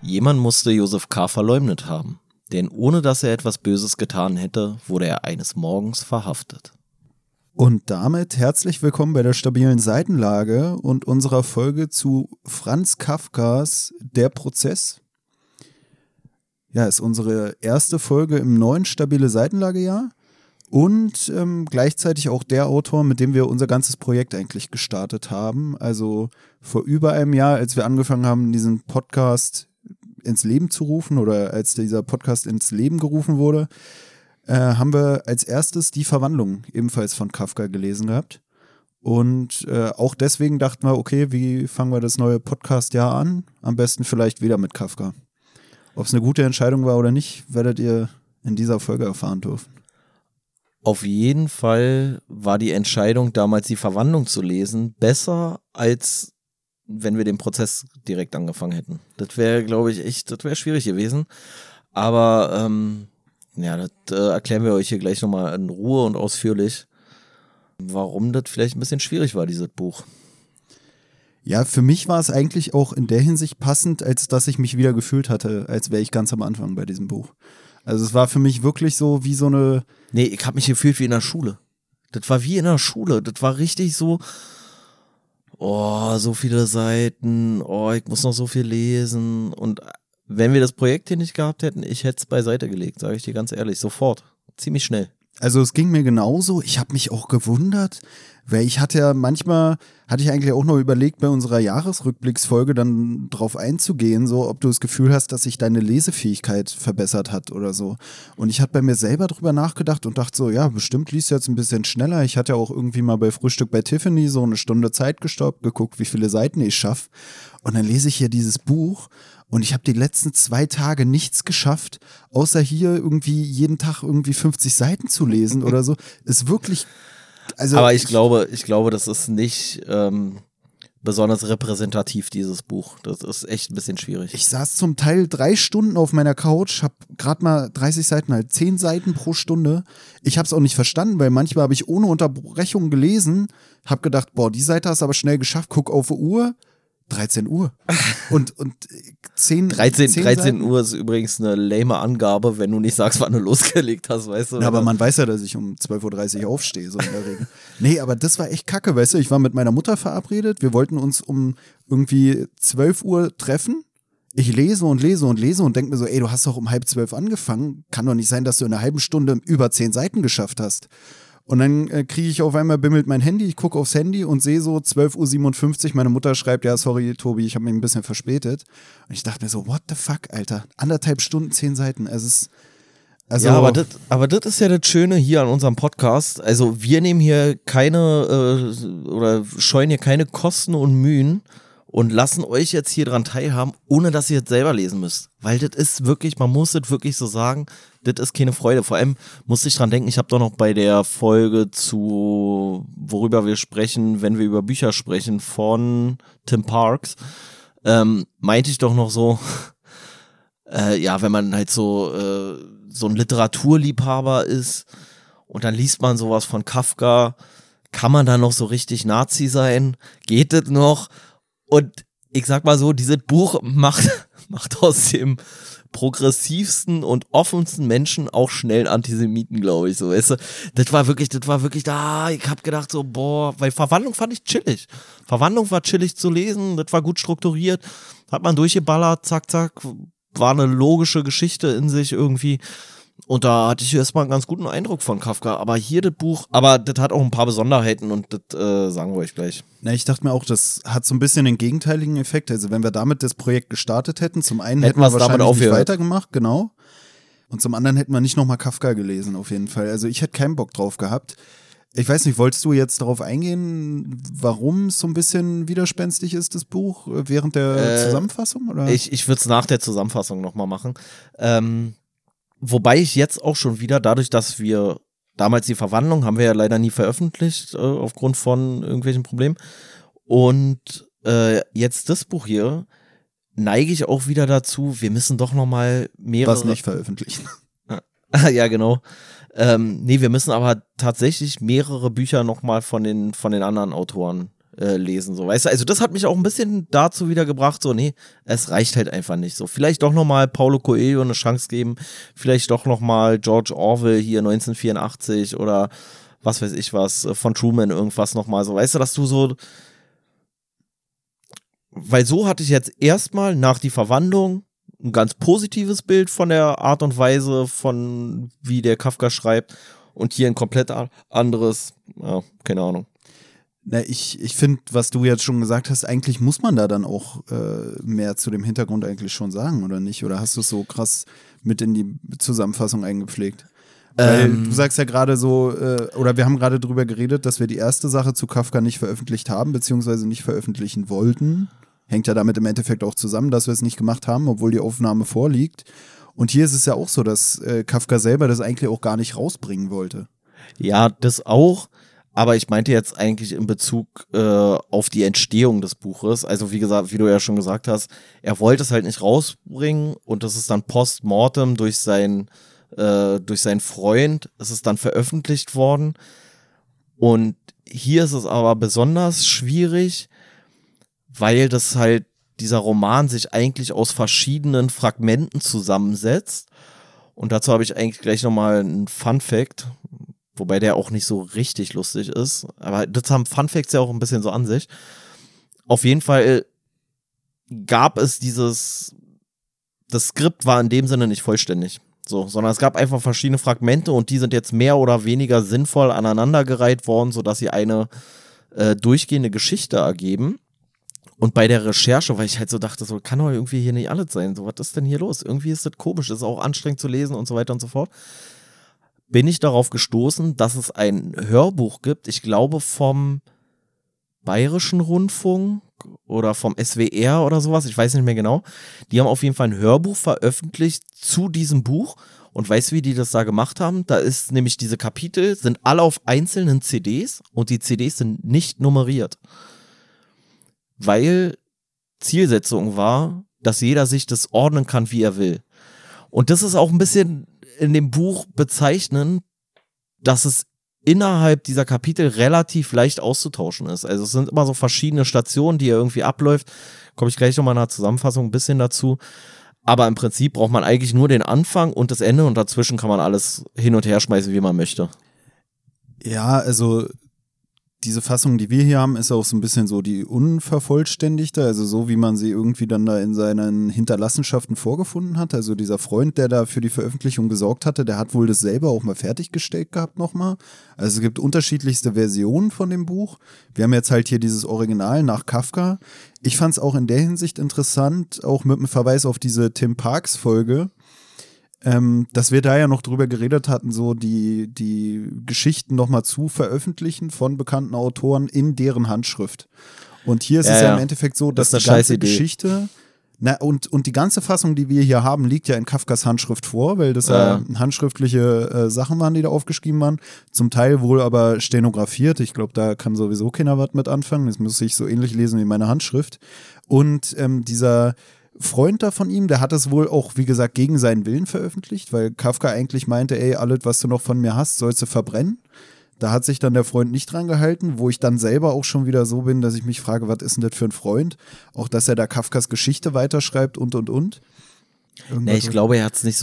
Jemand musste Josef K. verleumdet haben, denn ohne dass er etwas Böses getan hätte, wurde er eines Morgens verhaftet. Und damit herzlich willkommen bei der stabilen Seitenlage und unserer Folge zu Franz Kafkas Der Prozess. Ja, ist unsere erste Folge im neuen stabile Seitenlagejahr und gleichzeitig auch der Autor, mit dem wir unser ganzes Projekt eigentlich gestartet haben. Also vor über einem Jahr, als wir angefangen haben, diesen Podcast ins Leben zu rufen oder als dieser Podcast ins Leben gerufen wurde, haben wir als erstes Die Verwandlung ebenfalls von Kafka gelesen gehabt. Und auch deswegen dachten wir, okay, wie fangen wir das neue Podcast-Jahr an? Am besten vielleicht wieder mit Kafka. Ob es eine gute Entscheidung war oder nicht, werdet ihr in dieser Folge erfahren dürfen. Auf jeden Fall war die Entscheidung, damals Die Verwandlung zu lesen, besser, als wenn wir den Prozess direkt angefangen hätten. Das wäre, glaube ich, das wäre schwierig gewesen. Aber das erklären wir euch hier gleich nochmal in Ruhe und ausführlich, warum das vielleicht ein bisschen schwierig war, dieses Buch. Ja, für mich war es eigentlich auch in der Hinsicht passend, als dass ich mich wieder gefühlt hatte, als wäre ich ganz am Anfang bei diesem Buch. Also es war für mich wirklich so wie so eine... Nee, ich habe mich gefühlt wie in der Schule. Das war wie in der Schule. Das war richtig so, so viele Seiten, ich muss noch so viel lesen. Und wenn wir das Projekt hier nicht gehabt hätten, ich hätte es beiseite gelegt, sage ich dir ganz ehrlich, sofort. Ziemlich schnell. Also es ging mir genauso. Ich habe mich auch gewundert, weil ich hatte eigentlich auch noch überlegt, bei unserer Jahresrückblicksfolge dann drauf einzugehen, so ob du das Gefühl hast, dass sich deine Lesefähigkeit verbessert hat oder so. Und ich hatte bei mir selber drüber nachgedacht und dachte so, ja, bestimmt liest du jetzt ein bisschen schneller. Ich hatte ja auch irgendwie mal bei Frühstück bei Tiffany so eine Stunde Zeit gestoppt, geguckt, wie viele Seiten ich schaffe. Und dann lese ich hier dieses Buch. Und ich habe die letzten 2 Tage nichts geschafft, außer hier irgendwie jeden Tag irgendwie 50 Seiten zu lesen oder so. Ist wirklich, also. Aber ich glaube, das ist nicht besonders repräsentativ, dieses Buch. Das ist echt ein bisschen schwierig. Ich saß zum Teil 3 Stunden auf meiner Couch, habe gerade mal 30 Seiten, halt 10 Seiten pro Stunde. Ich habe es auch nicht verstanden, weil manchmal habe ich ohne Unterbrechung gelesen, habe gedacht, die Seite hast du aber schnell geschafft, guck auf die Uhr. 13 Uhr. Und 13 Uhr ist übrigens eine lame Angabe, wenn du nicht sagst, wann du losgelegt hast, weißt du? Na, aber man weiß ja, dass ich um 12.30 Uhr aufstehe, so in der Regel. Nee, aber das war echt kacke, weißt du? Ich war mit meiner Mutter verabredet, wir wollten uns um irgendwie 12 Uhr treffen. Ich lese und denke mir so, ey, du hast doch um 11:30 angefangen. Kann doch nicht sein, dass du in einer halben Stunde über 10 Seiten geschafft hast. Und dann kriege ich auf einmal, bimmelt mein Handy, ich gucke aufs Handy und sehe so 12:57 Uhr, meine Mutter schreibt, ja, sorry, Tobi, ich habe mich ein bisschen verspätet. Und ich dachte mir so, what the fuck, Alter? 1,5 Stunden, 10 Seiten. Ja, aber das ist ja das Schöne hier an unserem Podcast. Also wir nehmen hier oder scheuen hier keine Kosten und Mühen und lassen euch jetzt hier dran teilhaben, ohne dass ihr es selber lesen müsst. Weil das ist wirklich, man muss es wirklich so sagen, das ist keine Freude. Vor allem musste ich dran denken, ich habe doch noch bei der Folge worüber wir sprechen, wenn wir über Bücher sprechen, von Tim Parks, meinte ich doch noch so, wenn man halt so ein Literaturliebhaber ist und dann liest man sowas von Kafka, kann man da noch so richtig Nazi sein? Geht das noch? Und ich sag mal so, dieses Buch macht aus dem progressivsten und offensten Menschen auch schnell Antisemiten, glaube ich, so, weißt du. Das war wirklich, ich hab gedacht so, weil Verwandlung fand ich chillig. Verwandlung war chillig zu lesen, das war gut strukturiert, hat man durchgeballert, zack, zack, war eine logische Geschichte in sich irgendwie. Und da hatte ich erstmal einen ganz guten Eindruck von Kafka. Aber hier das Buch, aber das hat auch ein paar Besonderheiten und das sagen wir euch gleich. Na, ich dachte mir auch, das hat so ein bisschen den gegenteiligen Effekt. Also wenn wir damit das Projekt gestartet hätten, zum einen hätten wir wahrscheinlich nicht weitergemacht, genau. Und zum anderen hätten wir nicht nochmal Kafka gelesen, auf jeden Fall. Also ich hätte keinen Bock drauf gehabt. Ich weiß nicht, wolltest du jetzt darauf eingehen, warum es so ein bisschen widerspenstig ist, das Buch, während der Zusammenfassung? Oder? Ich würde es nach der Zusammenfassung nochmal machen. Wobei ich jetzt auch schon wieder, dadurch, dass wir damals Die Verwandlung haben wir ja leider nie veröffentlicht, aufgrund von irgendwelchen Problemen. Und jetzt das Buch hier neige ich auch wieder dazu, wir müssen doch nochmal mehrere... Was nicht veröffentlichen. Ja, genau. Wir müssen aber tatsächlich mehrere Bücher nochmal von den anderen Autoren lesen, so, weißt du? Also das hat mich auch ein bisschen dazu wieder gebracht, so, nee, es reicht halt einfach nicht so. Vielleicht doch nochmal Paulo Coelho eine Chance geben, vielleicht doch nochmal George Orwell hier 1984 oder was weiß ich was, von Truman irgendwas nochmal, so, weißt du, dass du so, weil so hatte ich jetzt erstmal nach die Verwandlung ein ganz positives Bild von der Art und Weise, von wie der Kafka schreibt und hier ein komplett anderes, ja, keine Ahnung. Na, ich finde, was du jetzt schon gesagt hast, eigentlich muss man da dann auch mehr zu dem Hintergrund eigentlich schon sagen, oder nicht? Oder hast du es so krass mit in die Zusammenfassung eingepflegt? Weil du sagst ja gerade so, oder wir haben gerade drüber geredet, dass wir die erste Sache zu Kafka nicht veröffentlicht haben, beziehungsweise nicht veröffentlichen wollten. Hängt ja damit im Endeffekt auch zusammen, dass wir es nicht gemacht haben, obwohl die Aufnahme vorliegt. Und hier ist es ja auch so, dass Kafka selber das eigentlich auch gar nicht rausbringen wollte. Ja, das auch. Aber ich meinte jetzt eigentlich in Bezug auf die Entstehung des Buches. Also wie gesagt, wie du ja schon gesagt hast, er wollte es halt nicht rausbringen und das ist dann postmortem durch seinen Freund, es ist dann veröffentlicht worden. Und hier ist es aber besonders schwierig, weil das halt dieser Roman sich eigentlich aus verschiedenen Fragmenten zusammensetzt. Und dazu habe ich eigentlich gleich nochmal einen Fun-Fact, wobei der auch nicht so richtig lustig ist. Aber das haben Fun-Facts ja auch ein bisschen so an sich. Auf jeden Fall gab es das Skript war in dem Sinne nicht vollständig. So, sondern es gab einfach verschiedene Fragmente und die sind jetzt mehr oder weniger sinnvoll aneinandergereiht worden, sodass sie eine durchgehende Geschichte ergeben. Und bei der Recherche, weil ich halt so dachte, so kann doch irgendwie hier nicht alles sein. So, was ist denn hier los? Irgendwie ist das komisch, ist auch anstrengend zu lesen und so weiter und so fort. Bin ich darauf gestoßen, dass es ein Hörbuch gibt, ich glaube vom Bayerischen Rundfunk oder vom SWR oder sowas, ich weiß nicht mehr genau. Die haben auf jeden Fall ein Hörbuch veröffentlicht zu diesem Buch und weißt du, wie die das da gemacht haben? Da ist nämlich diese Kapitel, sind alle auf einzelnen CDs und die CDs sind nicht nummeriert. Weil Zielsetzung war, dass jeder sich das ordnen kann, wie er will. Und das ist auch ein bisschen in dem Buch bezeichnend, dass es innerhalb dieser Kapitel relativ leicht auszutauschen ist. Also es sind immer so verschiedene Stationen, die er irgendwie abläuft. Komme ich gleich nochmal in einer Zusammenfassung ein bisschen dazu. Aber im Prinzip braucht man eigentlich nur den Anfang und das Ende und dazwischen kann man alles hin und her schmeißen, wie man möchte. Ja, also diese Fassung, die wir hier haben, ist auch so ein bisschen so die unvervollständigte, also so, wie man sie irgendwie dann da in seinen Hinterlassenschaften vorgefunden hat. Also dieser Freund, der da für die Veröffentlichung gesorgt hatte, der hat wohl das selber auch mal fertiggestellt gehabt nochmal. Also es gibt unterschiedlichste Versionen von dem Buch. Wir haben jetzt halt hier dieses Original nach Kafka. Ich fand es auch in der Hinsicht interessant, auch mit einem Verweis auf diese Tim Parks Folge, dass wir da ja noch drüber geredet hatten, so die Geschichten nochmal zu veröffentlichen von bekannten Autoren in deren Handschrift. Und hier ist es ja im Endeffekt so, dass die ganze Geschichte, und die ganze Fassung, die wir hier haben, liegt ja in Kafkas Handschrift vor, weil das ja handschriftliche Sachen waren, die da aufgeschrieben waren. Zum Teil wohl aber stenografiert. Ich glaube, da kann sowieso keiner was mit anfangen. Das muss ich so ähnlich lesen wie meine Handschrift. Und dieser Freund da von ihm, der hat es wohl auch, wie gesagt, gegen seinen Willen veröffentlicht, weil Kafka eigentlich meinte, ey, alles, was du noch von mir hast, sollst du verbrennen. Da hat sich dann der Freund nicht dran gehalten, wo ich dann selber auch schon wieder so bin, dass ich mich frage, was ist denn das für ein Freund? Auch, dass er da Kafkas Geschichte weiterschreibt und. Nee, ich glaube, er hat es nicht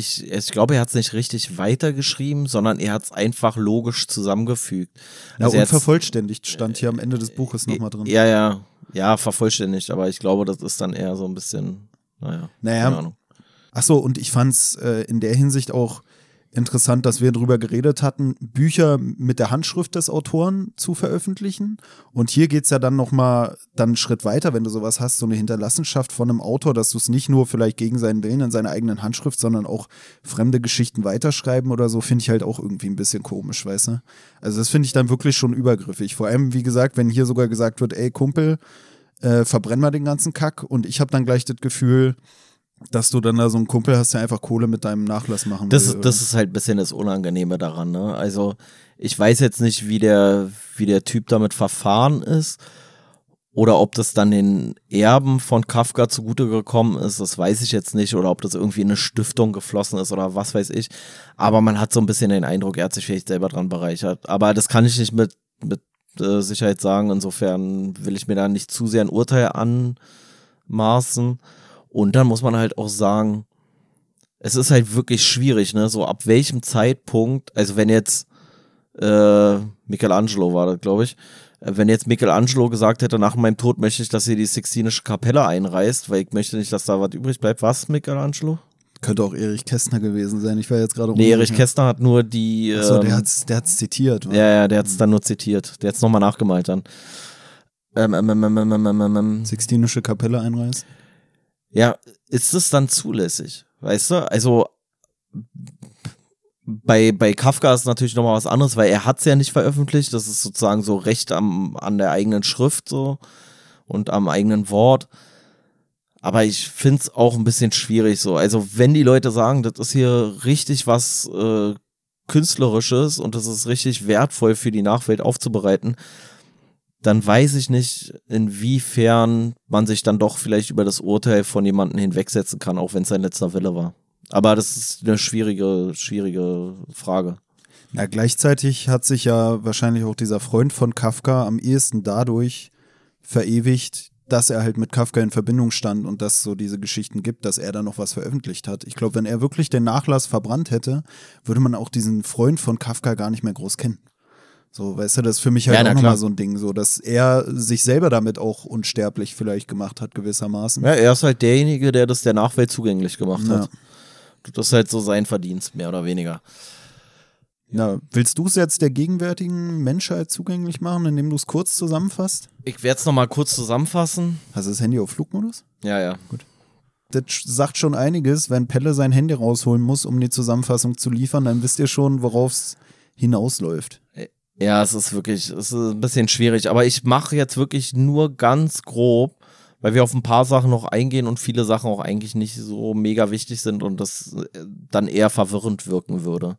richtig weitergeschrieben, sondern er hat es einfach logisch zusammengefügt. Also unvervollständigt stand hier am Ende des Buches nochmal drin. Ja, vervollständigt, aber ich glaube, das ist dann eher so ein bisschen, keine Ahnung. Achso, und ich fand's in der Hinsicht auch interessant, dass wir drüber geredet hatten, Bücher mit der Handschrift des Autoren zu veröffentlichen. Und hier geht's ja dann nochmal einen Schritt weiter, wenn du sowas hast, so eine Hinterlassenschaft von einem Autor, dass du es nicht nur vielleicht gegen seinen Willen in seiner eigenen Handschrift, sondern auch fremde Geschichten weiterschreiben oder so, finde ich halt auch irgendwie ein bisschen komisch, weißt du? Also das finde ich dann wirklich schon übergriffig. Vor allem, wie gesagt, wenn hier sogar gesagt wird, ey Kumpel, verbrenn mal den ganzen Kack, und ich habe dann gleich das Gefühl, dass du dann da so einen Kumpel hast, der einfach Kohle mit deinem Nachlass machen will. Das ist halt ein bisschen das Unangenehme daran, ne? Also ich weiß jetzt nicht, wie der Typ damit verfahren ist oder ob das dann den Erben von Kafka zugute gekommen ist, das weiß ich jetzt nicht, oder ob das irgendwie in eine Stiftung geflossen ist oder was weiß ich. Aber man hat so ein bisschen den Eindruck, er hat sich vielleicht selber dran bereichert. Aber das kann ich nicht mit Sicherheit sagen. Insofern will ich mir da nicht zu sehr ein Urteil anmaßen. Und dann muss man halt auch sagen, es ist halt wirklich schwierig, ne? So ab welchem Zeitpunkt, also wenn jetzt Michelangelo war das, glaube ich, wenn jetzt Michelangelo gesagt hätte, nach meinem Tod möchte ich, dass ihr die Sixtinische Kapelle einreißt, weil ich möchte nicht, dass da was übrig bleibt. Was, Michelangelo? Könnte auch Erich Kästner gewesen sein. Ich war jetzt gerade Nee, Erich Kästner hat nur die. Achso, der hat's zitiert. Oder? Ja, der hat's dann nur zitiert. Der hat's nochmal nachgemalt dann. Sixtinische Kapelle einreißen? Ja, ist es dann zulässig? Weißt du? Also bei Kafka ist natürlich nochmal was anderes, weil er hat's ja nicht veröffentlicht. Das ist sozusagen so Recht an der eigenen Schrift so und am eigenen Wort. Aber ich find's auch ein bisschen schwierig so. Also wenn die Leute sagen, das ist hier richtig was Künstlerisches und das ist richtig wertvoll für die Nachwelt aufzubereiten, dann weiß ich nicht, inwiefern man sich dann doch vielleicht über das Urteil von jemandem hinwegsetzen kann, auch wenn es sein letzter Wille war. Aber das ist eine schwierige Frage. Na, gleichzeitig hat sich ja wahrscheinlich auch dieser Freund von Kafka am ehesten dadurch verewigt, dass er halt mit Kafka in Verbindung stand und dass es so diese Geschichten gibt, dass er da noch was veröffentlicht hat. Ich glaube, wenn er wirklich den Nachlass verbrannt hätte, würde man auch diesen Freund von Kafka gar nicht mehr groß kennen. So, weißt du, das ist für mich halt auch nochmal so ein Ding, so, dass er sich selber damit auch unsterblich vielleicht gemacht hat, gewissermaßen. Ja, er ist halt derjenige, der das der Nachwelt zugänglich gemacht hat. Das ist halt so sein Verdienst, mehr oder weniger. Ja, willst du es jetzt der gegenwärtigen Menschheit zugänglich machen, indem du es kurz zusammenfasst? Ich werde es nochmal kurz zusammenfassen. Hast du das Handy auf Flugmodus? Ja. Gut. Das sagt schon einiges, wenn Pelle sein Handy rausholen muss, um die Zusammenfassung zu liefern, dann wisst ihr schon, worauf es hinausläuft. Ja, es ist ein bisschen schwierig, aber ich mache jetzt wirklich nur ganz grob, weil wir auf ein paar Sachen noch eingehen und viele Sachen auch eigentlich nicht so mega wichtig sind und das dann eher verwirrend wirken würde.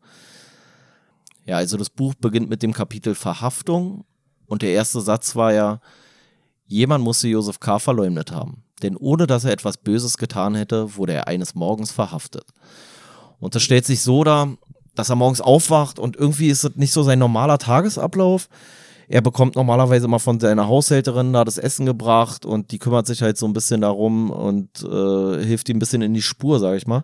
Ja, also das Buch beginnt mit dem Kapitel Verhaftung und der erste Satz war ja, jemand musste Josef K. verleumdet haben, denn ohne dass er etwas Böses getan hätte, wurde er eines Morgens verhaftet. Und das stellt sich so dar, dass er morgens aufwacht und irgendwie ist es nicht so sein normaler Tagesablauf. Er bekommt normalerweise immer von seiner Haushälterin da das Essen gebracht und die kümmert sich halt so ein bisschen darum und hilft ihm ein bisschen in die Spur, sag ich mal.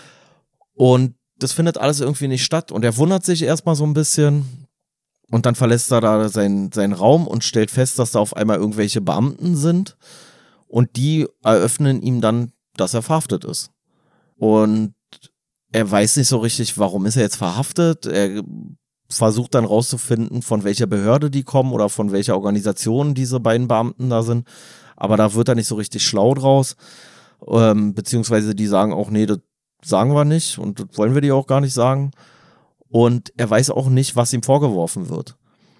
Und das findet alles irgendwie nicht statt und er wundert sich erstmal so ein bisschen und dann verlässt er da seinen Raum und stellt fest, dass da auf einmal irgendwelche Beamten sind und die eröffnen ihm dann, dass er verhaftet ist. Und er weiß nicht so richtig, warum ist er jetzt verhaftet. Er versucht dann rauszufinden, von welcher Behörde die kommen oder von welcher Organisation diese beiden Beamten da sind. Aber da wird er nicht so richtig schlau draus. Beziehungsweise die sagen auch, nee, das sagen wir nicht und das wollen wir dir auch gar nicht sagen. Und er weiß auch nicht, was ihm vorgeworfen wird.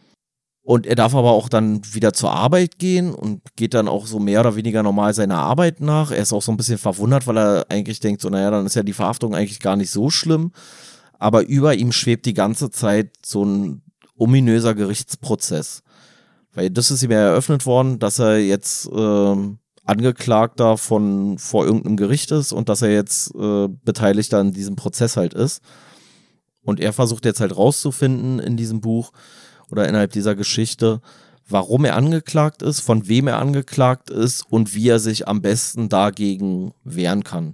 Und er darf aber auch dann wieder zur Arbeit gehen und geht dann auch so mehr oder weniger normal seiner Arbeit nach. Er ist auch so ein bisschen verwundert, weil er eigentlich denkt, so naja, dann ist ja die Verhaftung eigentlich gar nicht so schlimm. Aber über ihm schwebt die ganze Zeit so ein ominöser Gerichtsprozess. Weil das ist ihm ja eröffnet worden, dass er jetzt Angeklagter vor irgendeinem Gericht ist und dass er jetzt Beteiligter in diesem Prozess halt ist. Und er versucht jetzt halt rauszufinden in diesem Buch, oder innerhalb dieser Geschichte, warum er angeklagt ist, von wem er angeklagt ist und wie er sich am besten dagegen wehren kann.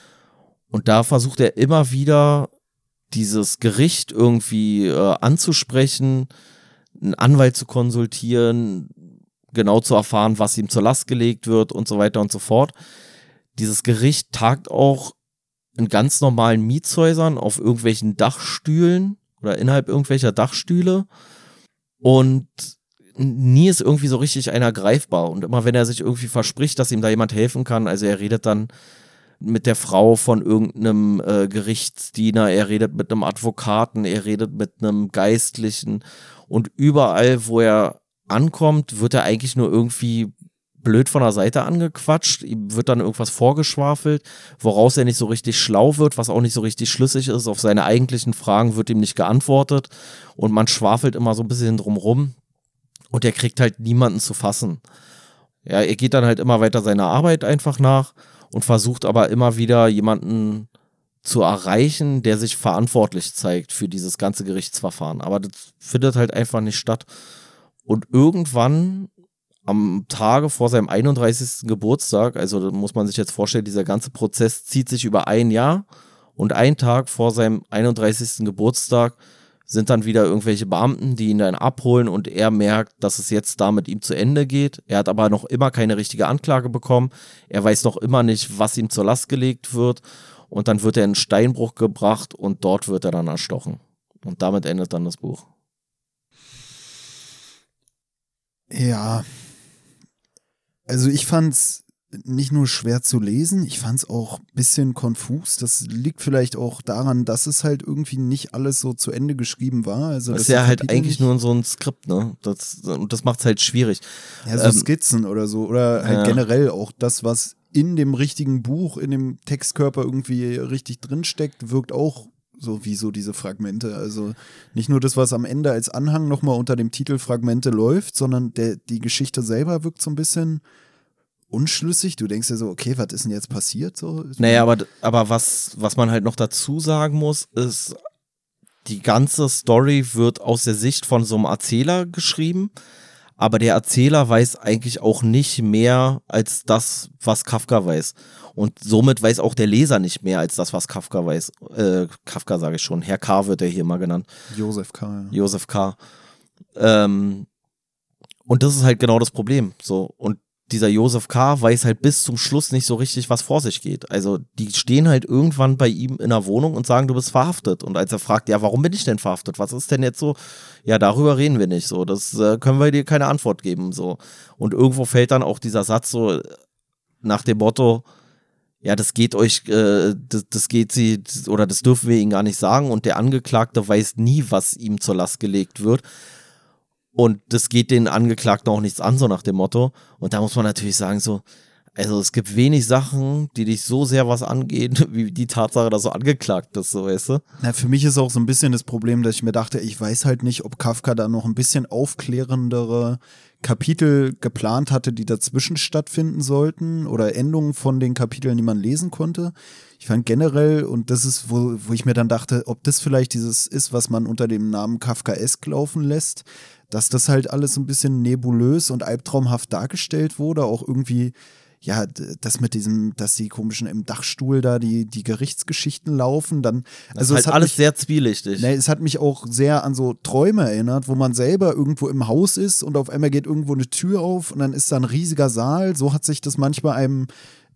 Und da versucht er immer wieder, dieses Gericht irgendwie anzusprechen, einen Anwalt zu konsultieren, genau zu erfahren, was ihm zur Last gelegt wird und so weiter und so fort. Dieses Gericht tagt auch in ganz normalen Mietshäusern auf irgendwelchen Dachstühlen oder innerhalb irgendwelcher Dachstühle. Und nie ist irgendwie so richtig einer greifbar. Und immer wenn er sich irgendwie verspricht, dass ihm da jemand helfen kann, also er redet dann mit der Frau von irgendeinem Gerichtsdiener, er redet mit einem Advokaten, er redet mit einem Geistlichen und überall, wo er ankommt, wird er eigentlich nur irgendwie blöd von der Seite angequatscht, ihm wird dann irgendwas vorgeschwafelt, woraus er nicht so richtig schlau wird, was auch nicht so richtig schlüssig ist. Auf seine eigentlichen Fragen wird ihm nicht geantwortet und man schwafelt immer so ein bisschen drumrum und er kriegt halt niemanden zu fassen. Ja, er geht dann halt immer weiter seiner Arbeit einfach nach und versucht aber immer wieder jemanden zu erreichen, der sich verantwortlich zeigt für dieses ganze Gerichtsverfahren. Aber das findet halt einfach nicht statt. Und irgendwann am Tage vor seinem 31. Geburtstag, also da muss man sich jetzt vorstellen, dieser ganze Prozess zieht sich über ein Jahr und einen Tag vor seinem 31. Geburtstag sind dann wieder irgendwelche Beamten, die ihn dann abholen und er merkt, dass es jetzt da mit ihm zu Ende geht. Er hat aber noch immer keine richtige Anklage bekommen. Er weiß noch immer nicht, was ihm zur Last gelegt wird. Und dann wird er in Steinbruch gebracht und dort wird er dann erstochen. Und damit endet dann das Buch. Ja, also ich fand's nicht nur schwer zu lesen, ich fand's auch ein bisschen konfus. Das liegt vielleicht auch daran, dass es halt irgendwie nicht alles so zu Ende geschrieben war. Also das ist ja halt eigentlich nur so ein Skript, ne? Und das macht's halt schwierig. Ja, so Skizzen oder so. Oder halt generell auch das, was in dem richtigen Buch, in dem Textkörper irgendwie richtig drinsteckt, wirkt auch so wie so diese Fragmente. Also nicht nur das, was am Ende als Anhang nochmal unter dem Titel Fragmente läuft, sondern die Geschichte selber wirkt so ein bisschen unschlüssig. Du denkst dir so, okay, was ist denn jetzt passiert? So? Naja, aber was man halt noch dazu sagen muss, ist, die ganze Story wird aus der Sicht von so einem Erzähler geschrieben, aber der Erzähler weiß eigentlich auch nicht mehr als das, was Kafka weiß. Und somit weiß auch der Leser nicht mehr als das, was Kafka weiß. Kafka sage ich schon, Herr K. wird er hier mal genannt. Josef K. Ja. Josef K. Und das ist halt genau das Problem. So. Und dieser Josef K. weiß halt bis zum Schluss nicht so richtig, was vor sich geht. Also die stehen halt irgendwann bei ihm in der Wohnung und sagen, du bist verhaftet. Und als er fragt, ja, warum bin ich denn verhaftet? Was ist denn jetzt so? Ja, darüber reden wir nicht. So, das können wir dir keine Antwort geben. So. Und irgendwo fällt dann auch dieser Satz so nach dem Motto, ja, das geht euch, das geht sie, oder das dürfen wir ihnen gar nicht sagen. Und der Angeklagte weiß nie, was ihm zur Last gelegt wird. Und das geht den Angeklagten auch nichts an, so nach dem Motto. Und da muss man natürlich sagen, so, also es gibt wenig Sachen, die dich so sehr was angehen, wie die Tatsache, dass du angeklagt bist, so, weißt du? Na, für mich ist auch so ein bisschen das Problem, dass ich mir dachte, ich weiß halt nicht, ob Kafka da noch ein bisschen aufklärendere Kapitel geplant hatte, die dazwischen stattfinden sollten oder Endungen von den Kapiteln, die man lesen konnte. Ich fand generell, und das ist, wo ich mir dann dachte, ob das vielleicht dieses ist, was man unter dem Namen Kafkaesk laufen lässt, dass das halt alles so ein bisschen nebulös und albtraumhaft dargestellt wurde, auch irgendwie, ja, das mit diesem, dass die komischen im Dachstuhl da die Gerichtsgeschichten laufen, dann, also das ist halt alles sehr zwielichtig. Ne, es hat mich auch sehr an so Träume erinnert, wo man selber irgendwo im Haus ist und auf einmal geht irgendwo eine Tür auf und dann ist da ein riesiger Saal, so hat sich das manchmal einem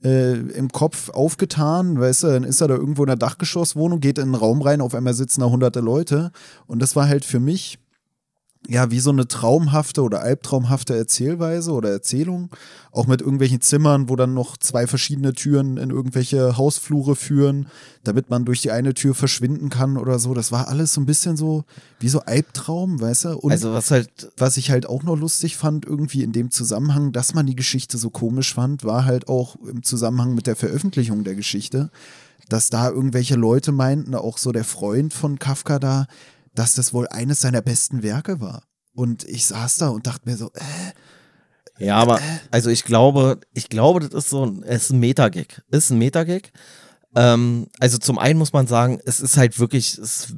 im Kopf aufgetan, weißt du, dann ist er da irgendwo in der Dachgeschosswohnung, geht in einen Raum rein, auf einmal sitzen da hunderte Leute und das war halt für mich ja, wie so eine traumhafte oder albtraumhafte Erzählweise oder Erzählung, auch mit irgendwelchen Zimmern, wo dann noch 2 verschiedene Türen in irgendwelche Hausflure führen, damit man durch die eine Tür verschwinden kann oder so. Das war alles so ein bisschen so wie so Albtraum, weißt du? Und also was ich halt auch noch lustig fand, irgendwie in dem Zusammenhang, dass man die Geschichte so komisch fand, war halt auch im Zusammenhang mit der Veröffentlichung der Geschichte, dass da irgendwelche Leute meinten, auch so der Freund von Kafka da, dass das wohl eines seiner besten Werke war. Und ich saß da und dachte mir so, ja, aber also ich glaube, das ist ist ein Metagag. Ist ein Metagag. Also zum einen muss man sagen, es ist halt wirklich, es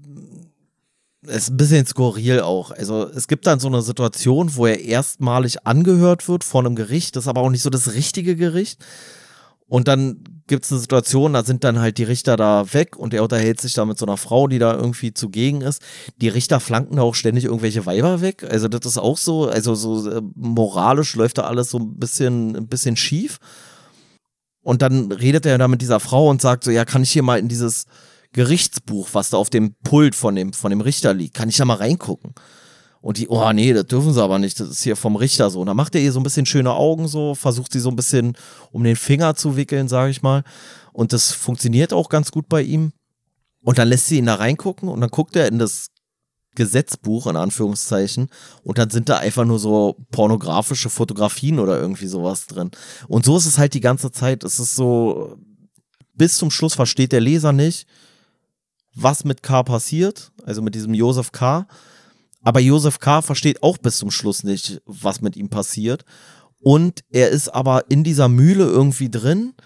ist ein bisschen skurril auch. Also es gibt dann so eine Situation, wo er erstmalig angehört wird vor einem Gericht, das ist aber auch nicht so das richtige Gericht. Und dann gibt es eine Situation, da sind dann halt die Richter da weg und er unterhält sich da mit so einer Frau, die da irgendwie zugegen ist. Die Richter flanken da auch ständig irgendwelche Weiber weg. Also das ist auch so, also so moralisch läuft da alles so ein bisschen schief. Und dann redet er da mit dieser Frau und sagt so, ja, kann ich hier mal in dieses Gerichtsbuch, was da auf dem Pult von dem Richter liegt, kann ich da mal reingucken? Und die, oh nee, das dürfen sie aber nicht, das ist hier vom Richter so. Und dann macht er ihr so ein bisschen schöne Augen so, versucht sie so ein bisschen um den Finger zu wickeln, sage ich mal. Und das funktioniert auch ganz gut bei ihm. Und dann lässt sie ihn da reingucken und dann guckt er in das Gesetzbuch, in Anführungszeichen, und dann sind da einfach nur so pornografische Fotografien oder irgendwie sowas drin. Und so ist es halt die ganze Zeit. Es ist so, bis zum Schluss versteht der Leser nicht, was mit K passiert, also mit diesem Josef K., aber Josef K. versteht auch bis zum Schluss nicht, was mit ihm passiert. Und er ist aber in dieser Mühle irgendwie drin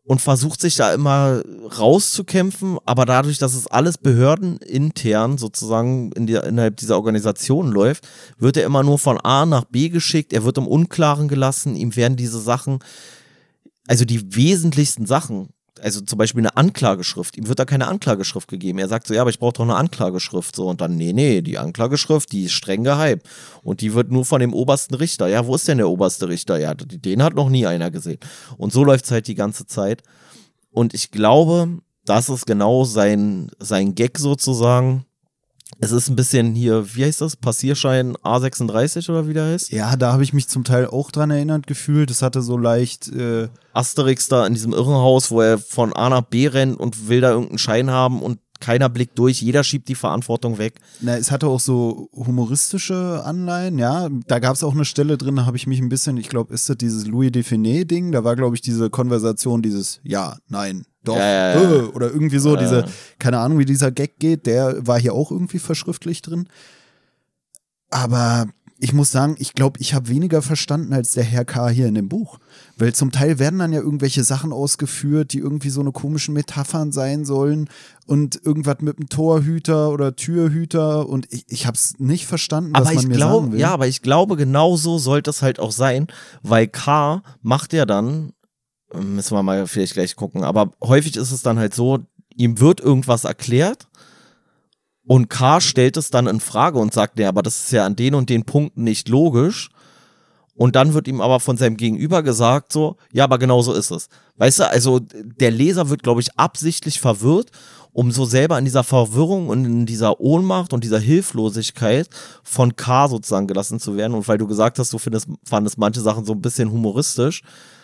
und versucht sich da immer rauszukämpfen, aber dadurch, dass es alles behördenintern sozusagen innerhalb dieser Organisation läuft, wird er immer nur von A nach B geschickt, er wird im Unklaren gelassen, ihm werden diese Sachen, also die wesentlichsten Sachen, also zum Beispiel eine Anklageschrift, ihm wird da keine Anklageschrift gegeben. Er sagt so, ja, aber ich brauche doch eine Anklageschrift. So, und dann, nee, die Anklageschrift, die ist streng geheim. Und die wird nur von dem obersten Richter. Ja, wo ist denn der oberste Richter? Ja, den hat noch nie einer gesehen. Und so läuft es halt die ganze Zeit. Und ich glaube, das ist genau sein Gag sozusagen. Es ist ein bisschen hier, wie heißt das? Passierschein A36 oder wie der heißt? Ja, da habe ich mich zum Teil auch dran erinnert gefühlt. Das hatte so leicht Asterix da in diesem Irrenhaus, wo er von A nach B rennt und will da irgendeinen Schein haben und keiner blickt durch, jeder schiebt die Verantwortung weg. Na, es hatte auch so humoristische Anleihen, ja. Da gab es auch eine Stelle drin, da habe ich mich ein bisschen, ich glaube, ist das dieses Louis Define-Ding? Da war, glaube ich, diese Konversation, dieses Ja, Nein, doch, oder irgendwie so, diese, keine Ahnung, wie dieser Gag geht, der war hier auch irgendwie verschriftlich drin. Aber ich muss sagen, ich glaube, ich habe weniger verstanden als der Herr K. hier in dem Buch. Weil zum Teil werden dann ja irgendwelche Sachen ausgeführt, die irgendwie so eine komischen Metaphern sein sollen und irgendwas mit einem Torhüter oder Türhüter und ich habe es nicht verstanden, was man mir sagen will. Ja, aber ich glaube, genau so sollte es halt auch sein, weil K. macht ja dann, müssen wir mal vielleicht gleich gucken, aber häufig ist es dann halt so, ihm wird irgendwas erklärt und K. stellt es dann in Frage und sagt, ja, aber das ist ja an den und den Punkten nicht logisch. Und dann wird ihm aber von seinem Gegenüber gesagt so, ja, aber genau so ist es. Weißt du, also der Leser wird, glaube ich, absichtlich verwirrt, um so selber in dieser Verwirrung und in dieser Ohnmacht und dieser Hilflosigkeit von K. sozusagen gelassen zu werden. Und weil du gesagt hast, du fandest manche Sachen so ein bisschen humoristisch,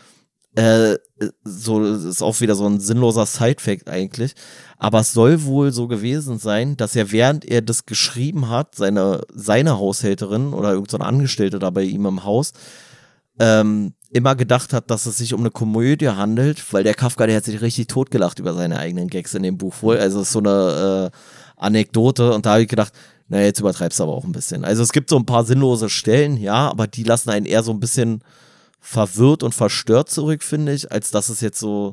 so ist auch wieder so ein sinnloser Side-Fact eigentlich, aber es soll wohl so gewesen sein, dass er, während er das geschrieben hat, seine Haushälterin oder irgendeine Angestellte da bei ihm im Haus, immer gedacht hat, dass es sich um eine Komödie handelt, weil der Kafka, der hat sich richtig totgelacht über seine eigenen Gags in dem Buch wohl, also es ist so eine Anekdote und da habe ich gedacht, naja, jetzt übertreibst du aber auch ein bisschen. Also es gibt so ein paar sinnlose Stellen, ja, aber die lassen einen eher so ein bisschen verwirrt und verstört zurück, finde ich, als dass es jetzt so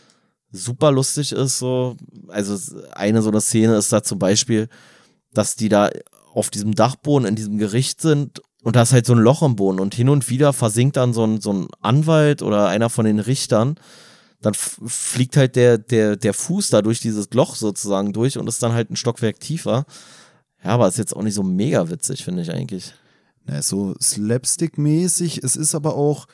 super lustig ist. So. Also eine so eine Szene ist da zum Beispiel, dass die da auf diesem Dachboden in diesem Gericht sind und da ist halt so ein Loch im Boden und hin und wieder versinkt dann so ein Anwalt oder einer von den Richtern, dann fliegt halt der Fuß da durch dieses Loch sozusagen durch und ist dann halt ein Stockwerk tiefer. Ja, aber ist jetzt auch nicht so mega witzig, finde ich eigentlich. Na, so slapstick-mäßig. Es ist aber auch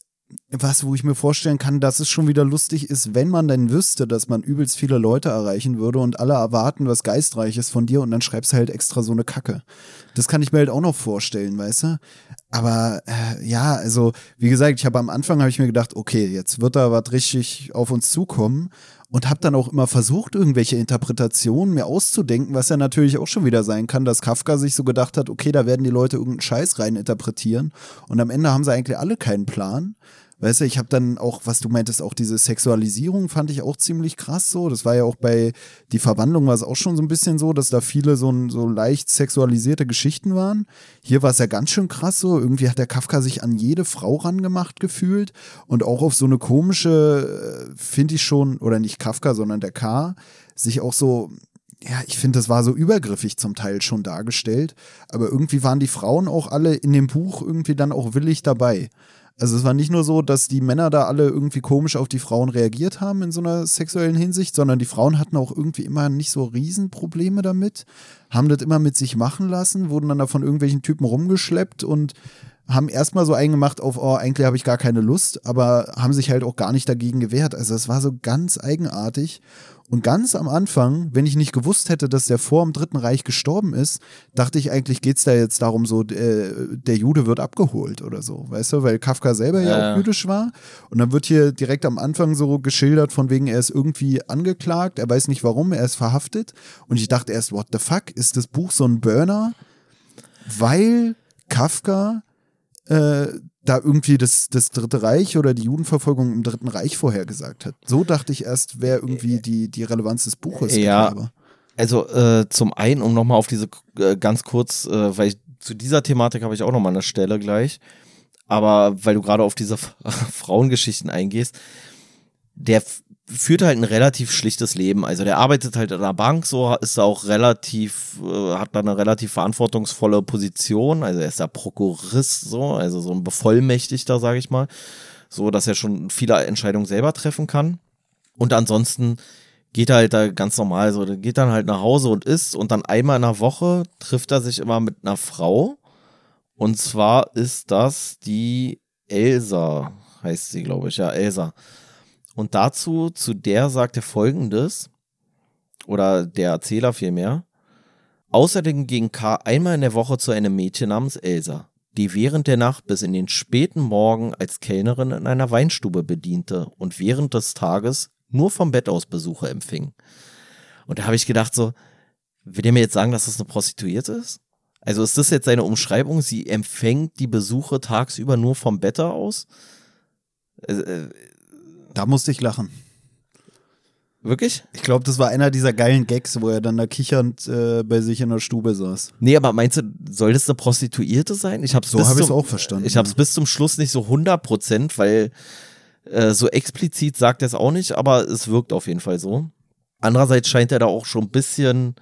was, wo ich mir vorstellen kann, dass es schon wieder lustig ist, wenn man dann wüsste, dass man übelst viele Leute erreichen würde und alle erwarten was Geistreiches von dir und dann schreibst du halt extra so eine Kacke. Das kann ich mir halt auch noch vorstellen, weißt du? Aber ja, also wie gesagt, am Anfang habe ich mir gedacht, okay, jetzt wird da was richtig auf uns zukommen und habe dann auch immer versucht, irgendwelche Interpretationen mir auszudenken, was ja natürlich auch schon wieder sein kann, dass Kafka sich so gedacht hat, okay, da werden die Leute irgendeinen Scheiß rein interpretieren und am Ende haben sie eigentlich alle keinen Plan. Weißt du, ich habe dann auch, was du meintest, auch diese Sexualisierung fand ich auch ziemlich krass so. Das war ja auch bei Die Verwandlung war es auch schon so ein bisschen so, dass da viele so leicht sexualisierte Geschichten waren. Hier war es ja ganz schön krass so. Irgendwie hat der Kafka sich an jede Frau rangemacht gefühlt und auch auf so eine komische, finde ich schon, oder nicht Kafka, sondern der K, sich auch so, ja, ich finde, das war so übergriffig zum Teil schon dargestellt. Aber irgendwie waren die Frauen auch alle in dem Buch irgendwie dann auch willig dabei. Also es war nicht nur so, dass die Männer da alle irgendwie komisch auf die Frauen reagiert haben in so einer sexuellen Hinsicht, sondern die Frauen hatten auch irgendwie immer nicht so Riesenprobleme damit, haben das immer mit sich machen lassen, wurden dann da von irgendwelchen Typen rumgeschleppt und haben erstmal so eingemacht auf, oh, eigentlich habe ich gar keine Lust, aber haben sich halt auch gar nicht dagegen gewehrt. Also es war so ganz eigenartig. Und ganz am Anfang, wenn ich nicht gewusst hätte, dass der vor dem Dritten Reich gestorben ist, dachte ich eigentlich, geht es da jetzt darum, so der Jude wird abgeholt oder so, weißt du, weil Kafka selber ja auch jüdisch war. Und dann wird hier direkt am Anfang so geschildert, von wegen, er ist irgendwie angeklagt, er weiß nicht warum, er ist verhaftet. Und ich dachte erst, what the fuck, ist das Buch so ein Burner? Weil Kafka da irgendwie das Dritte Reich oder die Judenverfolgung im Dritten Reich vorhergesagt hat. So dachte ich erst, wäre irgendwie die Relevanz des Buches. Ja, also zum einen, um nochmal auf diese ganz kurz, weil zu dieser Thematik habe ich auch nochmal eine Stelle gleich, aber weil du gerade auf diese Frauengeschichten eingehst, der führt halt ein relativ schlichtes Leben. Also der arbeitet halt an der Bank, so ist er auch hat da eine relativ verantwortungsvolle Position. Also er ist da Prokurist, so, also so ein Bevollmächtigter, sage ich mal. So, dass er schon viele Entscheidungen selber treffen kann. Und ansonsten geht er halt da ganz normal so, der geht dann halt nach Hause und isst und dann einmal in der Woche trifft er sich immer mit einer Frau. Und zwar ist das die Elsa, heißt sie, glaube ich, ja, Elsa. Und zu der sagt er Folgendes, oder der Erzähler vielmehr: Außerdem ging K. einmal in der Woche zu einem Mädchen namens Elsa, die während der Nacht bis in den späten Morgen als Kellnerin in einer Weinstube bediente und während des Tages nur vom Bett aus Besuche empfing. Und da habe ich gedacht so, will der mir jetzt sagen, dass das eine Prostituierte ist? Also ist das jetzt seine Umschreibung, sie empfängt die Besuche tagsüber nur vom Bett aus? Da musste ich lachen. Wirklich? Ich glaube, das war einer dieser geilen Gags, wo er dann da kichernd bei sich in der Stube saß. Nee, aber meinst du, soll das eine Prostituierte sein? So habe ich es auch verstanden. Ich habe es bis zum Schluss nicht so 100%, weil so explizit sagt er es auch nicht, aber es wirkt auf jeden Fall so. Andererseits scheint er da auch schon ein bisschen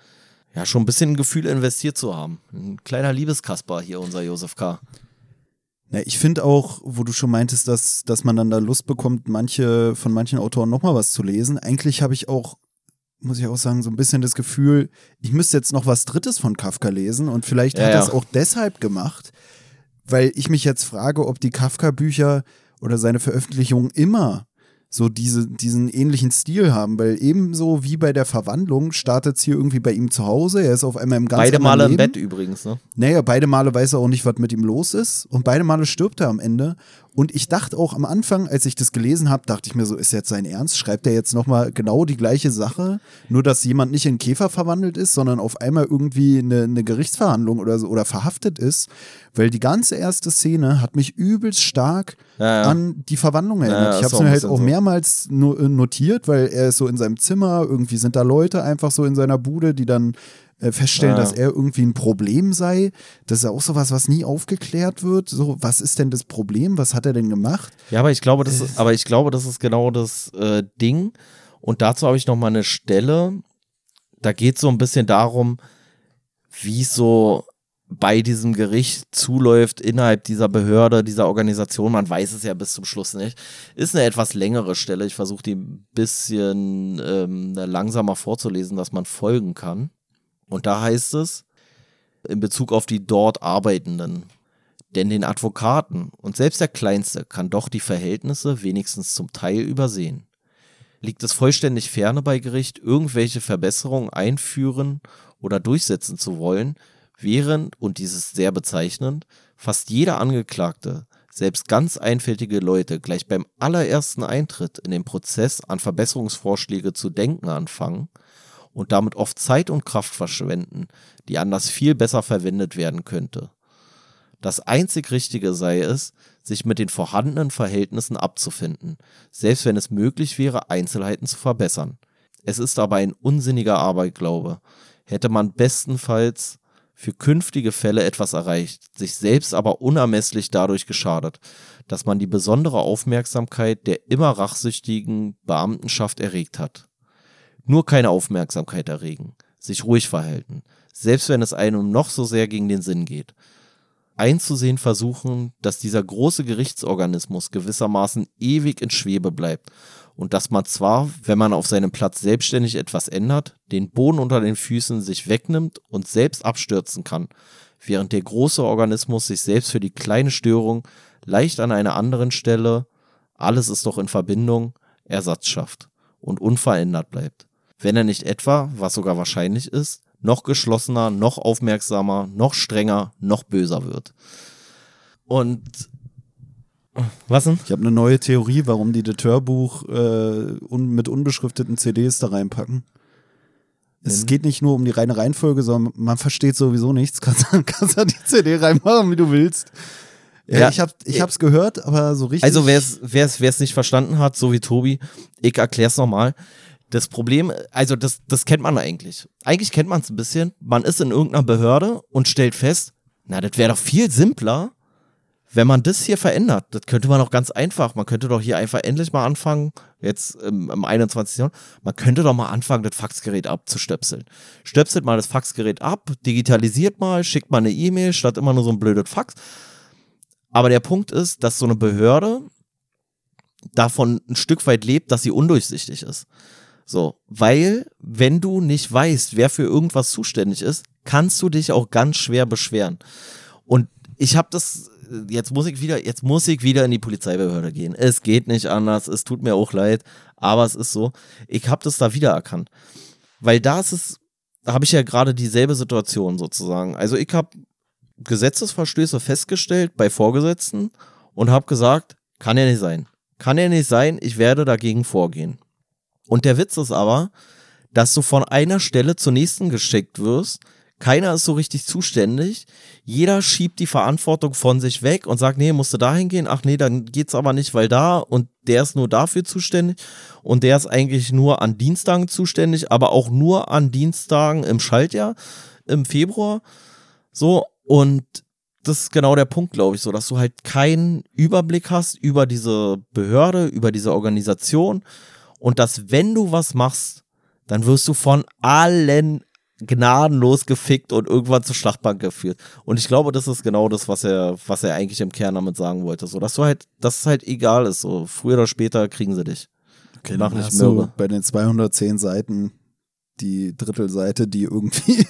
Gefühl investiert zu haben. Ein kleiner Liebeskasper hier, unser Josef K. Ja, ich finde auch, wo du schon meintest, dass man dann da Lust bekommt, von manchen Autoren nochmal was zu lesen. Eigentlich habe ich auch, muss ich auch sagen, so ein bisschen das Gefühl, ich müsste jetzt noch was Drittes von Kafka lesen und vielleicht hat er es auch deshalb gemacht, weil ich mich jetzt frage, ob die Kafka-Bücher oder seine Veröffentlichungen immer so diesen ähnlichen Stil haben, weil ebenso wie bei der Verwandlung startet es hier irgendwie bei ihm zu Hause, er ist auf einmal im ganz Beide anderen Male Leben. im Bett übrigens, ne? Naja, beide Male weiß er auch nicht, was mit ihm los ist und beide Male stirbt er am Ende und ich dachte auch am Anfang, als ich das gelesen habe, dachte ich mir so, ist jetzt sein Ernst? Schreibt er jetzt nochmal genau die gleiche Sache, nur dass jemand nicht in Käfer verwandelt ist, sondern auf einmal irgendwie eine Gerichtsverhandlung oder so oder verhaftet ist, weil die ganze erste Szene hat mich übelst stark an die Verwandlung erinnert. Ich habe es mir halt auch mehrmals notiert, weil er ist so in seinem Zimmer, irgendwie sind da Leute einfach so in seiner Bude, die dann feststellen, dass er irgendwie ein Problem sei. Das ist ja auch sowas, was nie aufgeklärt wird. So, was ist denn das Problem? Was hat er denn gemacht? Ja, aber ich glaube, das ist genau das Ding. Und dazu habe ich noch mal eine Stelle. Da geht es so ein bisschen darum, wie es so bei diesem Gericht zuläuft innerhalb dieser Behörde, dieser Organisation. Man weiß es ja bis zum Schluss nicht. Ist eine etwas längere Stelle. Ich versuche die ein bisschen langsamer vorzulesen, dass man folgen kann. Und da heißt es, in Bezug auf die dort Arbeitenden: Denn den Advokaten und selbst der Kleinste kann doch die Verhältnisse wenigstens zum Teil übersehen. Liegt es vollständig ferne bei Gericht, irgendwelche Verbesserungen einführen oder durchsetzen zu wollen, während, und dies ist sehr bezeichnend, fast jeder Angeklagte, selbst ganz einfältige Leute, gleich beim allerersten Eintritt in den Prozess an Verbesserungsvorschläge zu denken anfangen und damit oft Zeit und Kraft verschwenden, die anders viel besser verwendet werden könnte. Das einzig Richtige sei es, sich mit den vorhandenen Verhältnissen abzufinden, selbst wenn es möglich wäre, Einzelheiten zu verbessern. Es ist aber ein unsinniger Aberglaube. Hätte man bestenfalls für künftige Fälle etwas erreicht, sich selbst aber unermesslich dadurch geschadet, dass man die besondere Aufmerksamkeit der immer rachsüchtigen Beamtenschaft erregt hat. Nur keine Aufmerksamkeit erregen, sich ruhig verhalten, selbst wenn es einem noch so sehr gegen den Sinn geht. Einzusehen versuchen, dass dieser große Gerichtsorganismus gewissermaßen ewig in Schwebe bleibt und dass man zwar, wenn man auf seinem Platz selbstständig etwas ändert, den Boden unter den Füßen sich wegnimmt und selbst abstürzen kann, während der große Organismus sich selbst für die kleine Störung leicht an einer anderen Stelle, alles ist doch in Verbindung, Ersatz schafft und unverändert bleibt. Wenn er nicht etwa, was sogar wahrscheinlich ist, noch geschlossener, noch aufmerksamer, noch strenger, noch böser wird. Und was denn? Ich habe eine neue Theorie, warum die das Hörbuch mit unbeschrifteten CDs da reinpacken. Es geht nicht nur um die reine Reihenfolge, sondern man versteht sowieso nichts. Kannst da die CD reinmachen, wie du willst. Ja, ich hab's gehört, aber so richtig. Also wer es nicht verstanden hat, so wie Tobi, ich erklär's nochmal. Das Problem, also das kennt man eigentlich. Eigentlich kennt man es ein bisschen. Man ist in irgendeiner Behörde und stellt fest, na, das wäre doch viel simpler, wenn man das hier verändert, das könnte man auch ganz einfach, man könnte doch hier einfach endlich mal anfangen, jetzt im 21. Jahrhundert, man könnte doch mal anfangen, das Faxgerät abzustöpseln. Stöpselt mal das Faxgerät ab, digitalisiert mal, schickt mal eine E-Mail, statt immer nur so ein blödes Fax. Aber der Punkt ist, dass so eine Behörde davon ein Stück weit lebt, dass sie undurchsichtig ist. So, weil, wenn du nicht weißt, wer für irgendwas zuständig ist, kannst du dich auch ganz schwer beschweren. Und ich habe das, jetzt muss ich wieder in die Polizeibehörde gehen. Es geht nicht anders, es tut mir auch leid, aber es ist so. Ich habe das da wiedererkannt. Weil da habe ich ja gerade dieselbe Situation sozusagen. Also ich habe Gesetzesverstöße festgestellt bei Vorgesetzten und habe gesagt, kann ja nicht sein. Kann ja nicht sein, ich werde dagegen vorgehen. Und der Witz ist aber, dass du von einer Stelle zur nächsten geschickt wirst, keiner ist so richtig zuständig, jeder schiebt die Verantwortung von sich weg und sagt, nee, musst du da hingehen, ach nee, dann geht's aber nicht, weil da und der ist nur dafür zuständig und der ist eigentlich nur an Dienstagen zuständig, aber auch nur an Dienstagen im Schaltjahr, im Februar, so, und das ist genau der Punkt, glaube ich, so, dass du halt keinen Überblick hast über diese Behörde, über diese Organisation und dass, wenn du was machst, dann wirst du von allen gnadenlos gefickt und irgendwann zur Schlachtbank geführt. Und ich glaube, das ist genau das, was er eigentlich im Kern damit sagen wollte, so, dass es halt egal ist, so, früher oder später kriegen sie dich. Okay, dann hast du bei den 210 Seiten die Drittelseite, die irgendwie,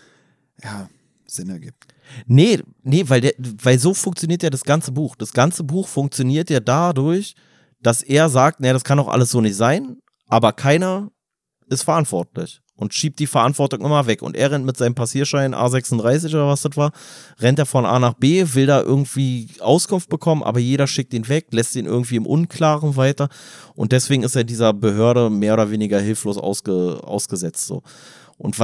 ja, Sinn ergibt. Nee, weil so funktioniert ja das ganze Buch. Das ganze Buch funktioniert ja dadurch, dass er sagt, nee, das kann doch alles so nicht sein, aber keiner ist verantwortlich und schiebt die Verantwortung immer weg. Und er rennt mit seinem Passierschein A36 oder was das war, rennt er von A nach B, will da irgendwie Auskunft bekommen, aber jeder schickt ihn weg, lässt ihn irgendwie im Unklaren weiter und deswegen ist er dieser Behörde mehr oder weniger hilflos ausgesetzt. So. Und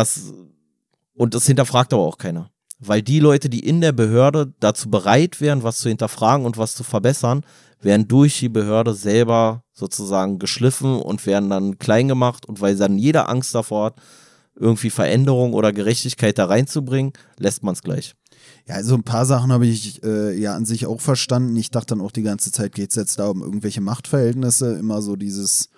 das hinterfragt aber auch keiner. Weil die Leute, die in der Behörde dazu bereit wären, was zu hinterfragen und was zu verbessern, werden durch die Behörde selber sozusagen geschliffen und werden dann klein gemacht. Und weil dann jeder Angst davor hat, irgendwie Veränderung oder Gerechtigkeit da reinzubringen, lässt man es gleich. Ja, also ein paar Sachen habe ich ja an sich auch verstanden. Ich dachte dann auch die ganze Zeit, geht es jetzt da um irgendwelche Machtverhältnisse, immer so dieses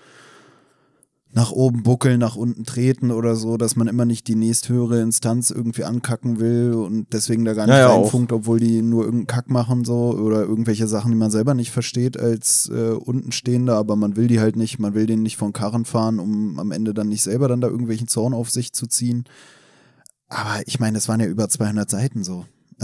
nach oben buckeln, nach unten treten oder so, dass man immer nicht die nächsthöhere Instanz irgendwie ankacken will und deswegen da gar nicht reinfunkt, obwohl die nur irgendeinen Kack machen so oder irgendwelche Sachen, die man selber nicht versteht als Untenstehender, aber man will die halt nicht, man will denen nicht von Karren fahren, um am Ende dann nicht selber dann da irgendwelchen Zorn auf sich zu ziehen. Aber ich meine, das waren ja über 200 Seiten so.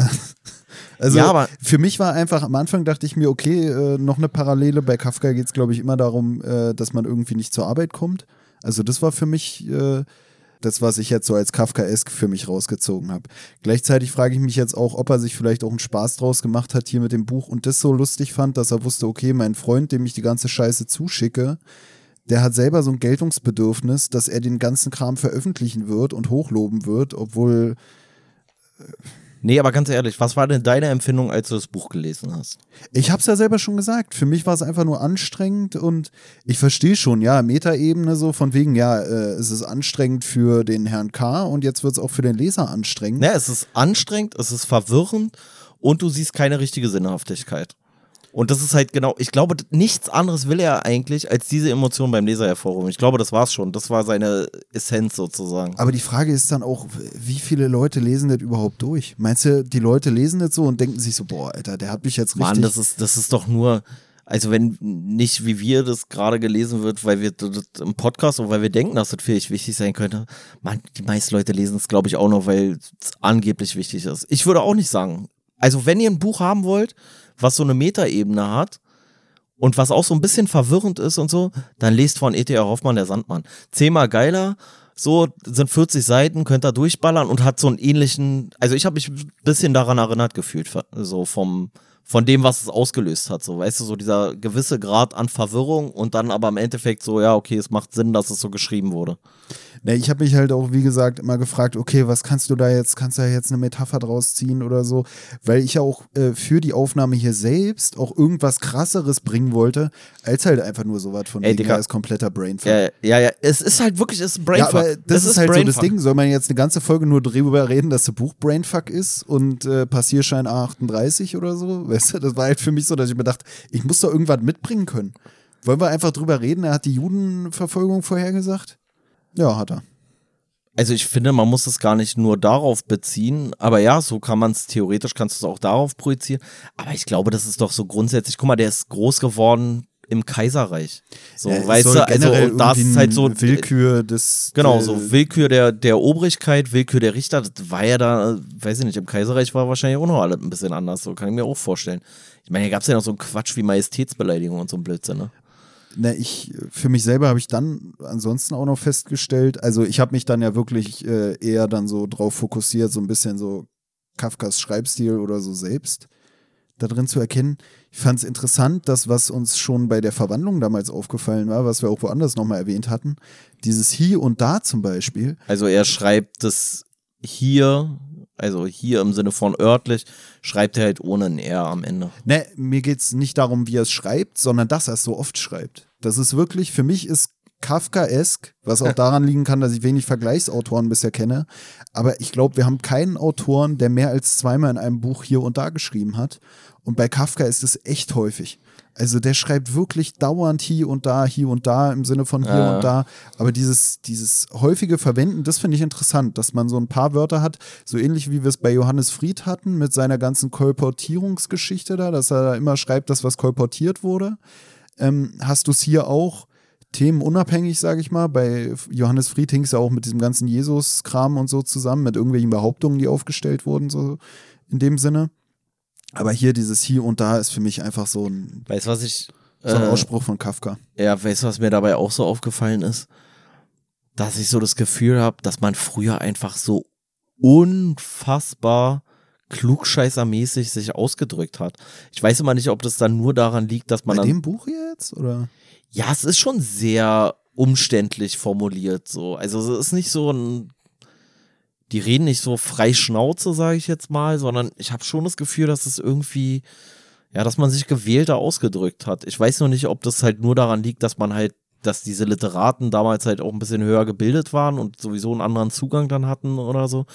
Also ja, aber für mich war einfach, am Anfang dachte ich mir, okay, noch eine Parallele, bei Kafka geht es glaube ich immer darum, dass man irgendwie nicht zur Arbeit kommt. Also das war für mich das, was ich jetzt so als Kafkaesk für mich rausgezogen habe. Gleichzeitig frage ich mich jetzt auch, ob er sich vielleicht auch einen Spaß draus gemacht hat hier mit dem Buch und das so lustig fand, dass er wusste, okay, mein Freund, dem ich die ganze Scheiße zuschicke, der hat selber so ein Geltungsbedürfnis, dass er den ganzen Kram veröffentlichen wird und hochloben wird, obwohl Nee, aber ganz ehrlich, was war denn deine Empfindung, als du das Buch gelesen hast? Ich hab's ja selber schon gesagt. Für mich war es einfach nur anstrengend und ich verstehe schon, ja, Metaebene so von wegen, ja, es ist anstrengend für den Herrn K. und jetzt wird's auch für den Leser anstrengend. Ja, es ist anstrengend, es ist verwirrend und du siehst keine richtige Sinnhaftigkeit. Und das ist halt genau, ich glaube, nichts anderes will er eigentlich, als diese Emotion beim Leser hervorrufen. Ich glaube, das war's schon. Das war seine Essenz sozusagen. Aber die Frage ist dann auch, wie viele Leute lesen das überhaupt durch? Meinst du, die Leute lesen das so und denken sich so, boah, Alter, der hat mich jetzt richtig... Mann, das ist doch nur, also wenn nicht wie wir das gerade gelesen wird, weil wir das im Podcast und weil wir denken, dass das vielleicht wichtig sein könnte. Mann, die meisten Leute lesen es, glaube ich, auch nur, weil es angeblich wichtig ist. Ich würde auch nicht sagen, also wenn ihr ein Buch haben wollt, was so eine Metaebene hat und was auch so ein bisschen verwirrend ist und so, dann lest von E.T.A. Hoffmann, der Sandmann. 10-mal geiler, so sind 40 Seiten, könnt ihr durchballern und hat so einen ähnlichen, also ich habe mich ein bisschen daran erinnert gefühlt, so von dem, was es ausgelöst hat, so, weißt du, so dieser gewisse Grad an Verwirrung und dann aber im Endeffekt so, ja, okay, es macht Sinn, dass es so geschrieben wurde. Ne, ich habe mich halt auch, wie gesagt, immer gefragt, okay, was kannst du da jetzt eine Metapher draus ziehen oder so, weil ich ja auch für die Aufnahme hier selbst auch irgendwas Krasseres bringen wollte, als halt einfach nur so was von wegen, Digga, ist kompletter Brainfuck. Ja, es ist halt wirklich, es ist Brainfuck. Ja, aber das ist halt Brainfuck. So das Ding, soll man jetzt eine ganze Folge nur drüber reden, dass das Buch Brainfuck ist und Passierschein A38 oder so, weißt du, das war halt für mich so, dass ich mir dachte, ich muss doch irgendwas mitbringen können. Wollen wir einfach drüber reden, er hat die Judenverfolgung vorhergesagt? Ja, hat er. Also ich finde, man muss es gar nicht nur darauf beziehen, aber ja, so kann man es, theoretisch kannst du es auch darauf projizieren, aber ich glaube, das ist doch so grundsätzlich, guck mal, der ist groß geworden im Kaiserreich. So, ja, weißt du, also und das ist halt so Willkür des genau, so Willkür der Obrigkeit, Willkür der Richter, das war ja da, weiß ich nicht, im Kaiserreich war wahrscheinlich auch noch alles ein bisschen anders, so kann ich mir auch vorstellen. Ich meine, hier gab es ja noch so einen Quatsch wie Majestätsbeleidigung und so ein Blödsinn, ne? Na, für mich selber habe ich dann ansonsten auch noch festgestellt, also ich habe mich dann ja wirklich eher dann so drauf fokussiert, so ein bisschen so Kafkas Schreibstil oder so selbst da drin zu erkennen. Ich fand es interessant, dass was uns schon bei der Verwandlung damals aufgefallen war, was wir auch woanders nochmal erwähnt hatten, dieses Hier und Da zum Beispiel. Also er schreibt das hier, also hier im Sinne von örtlich, schreibt er halt ohne ein R am Ende. Ne, mir geht es nicht darum, wie er es schreibt, sondern dass er es so oft schreibt. Das ist wirklich, für mich ist Kafkaesk, was auch daran liegen kann, dass ich wenig Vergleichsautoren bisher kenne. Aber ich glaube, wir haben keinen Autoren, der mehr als zweimal in einem Buch Hier und Da geschrieben hat. Und bei Kafka ist es echt häufig. Also der schreibt wirklich dauernd hier und da im Sinne von hier und da. Aber dieses häufige Verwenden, das finde ich interessant, dass man so ein paar Wörter hat, so ähnlich wie wir es bei Johannes Fried hatten, mit seiner ganzen Kolportierungsgeschichte da, dass er da immer schreibt, dass was kolportiert wurde. Hast du es hier auch themenunabhängig, sage ich mal. Bei Johannes Fried hing es ja auch mit diesem ganzen Jesus-Kram und so zusammen, mit irgendwelchen Behauptungen, die aufgestellt wurden, so in dem Sinne. Aber hier dieses Hier und Da ist für mich einfach so ein, weißt, was ich, so ein Ausspruch von Kafka. Ja, weißt du, was mir dabei auch so aufgefallen ist? Dass ich so das Gefühl habe, dass man früher einfach so unfassbar klugscheißermäßig sich ausgedrückt hat. Ich weiß immer nicht, ob das dann nur daran liegt, dass man bei dann dem Buch jetzt, oder? Ja, es ist schon sehr umständlich formuliert so. Also es ist nicht so ein, die reden nicht so frei Schnauze, sage ich jetzt mal, sondern ich habe schon das Gefühl, dass es irgendwie, ja, dass man sich gewählter ausgedrückt hat. Ich weiß noch nicht, ob das halt nur daran liegt, dass man halt, dass diese Literaten damals halt auch ein bisschen höher gebildet waren und sowieso einen anderen Zugang dann hatten oder so.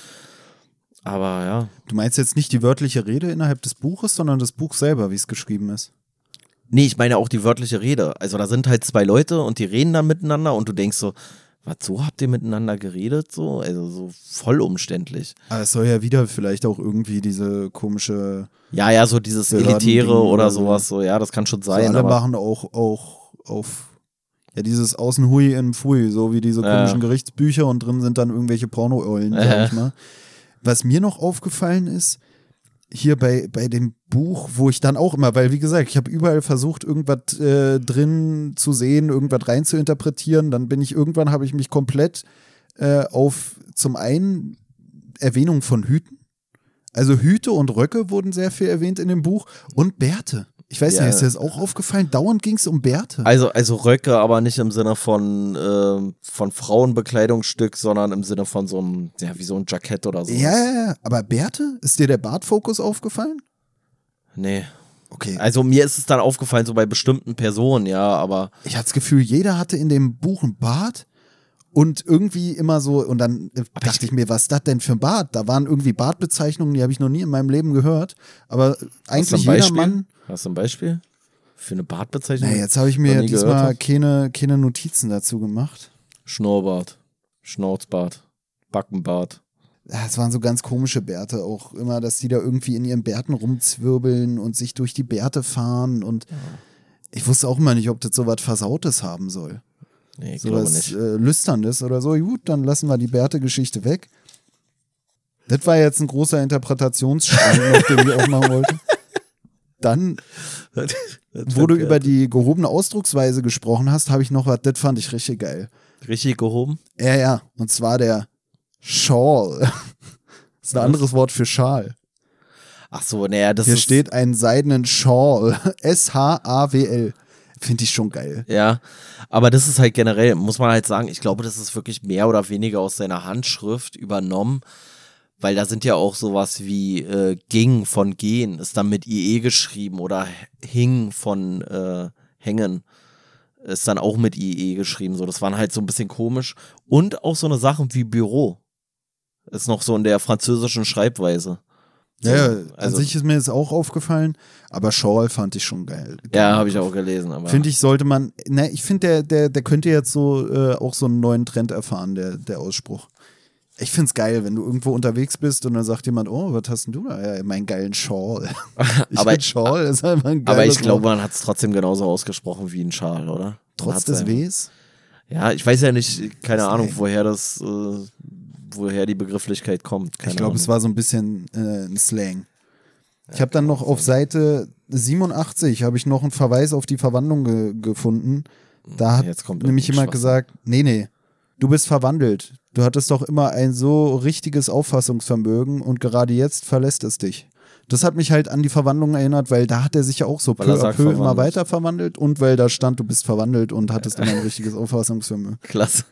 Aber ja. Du meinst jetzt nicht die wörtliche Rede innerhalb des Buches, sondern das Buch selber, wie es geschrieben ist? Nee, ich meine auch die wörtliche Rede. Also da sind halt zwei Leute und die reden dann miteinander und du denkst so, was, so habt ihr miteinander geredet? So? Also so voll umständlich. Aber es soll ja wieder vielleicht auch irgendwie diese komische Ja, so dieses Elitäre oder sowas, so, ja, das kann schon sein. So alle machen auch auf ja, dieses Außenhui in Pfui, so wie diese komischen Gerichtsbücher und drin sind dann irgendwelche Porno-Eulen, sag ich mal. Was mir noch aufgefallen ist, hier bei dem Buch, wo ich dann auch immer, weil wie gesagt, ich habe überall versucht, irgendwas drin zu sehen, irgendwas rein zu interpretieren, dann habe ich mich komplett auf zum einen Erwähnung von Hüten, also Hüte und Röcke wurden sehr viel erwähnt in dem Buch und Bärte. Ich weiß nicht, ist dir das auch aufgefallen? Dauernd ging es um Bärte. Also Röcke, aber nicht im Sinne von Frauenbekleidungsstück, sondern im Sinne von so einem, ja, wie so ein Jackett oder so. Ja, aber Bärte? Ist dir der Bartfokus aufgefallen? Nee. Okay. Also mir ist es dann aufgefallen, so bei bestimmten Personen, ja, aber. Ich hatte das Gefühl, jeder hatte in dem Buch einen Bart. Und irgendwie immer so, und dann dachte ich mir, was ist das denn für ein Bart? Da waren irgendwie Bartbezeichnungen, die habe ich noch nie in meinem Leben gehört. Aber eigentlich jeder Mann. Hast du ein Beispiel für eine Bartbezeichnung? Naja, jetzt habe ich mir diesmal keine Notizen dazu gemacht. Schnurrbart, Schnauzbart, Backenbart. Es waren so ganz komische Bärte auch immer, dass die da irgendwie in ihren Bärten rumzwirbeln und sich durch die Bärte fahren. Und ich wusste auch immer nicht, ob das so was Versautes haben soll. Nee, ich so glaube was nicht. Lüsternes oder so. Gut, dann lassen wir die Bärte-Geschichte weg. Das war jetzt ein großer Interpretationsstrang, auf den ich auch machen wollte. Dann, wo du über die gehobene Ausdrucksweise gesprochen hast, habe ich noch was, das fand ich richtig geil. Richtig gehoben? Ja, und zwar der Schal. Das ist ein anderes Wort für Schal. Ach so, naja, das Hier ist... steht einen seidenen Schal. S-H-A-W-L. Finde ich schon geil. Ja, aber das ist halt generell, muss man halt sagen, ich glaube, das ist wirklich mehr oder weniger aus seiner Handschrift übernommen, weil da sind ja auch sowas wie ging von gehen, ist dann mit IE geschrieben oder hing von hängen, ist dann auch mit IE geschrieben, so, das waren halt so ein bisschen komisch und auch so eine Sache wie Büro, ist noch so in der französischen Schreibweise. So, ja, an sich ist mir das auch aufgefallen, aber Shawl fand ich schon geil. Ja, habe ich auch gelesen. Finde ich, sollte man, ich finde, der könnte jetzt so auch so einen neuen Trend erfahren, der Ausspruch. Ich finde es geil, wenn du irgendwo unterwegs bist und dann sagt jemand, oh, was hast denn du da? Ja, meinen geilen Shawl. Shawl ist einfach ein geiles Aber ich glaube, man hat es trotzdem genauso ausgesprochen wie ein Schal, oder? Trotz des Ws? Ja, ich weiß ja nicht, keine Ahnung, woher die Begrifflichkeit kommt. Ich glaube, es war so ein bisschen ein Slang. Ich habe dann noch auf Seite 87 habe ich noch einen Verweis auf die Verwandlung gefunden. Da hat nämlich jemand gesagt, nee, du bist verwandelt. Du hattest doch immer ein so richtiges Auffassungsvermögen und gerade jetzt verlässt es dich. Das hat mich halt an die Verwandlung erinnert, weil da hat er sich ja auch so peu à peu immer weiter verwandelt und weil da stand, du bist verwandelt und hattest immer ein richtiges Auffassungsvermögen. Klasse.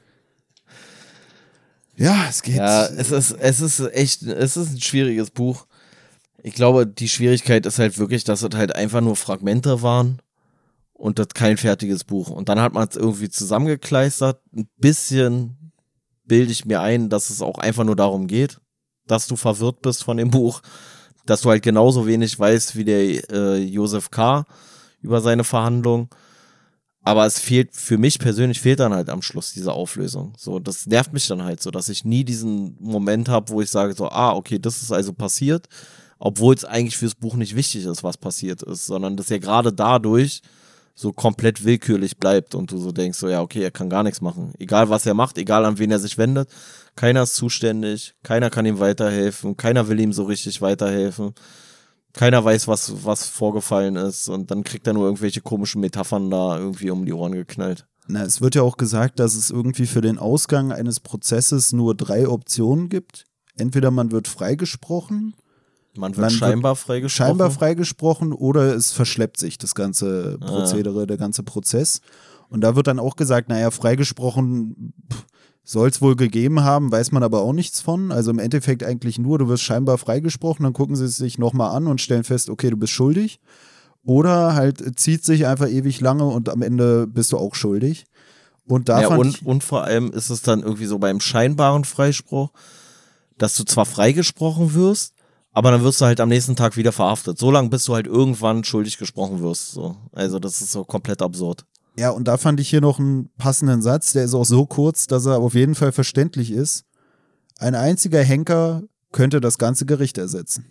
Ja, es geht. Ja, es ist ein schwieriges Buch. Ich glaube, die Schwierigkeit ist halt wirklich, dass es halt einfach nur Fragmente waren und das kein fertiges Buch. Und dann hat man es irgendwie zusammengekleistert. Ein bisschen bilde ich mir ein, dass es auch einfach nur darum geht, dass du verwirrt bist von dem Buch, dass du halt genauso wenig weißt wie der Josef K. über seine Verhandlung. Aber für mich persönlich fehlt dann halt am Schluss diese Auflösung. So, das nervt mich dann halt so, dass ich nie diesen Moment habe, wo ich sage so, okay, das ist also passiert, obwohl es eigentlich fürs Buch nicht wichtig ist, was passiert ist, sondern dass er gerade dadurch so komplett willkürlich bleibt und du so denkst so, ja, okay, er kann gar nichts machen. Egal, was er macht, egal, an wen er sich wendet, keiner ist zuständig, keiner kann ihm weiterhelfen, keiner will ihm so richtig weiterhelfen. Keiner weiß, was vorgefallen ist und dann kriegt er nur irgendwelche komischen Metaphern da irgendwie um die Ohren geknallt. Na, es wird ja auch gesagt, dass es irgendwie für den Ausgang eines Prozesses nur 3 Optionen gibt. Entweder man wird freigesprochen, man wird scheinbar freigesprochen oder es verschleppt sich das ganze Prozedere, der ganze Prozess. Und da wird dann auch gesagt, naja, freigesprochen soll es wohl gegeben haben, weiß man aber auch nichts von. Also im Endeffekt eigentlich nur, du wirst scheinbar freigesprochen, dann gucken sie es sich nochmal an und stellen fest, okay, du bist schuldig. Oder halt zieht sich einfach ewig lange und am Ende bist du auch schuldig. Und da und vor allem ist es dann irgendwie so beim scheinbaren Freispruch, dass du zwar freigesprochen wirst, aber dann wirst du halt am nächsten Tag wieder verhaftet. So lange, bis du halt irgendwann schuldig gesprochen wirst. So. Also das ist so komplett absurd. Ja, und da fand ich hier noch einen passenden Satz, der ist auch so kurz, dass er auf jeden Fall verständlich ist. Ein einziger Henker könnte das ganze Gericht ersetzen.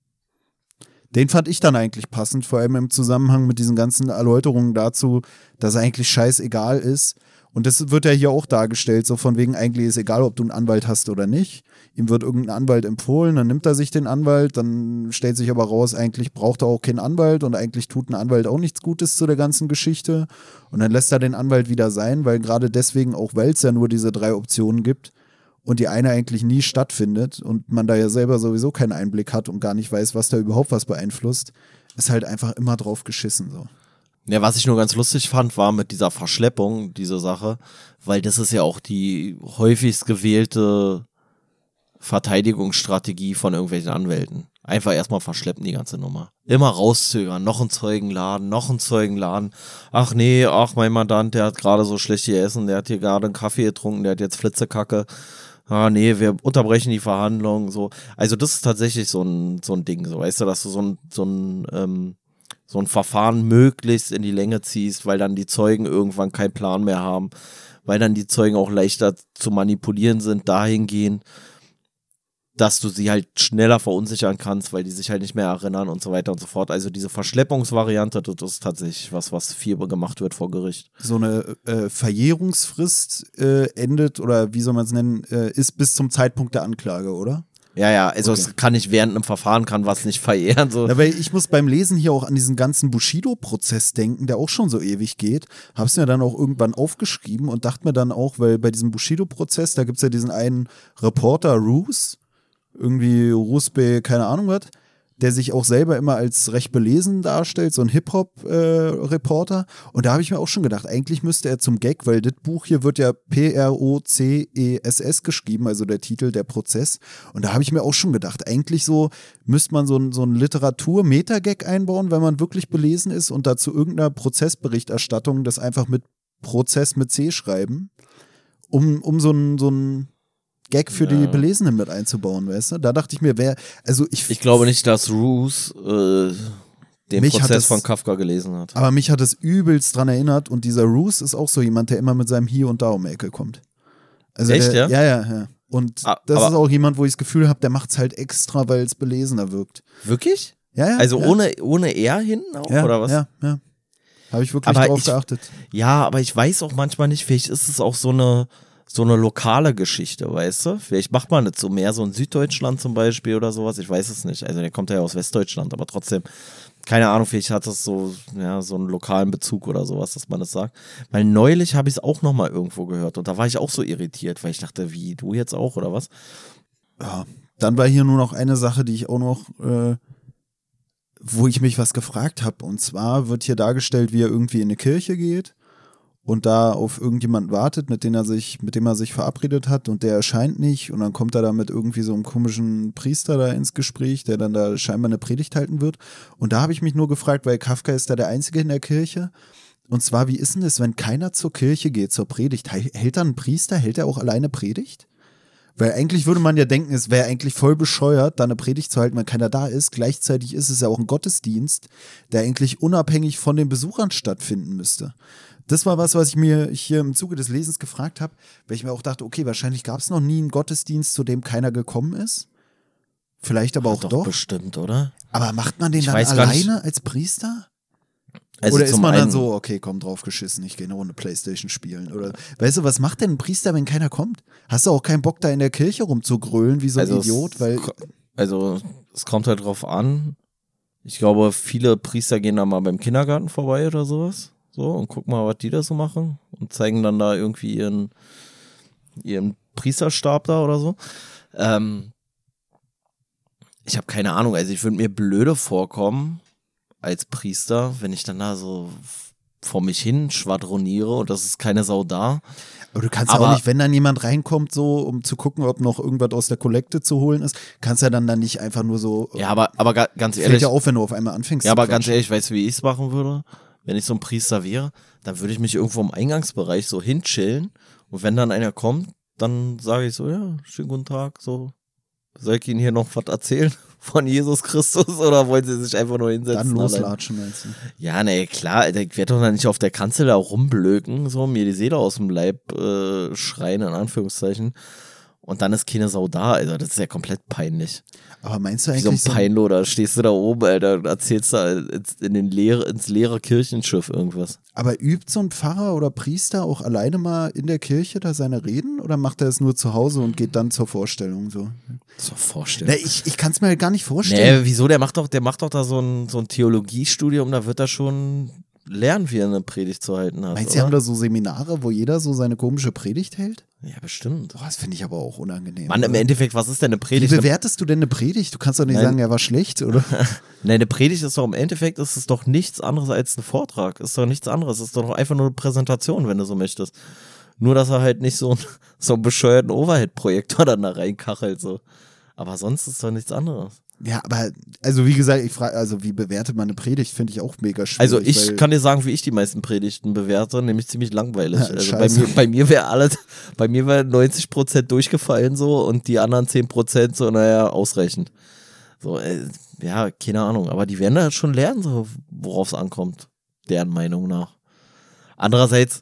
Den fand ich dann eigentlich passend, vor allem im Zusammenhang mit diesen ganzen Erläuterungen dazu, dass er eigentlich scheißegal ist. Und das wird ja hier auch dargestellt, so von wegen, eigentlich ist egal, ob du einen Anwalt hast oder nicht. Ihm wird irgendein Anwalt empfohlen, dann nimmt er sich den Anwalt, dann stellt sich aber raus, eigentlich braucht er auch keinen Anwalt und eigentlich tut ein Anwalt auch nichts Gutes zu der ganzen Geschichte. Und dann lässt er den Anwalt wieder sein, weil gerade deswegen, auch weil es ja nur diese 3 Optionen gibt und die eine eigentlich nie stattfindet und man da ja selber sowieso keinen Einblick hat und gar nicht weiß, was da überhaupt was beeinflusst, ist halt einfach immer drauf geschissen so. Ja, was ich nur ganz lustig fand, war mit dieser Verschleppung, diese Sache, weil das ist ja auch die häufigst gewählte Verteidigungsstrategie von irgendwelchen Anwälten. Einfach erstmal verschleppen die ganze Nummer. Immer rauszögern, noch einen Zeugenladen. Ach nee, mein Mandant, der hat gerade so schlecht gegessen, der hat hier gerade einen Kaffee getrunken, der hat jetzt Flitzekacke. Nee, wir unterbrechen die Verhandlungen, so. Also das ist tatsächlich so ein Ding, so, weißt du, dass du so ein Verfahren möglichst in die Länge ziehst, weil dann die Zeugen irgendwann keinen Plan mehr haben, weil dann die Zeugen auch leichter zu manipulieren sind, dahingehend, dass du sie halt schneller verunsichern kannst, weil die sich halt nicht mehr erinnern und so weiter und so fort. Also diese Verschleppungsvariante, das ist tatsächlich was viel gemacht wird vor Gericht. So eine Verjährungsfrist endet, oder wie soll man es nennen, ist bis zum Zeitpunkt der Anklage, oder? Ja, also okay. Es kann nicht während einem Verfahren, kann was nicht verjähren. So. Ja, weil ich muss beim Lesen hier auch an diesen ganzen Bushido-Prozess denken, der auch schon so ewig geht. Hab's mir dann auch irgendwann aufgeschrieben und dachte mir dann auch, weil bei diesem Bushido-Prozess, da gibt's ja diesen einen Reporter, Roos, irgendwie Rusbe, keine Ahnung was, der sich auch selber immer als recht belesen darstellt, so ein Hip-Hop-Reporter. Und da habe ich mir auch schon gedacht, eigentlich müsste er zum Gag, weil das Buch hier wird ja Process geschrieben, also der Titel, der Prozess. Und da habe ich mir auch schon gedacht, eigentlich so müsste man so ein Literatur-Meta-Gag einbauen, wenn man wirklich belesen ist und dazu irgendeiner Prozessberichterstattung das einfach mit Prozess mit C schreiben, um so ein Gag für die Belesenen mit einzubauen, weißt du? Da dachte ich mir, ich glaube nicht, dass Roos den Prozess von Kafka gelesen hat. Aber mich hat es übelst dran erinnert und dieser Roos ist auch so jemand, der immer mit seinem Hier und Da um die Ecke kommt. Also echt, ja? Ja. Und das ist auch jemand, wo ich das Gefühl habe, der macht es halt extra, weil es belesener wirkt. Wirklich? Ja. Also ohne R hinten auch, oder was? Ja. Habe ich wirklich drauf geachtet. Ja, aber ich weiß auch manchmal nicht, vielleicht ist es auch so eine lokale Geschichte, weißt du? Vielleicht macht man das so mehr so in Süddeutschland zum Beispiel oder sowas, ich weiß es nicht. Also der kommt ja aus Westdeutschland, aber trotzdem, keine Ahnung, vielleicht hat das so einen lokalen Bezug oder sowas, dass man das sagt. Weil neulich habe ich es auch nochmal irgendwo gehört und da war ich auch so irritiert, weil ich dachte, wie, du jetzt auch oder was? Ja, dann war hier nur noch eine Sache, die ich auch noch wo ich mich was gefragt habe. Und zwar wird hier dargestellt, wie er irgendwie in eine Kirche geht und da auf irgendjemanden wartet, mit dem er sich verabredet hat und der erscheint nicht. Und dann kommt er da mit irgendwie so einem komischen Priester da ins Gespräch, der dann da scheinbar eine Predigt halten wird. Und da habe ich mich nur gefragt, weil Kafka ist da der Einzige in der Kirche. Und zwar, wie ist denn das, wenn keiner zur Kirche geht, zur Predigt? Hält dann ein Priester, hält er auch alleine Predigt? Weil eigentlich würde man ja denken, es wäre eigentlich voll bescheuert, da eine Predigt zu halten, wenn keiner da ist. Gleichzeitig ist es ja auch ein Gottesdienst, der eigentlich unabhängig von den Besuchern stattfinden müsste. Das war was ich mir hier im Zuge des Lesens gefragt habe, weil ich mir auch dachte, okay, wahrscheinlich gab es noch nie einen Gottesdienst, zu dem keiner gekommen ist. Vielleicht aber auch doch. Bestimmt, oder? Aber macht man den dann alleine als Priester? Also oder ist man dann so, okay, komm, drauf geschissen, ich gehe eine Runde Playstation spielen? Oder, weißt du, was macht denn ein Priester, wenn keiner kommt? Hast du auch keinen Bock, da in der Kirche rumzugrölen wie so ein Idiot? Es kommt halt drauf an. Ich glaube, viele Priester gehen da mal beim Kindergarten vorbei oder sowas. So, und gucken mal, was die da so machen. Und zeigen dann da irgendwie ihren Priesterstab da oder so. Ich habe keine Ahnung, also ich würde mir blöde vorkommen als Priester, wenn ich dann da so vor mich hin schwadroniere und das ist keine Sau da. Aber du kannst ja auch nicht, wenn dann jemand reinkommt, so, um zu gucken, ob noch irgendwas aus der Kollekte zu holen ist, kannst ja dann nicht einfach nur so. Ja, aber ganz ehrlich. Fällt ja auf, wenn du auf einmal anfängst. Ja, aber ganz ehrlich, weißt du, wie ich es machen würde? Wenn ich so ein Priester wäre, dann würde ich mich irgendwo im Eingangsbereich so hinchillen und wenn dann einer kommt, dann sage ich so, ja, schönen guten Tag, so. Soll ich Ihnen hier noch was erzählen von Jesus Christus oder wollen Sie sich einfach nur hinsetzen? Dann loslatschen, meinst du? Ja, ne, klar, ich werde doch dann nicht auf der Kanzel da rumblöken, so mir die Seele aus dem Leib schreien, in Anführungszeichen. Und dann ist keine Sau da, also das ist ja komplett peinlich. Aber meinst du eigentlich wie so ein Peinlo, da stehst du da oben, Alter, und erzählst da ins leere Kirchenschiff irgendwas. Aber übt so ein Pfarrer oder Priester auch alleine mal in der Kirche da seine Reden oder macht er es nur zu Hause und geht dann zur Vorstellung so? Zur Vorstellung? Na, ich kann es mir halt gar nicht vorstellen. Nee, wieso? Der macht doch da so ein Theologiestudium, da wird er schon lernen, wie er eine Predigt zu halten hat. Meinst du, sie haben da so Seminare, wo jeder so seine komische Predigt hält? Ja, bestimmt. Boah, das finde ich aber auch unangenehm. Mann, im Endeffekt, was ist denn eine Predigt? Wie bewertest du denn eine Predigt? Du kannst doch nicht sagen, er war schlecht, oder? Nein, eine Predigt ist doch im Endeffekt, ist es doch nichts anderes als ein Vortrag. Ist doch nichts anderes. Ist doch einfach nur eine Präsentation, wenn du so möchtest. Nur, dass er halt nicht so einen bescheuerten Overhead-Projektor dann da reinkachelt, so. Aber sonst ist doch nichts anderes. Ja, aber, also wie gesagt, ich frage, also wie bewertet man eine Predigt, finde ich auch mega schwierig. Also ich kann dir sagen, wie ich die meisten Predigten bewerte, nämlich ziemlich langweilig. Ja, also bei mir wäre 90% durchgefallen so und die anderen 10% so, naja, ausreichend. So, ja, keine Ahnung, aber die werden da schon lernen, so, worauf es ankommt, deren Meinung nach. Andererseits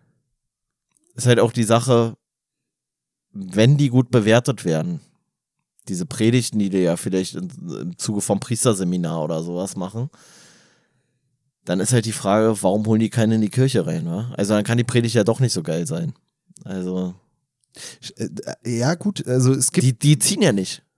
ist halt auch die Sache, wenn die gut bewertet werden, diese Predigten, die die ja vielleicht im Zuge vom Priesterseminar oder sowas machen, dann ist halt die Frage, warum holen die keinen in die Kirche rein, wa? Also dann kann die Predigt ja doch nicht so geil sein. Also ja gut, also es gibt... Die ziehen ja nicht.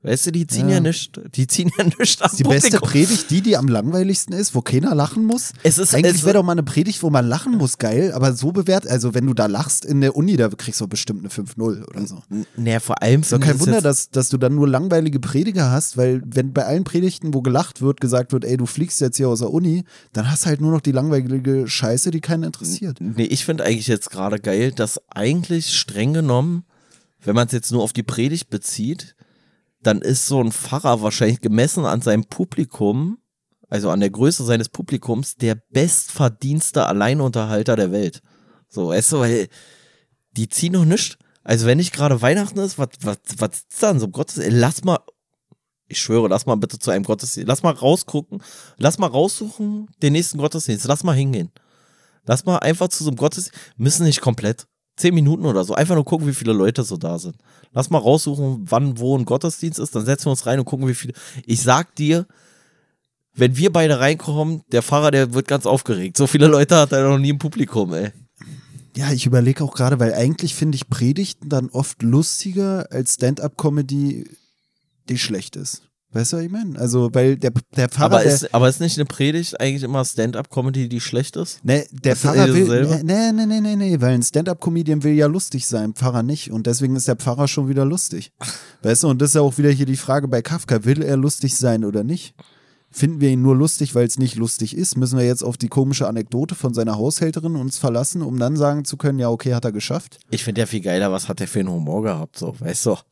Weißt du, die ziehen ja nichts. Die ziehen ja nichts am Ist die beste Predigt die am langweiligsten ist, wo keiner lachen muss? Eigentlich wäre doch mal eine Predigt, wo man lachen muss, geil, aber so bewertet, also wenn du da lachst in der Uni, da kriegst du bestimmt eine 5-0 oder so. Naja, vor allem ist doch kein Wunder, dass du dann nur langweilige Prediger hast, weil wenn bei allen Predigten, wo gelacht wird, gesagt wird, ey, du fliegst jetzt hier aus der Uni, dann hast du halt nur noch die langweilige Scheiße, die keinen interessiert. Nee, ich finde eigentlich jetzt gerade geil, dass eigentlich streng genommen, wenn man es jetzt nur auf die Predigt bezieht, dann ist so ein Pfarrer wahrscheinlich gemessen an seinem Publikum, also an der Größe seines Publikums, der bestverdienste Alleinunterhalter der Welt. So, weißt du, weil die ziehen noch nichts. Also wenn nicht gerade Weihnachten ist, was ist dann so Gottesdienst? Lass mal, ich schwöre, lass mal bitte zu einem Gottesdienst, lass mal rausgucken, lass mal raussuchen den nächsten Gottesdienst, lass mal hingehen. Lass mal einfach zu so einem Gottesdienst, müssen nicht komplett. 10 Minuten oder so, einfach nur gucken, wie viele Leute so da sind. Lass mal raussuchen, wann, wo ein Gottesdienst ist, dann setzen wir uns rein und gucken, wie viele. Ich sag dir, wenn wir beide reinkommen, der Pfarrer, der wird ganz aufgeregt. So viele Leute hat er noch nie im Publikum, ey. Ja, ich überlege auch gerade, weil eigentlich finde ich Predigten dann oft lustiger als Stand-up-Comedy, die schlecht ist. Weißt du, was ich meine? Also, weil der Pfarrer. Aber ist nicht eine Predigt eigentlich immer Stand-up-Comedy, die schlecht ist? Nee, der Pfarrer will. Nee, weil ein Stand-up-Comedian will ja lustig sein, Pfarrer nicht. Und deswegen ist der Pfarrer schon wieder lustig. Weißt du, und das ist ja auch wieder hier die Frage bei Kafka: Will er lustig sein oder nicht? Finden wir ihn nur lustig, weil es nicht lustig ist? Müssen wir jetzt auf die komische Anekdote von seiner Haushälterin uns verlassen, um dann sagen zu können, ja, okay, hat er geschafft? Ich finde ja viel geiler, was hat der für einen Humor gehabt, so, weißt du?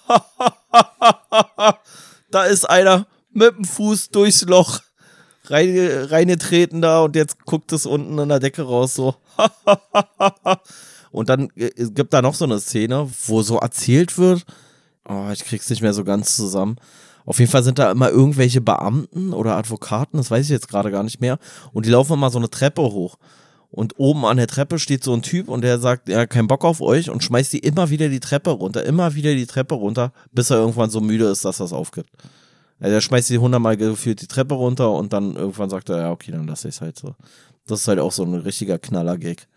Da ist einer mit dem Fuß durchs Loch reingetreten da und jetzt guckt es unten in der Decke raus, so. Und dann gibt da noch so eine Szene, wo so erzählt wird, oh, ich krieg's nicht mehr so ganz zusammen. Auf jeden Fall sind da immer irgendwelche Beamten oder Advokaten, das weiß ich jetzt gerade gar nicht mehr, und die laufen immer so eine Treppe hoch. Und oben an der Treppe steht so ein Typ und der sagt, er hat keinen Bock auf euch und schmeißt die immer wieder die Treppe runter, bis er irgendwann so müde ist, dass er es aufgibt. Also er schmeißt die 100-mal gefühlt die Treppe runter und dann irgendwann sagt er, ja okay, dann lasse ich es halt so. Das ist halt auch so ein richtiger Knaller-Gag.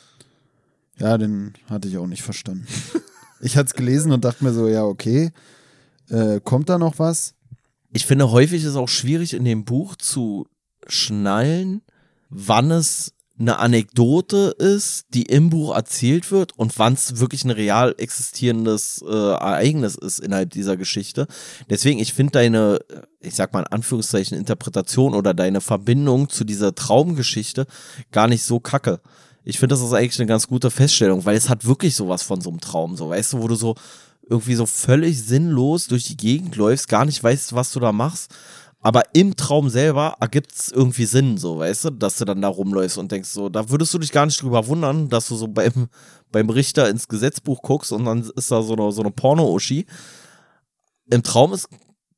Ja, den hatte ich auch nicht verstanden. Ich hatte es gelesen und dachte mir so, ja okay, kommt da noch was? Ich finde, häufig ist es auch schwierig in dem Buch zu schnallen, wann es eine Anekdote ist, die im Buch erzählt wird und wann es wirklich ein real existierendes Ereignis ist innerhalb dieser Geschichte. Deswegen, ich finde deine, ich sag mal in Anführungszeichen, Interpretation oder deine Verbindung zu dieser Traumgeschichte gar nicht so kacke. Ich finde, das ist eigentlich eine ganz gute Feststellung, weil es hat wirklich sowas von so einem Traum, so, weißt du, wo du so irgendwie so völlig sinnlos durch die Gegend läufst, gar nicht weißt, was du da machst. Aber im Traum selber ergibt es irgendwie Sinn, so, weißt du, dass du dann da rumläufst und denkst so, da würdest du dich gar nicht drüber wundern, dass du so beim Richter ins Gesetzbuch guckst und dann ist da so eine Porno-Uschi. Im Traum ist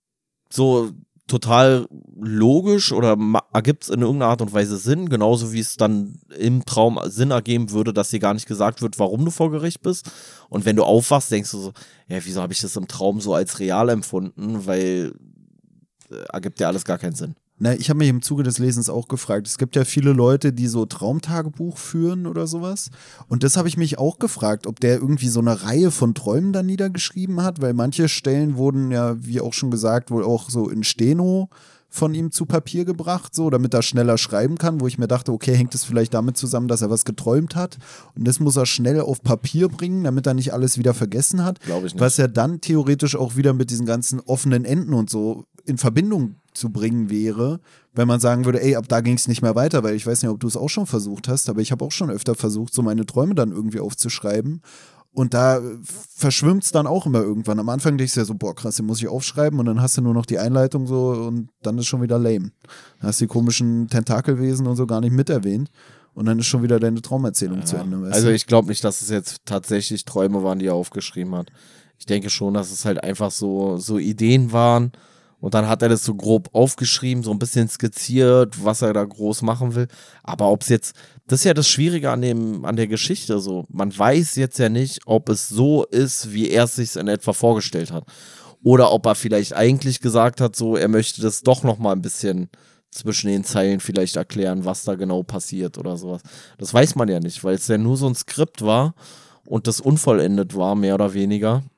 so total logisch oder ergibt es in irgendeiner Art und Weise Sinn, genauso wie es dann im Traum Sinn ergeben würde, dass dir gar nicht gesagt wird, warum du vor Gericht bist. Und wenn du aufwachst, denkst du so, ja, wieso habe ich das im Traum so als real empfunden, weil ergibt ja alles gar keinen Sinn. Na, ich habe mich im Zuge des Lesens auch gefragt. Es gibt ja viele Leute, die so Traumtagebuch führen oder sowas. Und das habe ich mich auch gefragt, ob der irgendwie so eine Reihe von Träumen da niedergeschrieben hat, weil manche Stellen wurden ja, wie auch schon gesagt, wohl auch so in Steno von ihm zu Papier gebracht, so, damit er schneller schreiben kann, wo ich mir dachte, okay, hängt es vielleicht damit zusammen, dass er was geträumt hat und das muss er schnell auf Papier bringen, damit er nicht alles wieder vergessen hat. Glaube ich nicht. Was ja dann theoretisch auch wieder mit diesen ganzen offenen Enden und so in Verbindung zu bringen wäre, wenn man sagen würde, ey, ab da ging es nicht mehr weiter, weil ich weiß nicht, ob du es auch schon versucht hast, aber ich habe auch schon öfter versucht, so meine Träume dann irgendwie aufzuschreiben. Und da verschwimmt es dann auch immer irgendwann. Am Anfang denkst du ja so, boah, krass, den muss ich aufschreiben und dann hast du nur noch die Einleitung so und dann ist schon wieder lame. Dann hast du die komischen Tentakelwesen und so gar nicht mit erwähnt und dann ist schon wieder deine Traumerzählung zu Ende. Weißt also du? Ich glaube nicht, dass es jetzt tatsächlich Träume waren, die er aufgeschrieben hat. Ich denke schon, dass es halt einfach so Ideen waren und dann hat er das so grob aufgeschrieben, so ein bisschen skizziert, was er da groß machen will. Aber ob es jetzt, das ist ja das Schwierige an der Geschichte so. Man weiß jetzt ja nicht, ob es so ist, wie er es sich in etwa vorgestellt hat. Oder ob er vielleicht eigentlich gesagt hat, so, er möchte das doch noch mal ein bisschen zwischen den Zeilen vielleicht erklären, was da genau passiert oder sowas. Das weiß man ja nicht, weil es ja nur so ein Skript war und das unvollendet war, mehr oder weniger.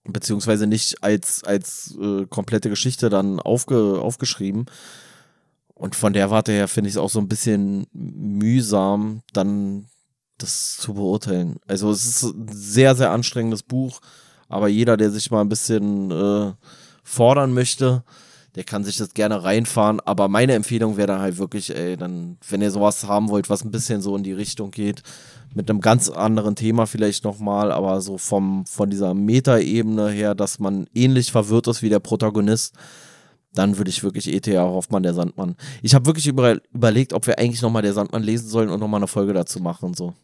beziehungsweise nicht als komplette Geschichte dann aufgeschrieben. Und von der Warte her finde ich es auch so ein bisschen mühsam, dann das zu beurteilen. Also es ist ein sehr, sehr anstrengendes Buch, aber jeder, der sich mal ein bisschen fordern möchte, der kann sich das gerne reinfahren. Aber meine Empfehlung wäre dann halt wirklich, dann, wenn ihr sowas haben wollt, was ein bisschen so in die Richtung geht, mit einem ganz anderen Thema vielleicht nochmal, aber so von dieser Metaebene her, dass man ähnlich verwirrt ist wie der Protagonist, dann würde ich wirklich E.T.A. Hoffmann, der Sandmann. Ich habe wirklich überlegt, ob wir eigentlich nochmal der Sandmann lesen sollen und nochmal eine Folge dazu machen. So.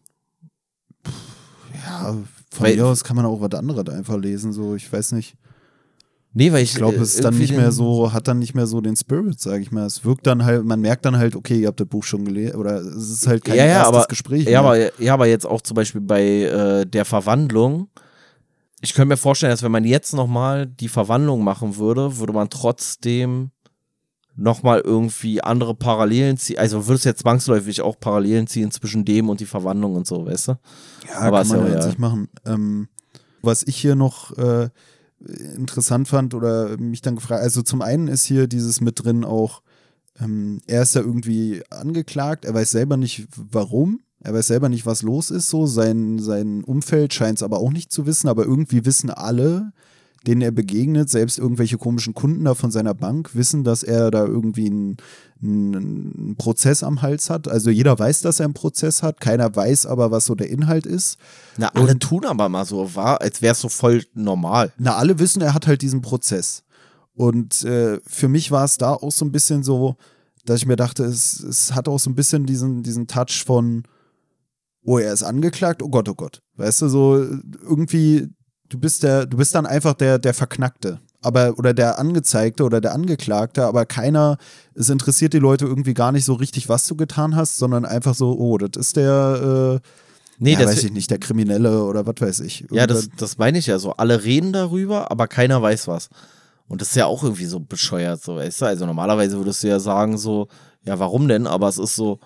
Ja, von mir aus kann man auch was anderes einfach lesen, so, ich weiß nicht. Nee, weil ich glaube, es ist dann nicht mehr so, hat dann nicht mehr so den Spirit, sage ich mal. Es wirkt dann halt, man merkt dann halt, okay, ihr habt das Buch schon gelesen, oder es ist halt kein erstes Gespräch mehr. Aber jetzt auch zum Beispiel bei der Verwandlung, ich könnte mir vorstellen, dass wenn man jetzt nochmal die Verwandlung machen würde, würde man trotzdem nochmal irgendwie andere Parallelen ziehen, also würde es jetzt zwangsläufig auch Parallelen ziehen zwischen dem und die Verwandlung und so, weißt du? Ja, aber kann man ja nicht machen. Was ich hier noch interessant fand oder mich dann gefragt, also zum einen ist hier dieses mit drin auch, er ist ja irgendwie angeklagt, er weiß selber nicht warum, er weiß selber nicht, was los ist, so sein Umfeld scheint es aber auch nicht zu wissen, aber irgendwie wissen alle, denen er begegnet, selbst irgendwelche komischen Kunden da von seiner Bank, wissen, dass er da irgendwie einen Prozess am Hals hat. Also jeder weiß, dass er einen Prozess hat, keiner weiß aber, was so der Inhalt ist. Na, alle tun aber mal so, als wäre es so voll normal. Na, alle wissen, er hat halt diesen Prozess. Und für mich war es da auch so ein bisschen so, dass ich mir dachte, es hat auch so ein bisschen diesen Touch von, oh, er ist angeklagt, oh Gott. Weißt du, so irgendwie, du bist dann einfach der Verknackte, oder der Angezeigte oder der Angeklagte, aber es interessiert die Leute irgendwie gar nicht so richtig, was du getan hast, sondern einfach so, oh, das ist der, weiß ich nicht, der Kriminelle oder was weiß ich. Ja, das meine ich ja so. Alle reden darüber, aber keiner weiß was. Und das ist ja auch irgendwie so bescheuert, so, weißt du? Also normalerweise würdest du ja sagen so, ja, warum denn? Aber es ist so,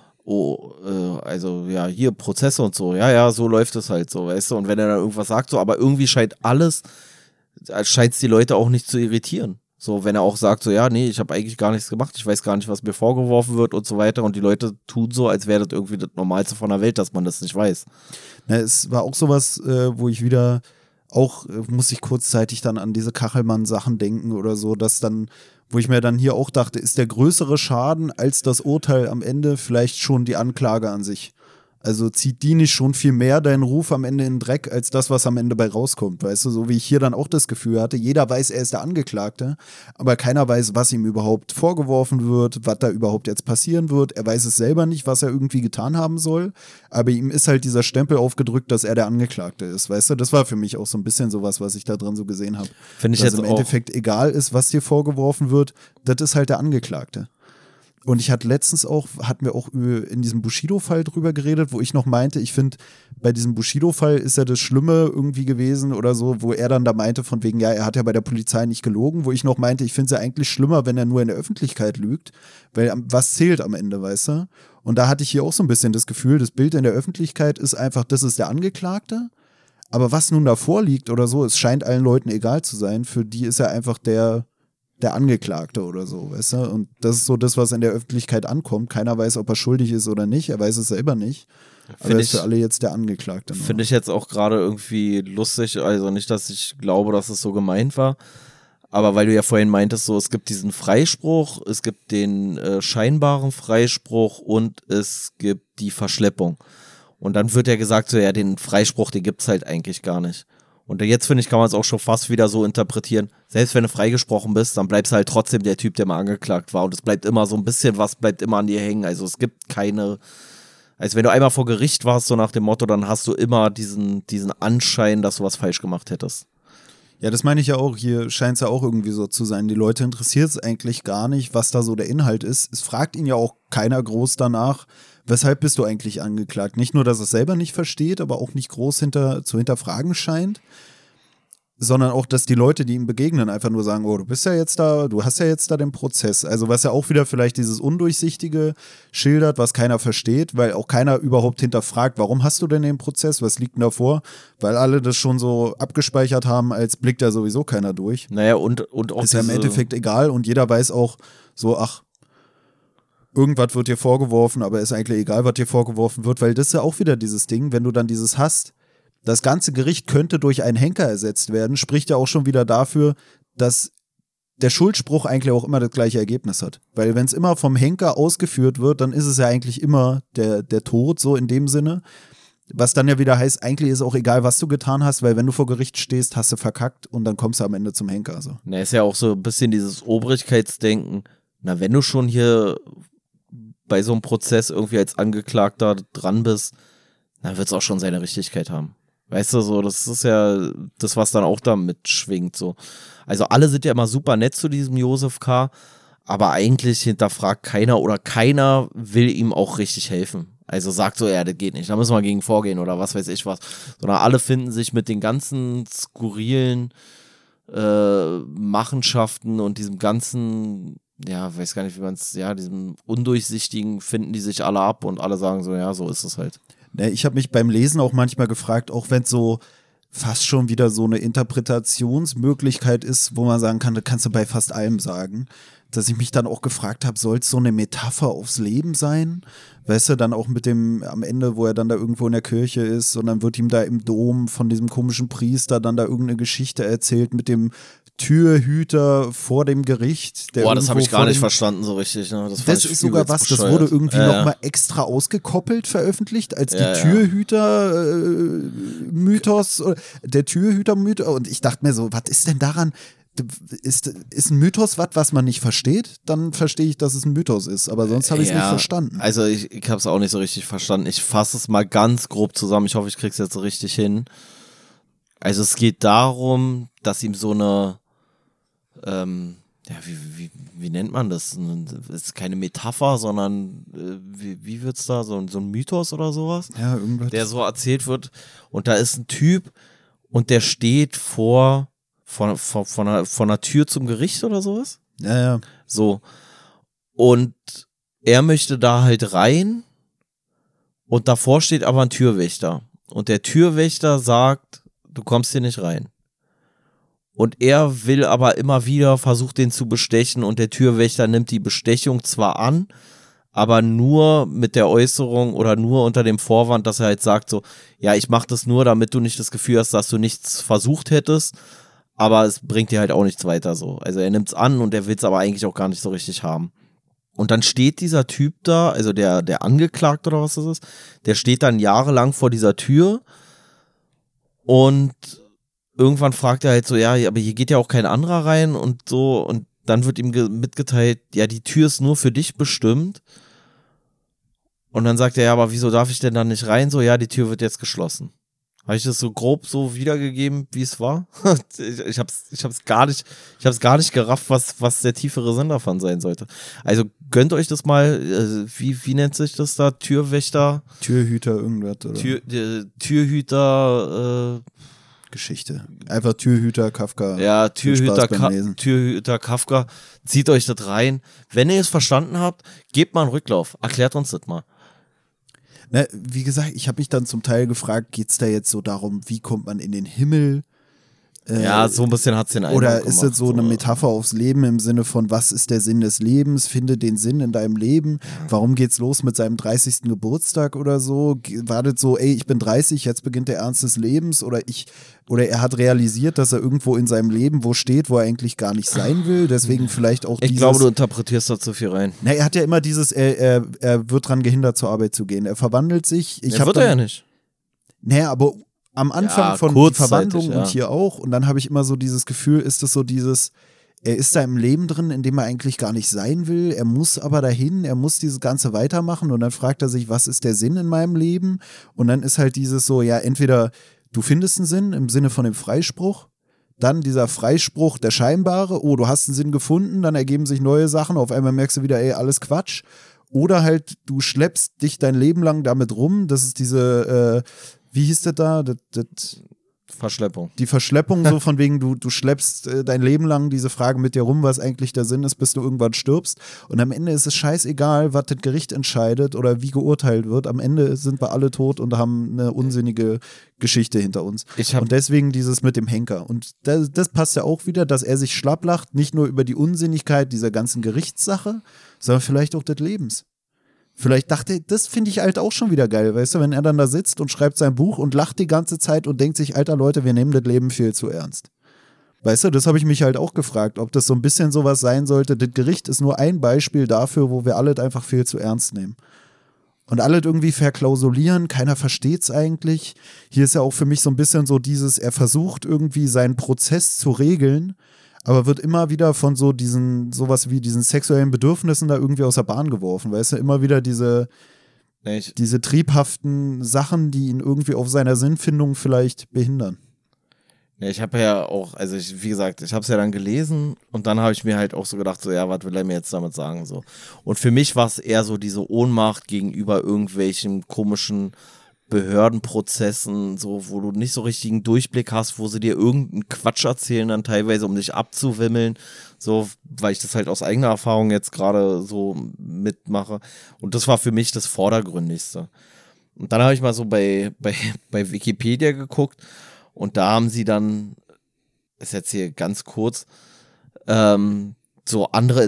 also ja, hier Prozesse und so, ja, so läuft es halt so, weißt du? Und wenn er dann irgendwas sagt, so, aber irgendwie scheint es die Leute auch nicht zu irritieren. So, wenn er auch sagt, so, ja, nee, ich habe eigentlich gar nichts gemacht, ich weiß gar nicht, was mir vorgeworfen wird und so weiter und die Leute tun so, als wäre das irgendwie das Normalste von der Welt, dass man das nicht weiß. Na, es war auch sowas, wo ich wieder auch, muss ich kurzzeitig dann an diese Kachelmann-Sachen denken oder so, dass dann, wo ich mir dann hier auch dachte, ist der größere Schaden als das Urteil am Ende vielleicht schon die Anklage an sich? Also zieht die nicht schon viel mehr deinen Ruf am Ende in den Dreck, als das, was am Ende bei rauskommt, weißt du? So wie ich hier dann auch das Gefühl hatte, jeder weiß, er ist der Angeklagte, aber keiner weiß, was ihm überhaupt vorgeworfen wird, was da überhaupt jetzt passieren wird. Er weiß es selber nicht, was er irgendwie getan haben soll, aber ihm ist halt dieser Stempel aufgedrückt, dass er der Angeklagte ist, weißt du? Das war für mich auch so ein bisschen sowas, was ich da drin so gesehen habe. Finde ich dass jetzt im Endeffekt egal ist, was dir vorgeworfen wird, das ist halt der Angeklagte. Und ich hatte letztens hatten wir auch in diesem Bushido-Fall drüber geredet, wo ich noch meinte, ich finde, bei diesem Bushido-Fall ist ja das Schlimme irgendwie gewesen oder so, wo er dann da meinte von wegen, ja, er hat ja bei der Polizei nicht gelogen, wo ich noch meinte, ich finde es ja eigentlich schlimmer, wenn er nur in der Öffentlichkeit lügt, weil was zählt am Ende, weißt du? Und da hatte ich hier auch so ein bisschen das Gefühl, das Bild in der Öffentlichkeit ist einfach, das ist der Angeklagte, aber was nun davor liegt oder so, es scheint allen Leuten egal zu sein, für die ist er einfach der Angeklagte oder so, weißt du? Und das ist so das, was in der Öffentlichkeit ankommt. Keiner weiß, ob er schuldig ist oder nicht. Er weiß es selber nicht. Aber er ist für alle jetzt der Angeklagte. Finde ich jetzt auch gerade irgendwie lustig. Also nicht, dass ich glaube, dass es so gemeint war. Aber weil du ja vorhin meintest, so, es gibt diesen Freispruch, es gibt den scheinbaren Freispruch und es gibt die Verschleppung. Und dann wird ja gesagt, so, ja, den Freispruch, den gibt es halt eigentlich gar nicht. Und jetzt, finde ich, kann man es auch schon fast wieder so interpretieren, selbst wenn du freigesprochen bist, dann bleibst du halt trotzdem der Typ, der mal angeklagt war. Und es bleibt immer so ein bisschen was, bleibt immer an dir hängen. Also es gibt keine, also wenn du einmal vor Gericht warst, so nach dem Motto, dann hast du immer diesen Anschein, dass du was falsch gemacht hättest. Ja, das meine ich ja auch. Hier scheint es ja auch irgendwie so zu sein. Die Leute interessiert es eigentlich gar nicht, was da so der Inhalt ist. Es fragt ihn ja auch keiner groß danach, weshalb bist du eigentlich angeklagt? Nicht nur, dass er es selber nicht versteht, aber auch nicht groß zu hinterfragen scheint. sondern auch, dass die Leute, die ihm begegnen, einfach nur sagen, oh, du hast ja jetzt da den Prozess. Also was ja auch wieder vielleicht dieses Undurchsichtige schildert, was keiner versteht, weil auch keiner überhaupt hinterfragt, warum hast du denn den Prozess, was liegt denn davor? Weil alle das schon so abgespeichert haben, als blickt da sowieso keiner durch. Naja, und auch ist ja im Endeffekt egal und jeder weiß auch so, ach, irgendwas wird dir vorgeworfen, aber ist eigentlich egal, was dir vorgeworfen wird, weil das ist ja auch wieder dieses Ding, wenn du dann dieses hast, das ganze Gericht könnte durch einen Henker ersetzt werden, spricht ja auch schon wieder dafür, dass der Schuldspruch eigentlich auch immer das gleiche Ergebnis hat. Weil wenn es immer vom Henker ausgeführt wird, dann ist es ja eigentlich immer der Tod, so in dem Sinne. Was dann ja wieder heißt, eigentlich ist auch egal, was du getan hast, weil wenn du vor Gericht stehst, hast du verkackt und dann kommst du am Ende zum Henker. So. Na, ist ja auch so ein bisschen dieses Obrigkeitsdenken. Na, wenn du schon hier bei so einem Prozess irgendwie als Angeklagter dran bist, dann wird es auch schon seine Richtigkeit haben. Weißt du, so, das ist ja das, was dann auch da mitschwingt, so. Also alle sind ja immer super nett zu diesem Josef K., aber eigentlich hinterfragt keiner oder keiner will ihm auch richtig helfen. Also sagt so, ja, das geht nicht, da müssen wir gegen vorgehen oder was weiß ich was. Sondern alle finden sich mit den ganzen skurrilen Machenschaften und diesem ganzen, ja, weiß gar nicht, wie man es, ja, diesem Undurchsichtigen finden die sich alle ab und alle sagen so, ja, so ist es halt. Ich habe mich beim Lesen auch manchmal gefragt, auch wenn es so fast schon wieder so eine Interpretationsmöglichkeit ist, wo man sagen kann, das kannst du bei fast allem sagen, dass ich mich dann auch gefragt habe, soll es so eine Metapher aufs Leben sein? Weißt du, dann auch mit dem, am Ende, wo er dann da irgendwo in der Kirche ist und dann wird ihm da im Dom von diesem komischen Priester dann da irgendeine Geschichte erzählt mit dem Türhüter vor dem Gericht. Boah, das habe ich gar nicht verstanden so richtig. Ne? Das ist sogar was, bescheuert. Das wurde irgendwie nochmal extra ausgekoppelt veröfföfft, als die Türhüter-Mythos, der Türhüter-Mythos. Und ich dachte mir so, was ist denn daran? Ist ein Mythos was man nicht versteht? Dann verstehe ich, dass es ein Mythos ist, aber sonst habe ich es nicht verstanden. Also ich habe es auch nicht so richtig verstanden. Ich fasse es mal ganz grob zusammen. Ich hoffe, ich kriege es jetzt so richtig hin. Also es geht darum, dass ihm so eine wie nennt man das? Es ist keine Metapher, sondern wie wird's da? So ein Mythos oder sowas? Ja, irgendwas. Der so erzählt wird. Und da ist ein Typ und der steht vor einer Tür zum Gericht oder sowas. Ja. So. Und er möchte da halt rein und davor steht aber ein Türwächter. Und der Türwächter sagt, du kommst hier nicht rein. Und er will aber immer wieder, versucht den zu bestechen und der Türwächter nimmt die Bestechung zwar an, aber nur mit der Äußerung oder nur unter dem Vorwand, dass er halt sagt so, ja, ich mach das nur, damit du nicht das Gefühl hast, dass du nichts versucht hättest, aber es bringt dir halt auch nichts weiter so. Also er nimmt's an und er will's aber eigentlich auch gar nicht so richtig haben. Und dann steht dieser Typ da, also der Angeklagte oder was das ist, der steht dann jahrelang vor dieser Tür und irgendwann fragt er halt so, ja, aber hier geht ja auch kein anderer rein und so. Und dann wird ihm mitgeteilt, ja, die Tür ist nur für dich bestimmt. Und dann sagt er, ja, aber wieso darf ich denn da nicht rein? So, ja, die Tür wird jetzt geschlossen. Habe ich das so grob so wiedergegeben, wie es war? Ich hab's gar nicht gerafft, was der tiefere Sinn davon sein sollte. Also gönnt euch das mal, wie nennt sich das da? Türwächter? Türhüter, irgendwas, oder? Türhüter, Geschichte. Einfach Türhüter, Kafka. Ja, Türhüter, Kafka. Zieht euch das rein. Wenn ihr es verstanden habt, gebt mal einen Rücklauf. Erklärt uns das mal. Na, wie gesagt, ich habe mich dann zum Teil gefragt, geht es da jetzt so darum, wie kommt man in den Himmel? Ja, so ein bisschen hat es den Eindruck Oder gemacht, ist es so eine Metapher aufs Leben im Sinne von, was ist der Sinn des Lebens? Finde den Sinn in deinem Leben. Warum geht's los mit seinem 30. Geburtstag oder so? War das so, ey, ich bin 30, jetzt beginnt der Ernst des Lebens? Oder er hat realisiert, dass er irgendwo in seinem Leben wo steht, wo er eigentlich gar nicht sein will. Deswegen vielleicht auch Ich glaube, du interpretierst da zu viel rein. Na, er hat ja immer dieses, er wird daran gehindert, zur Arbeit zu gehen. Er verwandelt sich. Wird er ja nicht. Naja, aber am Anfang von die Verwandlung und hier auch. Und dann habe ich immer so dieses Gefühl, ist es so dieses, er ist da im Leben drin, in dem er eigentlich gar nicht sein will. Er muss aber dahin, er muss dieses Ganze weitermachen. Und dann fragt er sich, was ist der Sinn in meinem Leben? Und dann ist halt dieses so, ja, entweder du findest einen Sinn im Sinne von dem Freispruch, dann dieser Freispruch, der scheinbare, oh, du hast einen Sinn gefunden, dann ergeben sich neue Sachen, auf einmal merkst du wieder, ey, alles Quatsch. Oder halt, du schleppst dich dein Leben lang damit rum, das ist diese, wie hieß das da? Verschleppung. Die Verschleppung so von wegen, du schleppst dein Leben lang diese Frage mit dir rum, was eigentlich der Sinn ist, bis du irgendwann stirbst. Und am Ende ist es scheißegal, was das Gericht entscheidet oder wie geurteilt wird. Am Ende sind wir alle tot und haben eine unsinnige Geschichte hinter uns. Und deswegen dieses mit dem Henker. Und das passt ja auch wieder, dass er sich schlapp lacht, nicht nur über die Unsinnigkeit dieser ganzen Gerichtssache, sondern vielleicht auch des Lebens. Vielleicht dachte, das finde ich halt auch schon wieder geil, weißt du, wenn er dann da sitzt und schreibt sein Buch und lacht die ganze Zeit und denkt sich, alter Leute, wir nehmen das Leben viel zu ernst. Weißt du, das habe ich mich halt auch gefragt, ob das so ein bisschen sowas sein sollte. Das Gericht ist nur ein Beispiel dafür, wo wir alles einfach viel zu ernst nehmen. Und alles irgendwie verklausulieren, keiner versteht's eigentlich. Hier ist ja auch für mich so ein bisschen so dieses, er versucht irgendwie seinen Prozess zu regeln, aber wird immer wieder von so sowas wie diesen sexuellen Bedürfnissen da irgendwie aus der Bahn geworfen, weißt du, immer wieder diese triebhaften Sachen, die ihn irgendwie auf seiner Sinnfindung vielleicht behindern. Ja, ich habe ja auch, also wie gesagt, ich habe es ja dann gelesen und dann habe ich mir halt auch so gedacht, so ja, was will er mir jetzt damit sagen, so. Und für mich war es eher so diese Ohnmacht gegenüber irgendwelchen komischen Behördenprozessen, so, wo du nicht so richtigen Durchblick hast, wo sie dir irgendeinen Quatsch erzählen, dann teilweise, um dich abzuwimmeln, so, weil ich das halt aus eigener Erfahrung jetzt gerade so mitmache. Und das war für mich das Vordergründigste. Und dann habe ich mal so bei Wikipedia geguckt und da haben sie dann, ist jetzt hier ganz kurz, so andere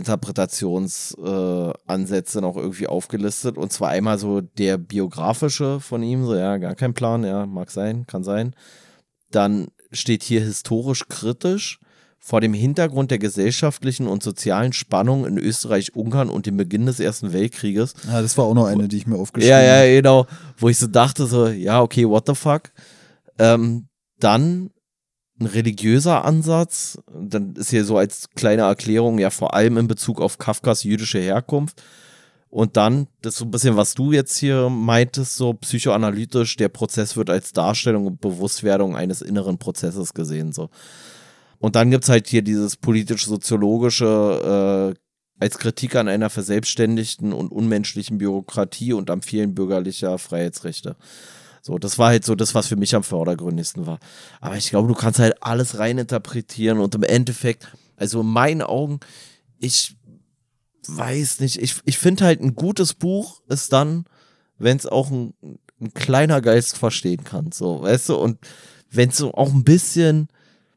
Interpretationsansätze noch irgendwie aufgelistet. Und zwar einmal so der biografische von ihm, so ja, gar kein Plan, ja, mag sein, kann sein. Dann steht hier historisch kritisch vor dem Hintergrund der gesellschaftlichen und sozialen Spannungen in Österreich-Ungarn und dem Beginn des Ersten Weltkrieges. Ja, das war auch noch eine, die ich mir aufgeschrieben habe. Ja, genau. Wo ich so dachte, so, ja, okay, what the fuck. Dann ein religiöser Ansatz, dann ist hier so als kleine Erklärung, ja vor allem in Bezug auf Kafkas jüdische Herkunft und dann, das ist so ein bisschen, was du jetzt hier meintest, so psychoanalytisch, der Prozess wird als Darstellung und Bewusstwerdung eines inneren Prozesses gesehen, so. Und dann gibt's halt hier dieses politisch-soziologische als Kritik an einer verselbstständigten und unmenschlichen Bürokratie und am Fehlen bürgerlicher Freiheitsrechte. So, das war halt so das, was für mich am vordergründigsten war. Aber ich glaube, du kannst halt alles reininterpretieren und im Endeffekt, also in meinen Augen, ich weiß nicht, ich finde halt ein gutes Buch ist dann, wenn es auch ein kleiner Geist verstehen kann, so, weißt du, und wenn es so auch ein bisschen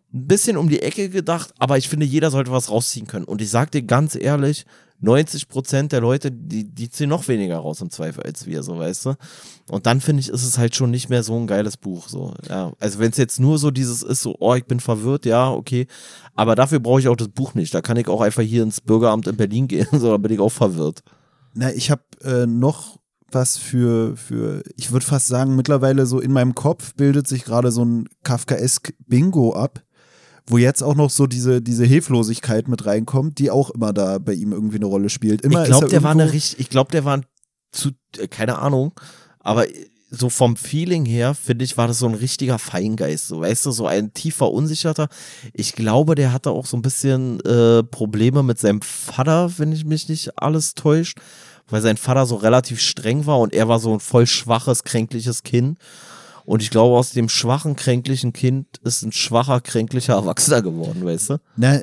um die Ecke gedacht, aber ich finde, jeder sollte was rausziehen können. Und ich sag dir ganz ehrlich, 90% der Leute, die ziehen noch weniger raus im Zweifel als wir, so, weißt du. Und dann finde ich, ist es halt schon nicht mehr so ein geiles Buch, so, ja. Also wenn es jetzt nur so dieses ist, so, oh, ich bin verwirrt, ja, okay, aber dafür brauche ich auch das Buch nicht. Da kann ich auch einfach hier ins Bürgeramt in Berlin gehen, so, da bin ich auch verwirrt. Na, ich habe noch was für, ich würde fast sagen, mittlerweile so in meinem Kopf bildet sich gerade so ein Kafkaesk Bingo ab, wo jetzt auch noch so diese Hilflosigkeit mit reinkommt, die auch immer da bei ihm irgendwie eine Rolle spielt. Immer ich glaube, der war keine Ahnung, aber so vom Feeling her, finde ich, war das so ein richtiger Feingeist, so, weißt du, so ein tief verunsicherter. Ich glaube, der hatte auch so ein bisschen Probleme mit seinem Vater, wenn ich mich nicht alles täuscht, weil sein Vater so relativ streng war und er war so ein voll schwaches, kränkliches Kind. Und ich glaube, aus dem schwachen, kränklichen Kind ist ein schwacher, kränklicher Erwachsener geworden, weißt du? Na,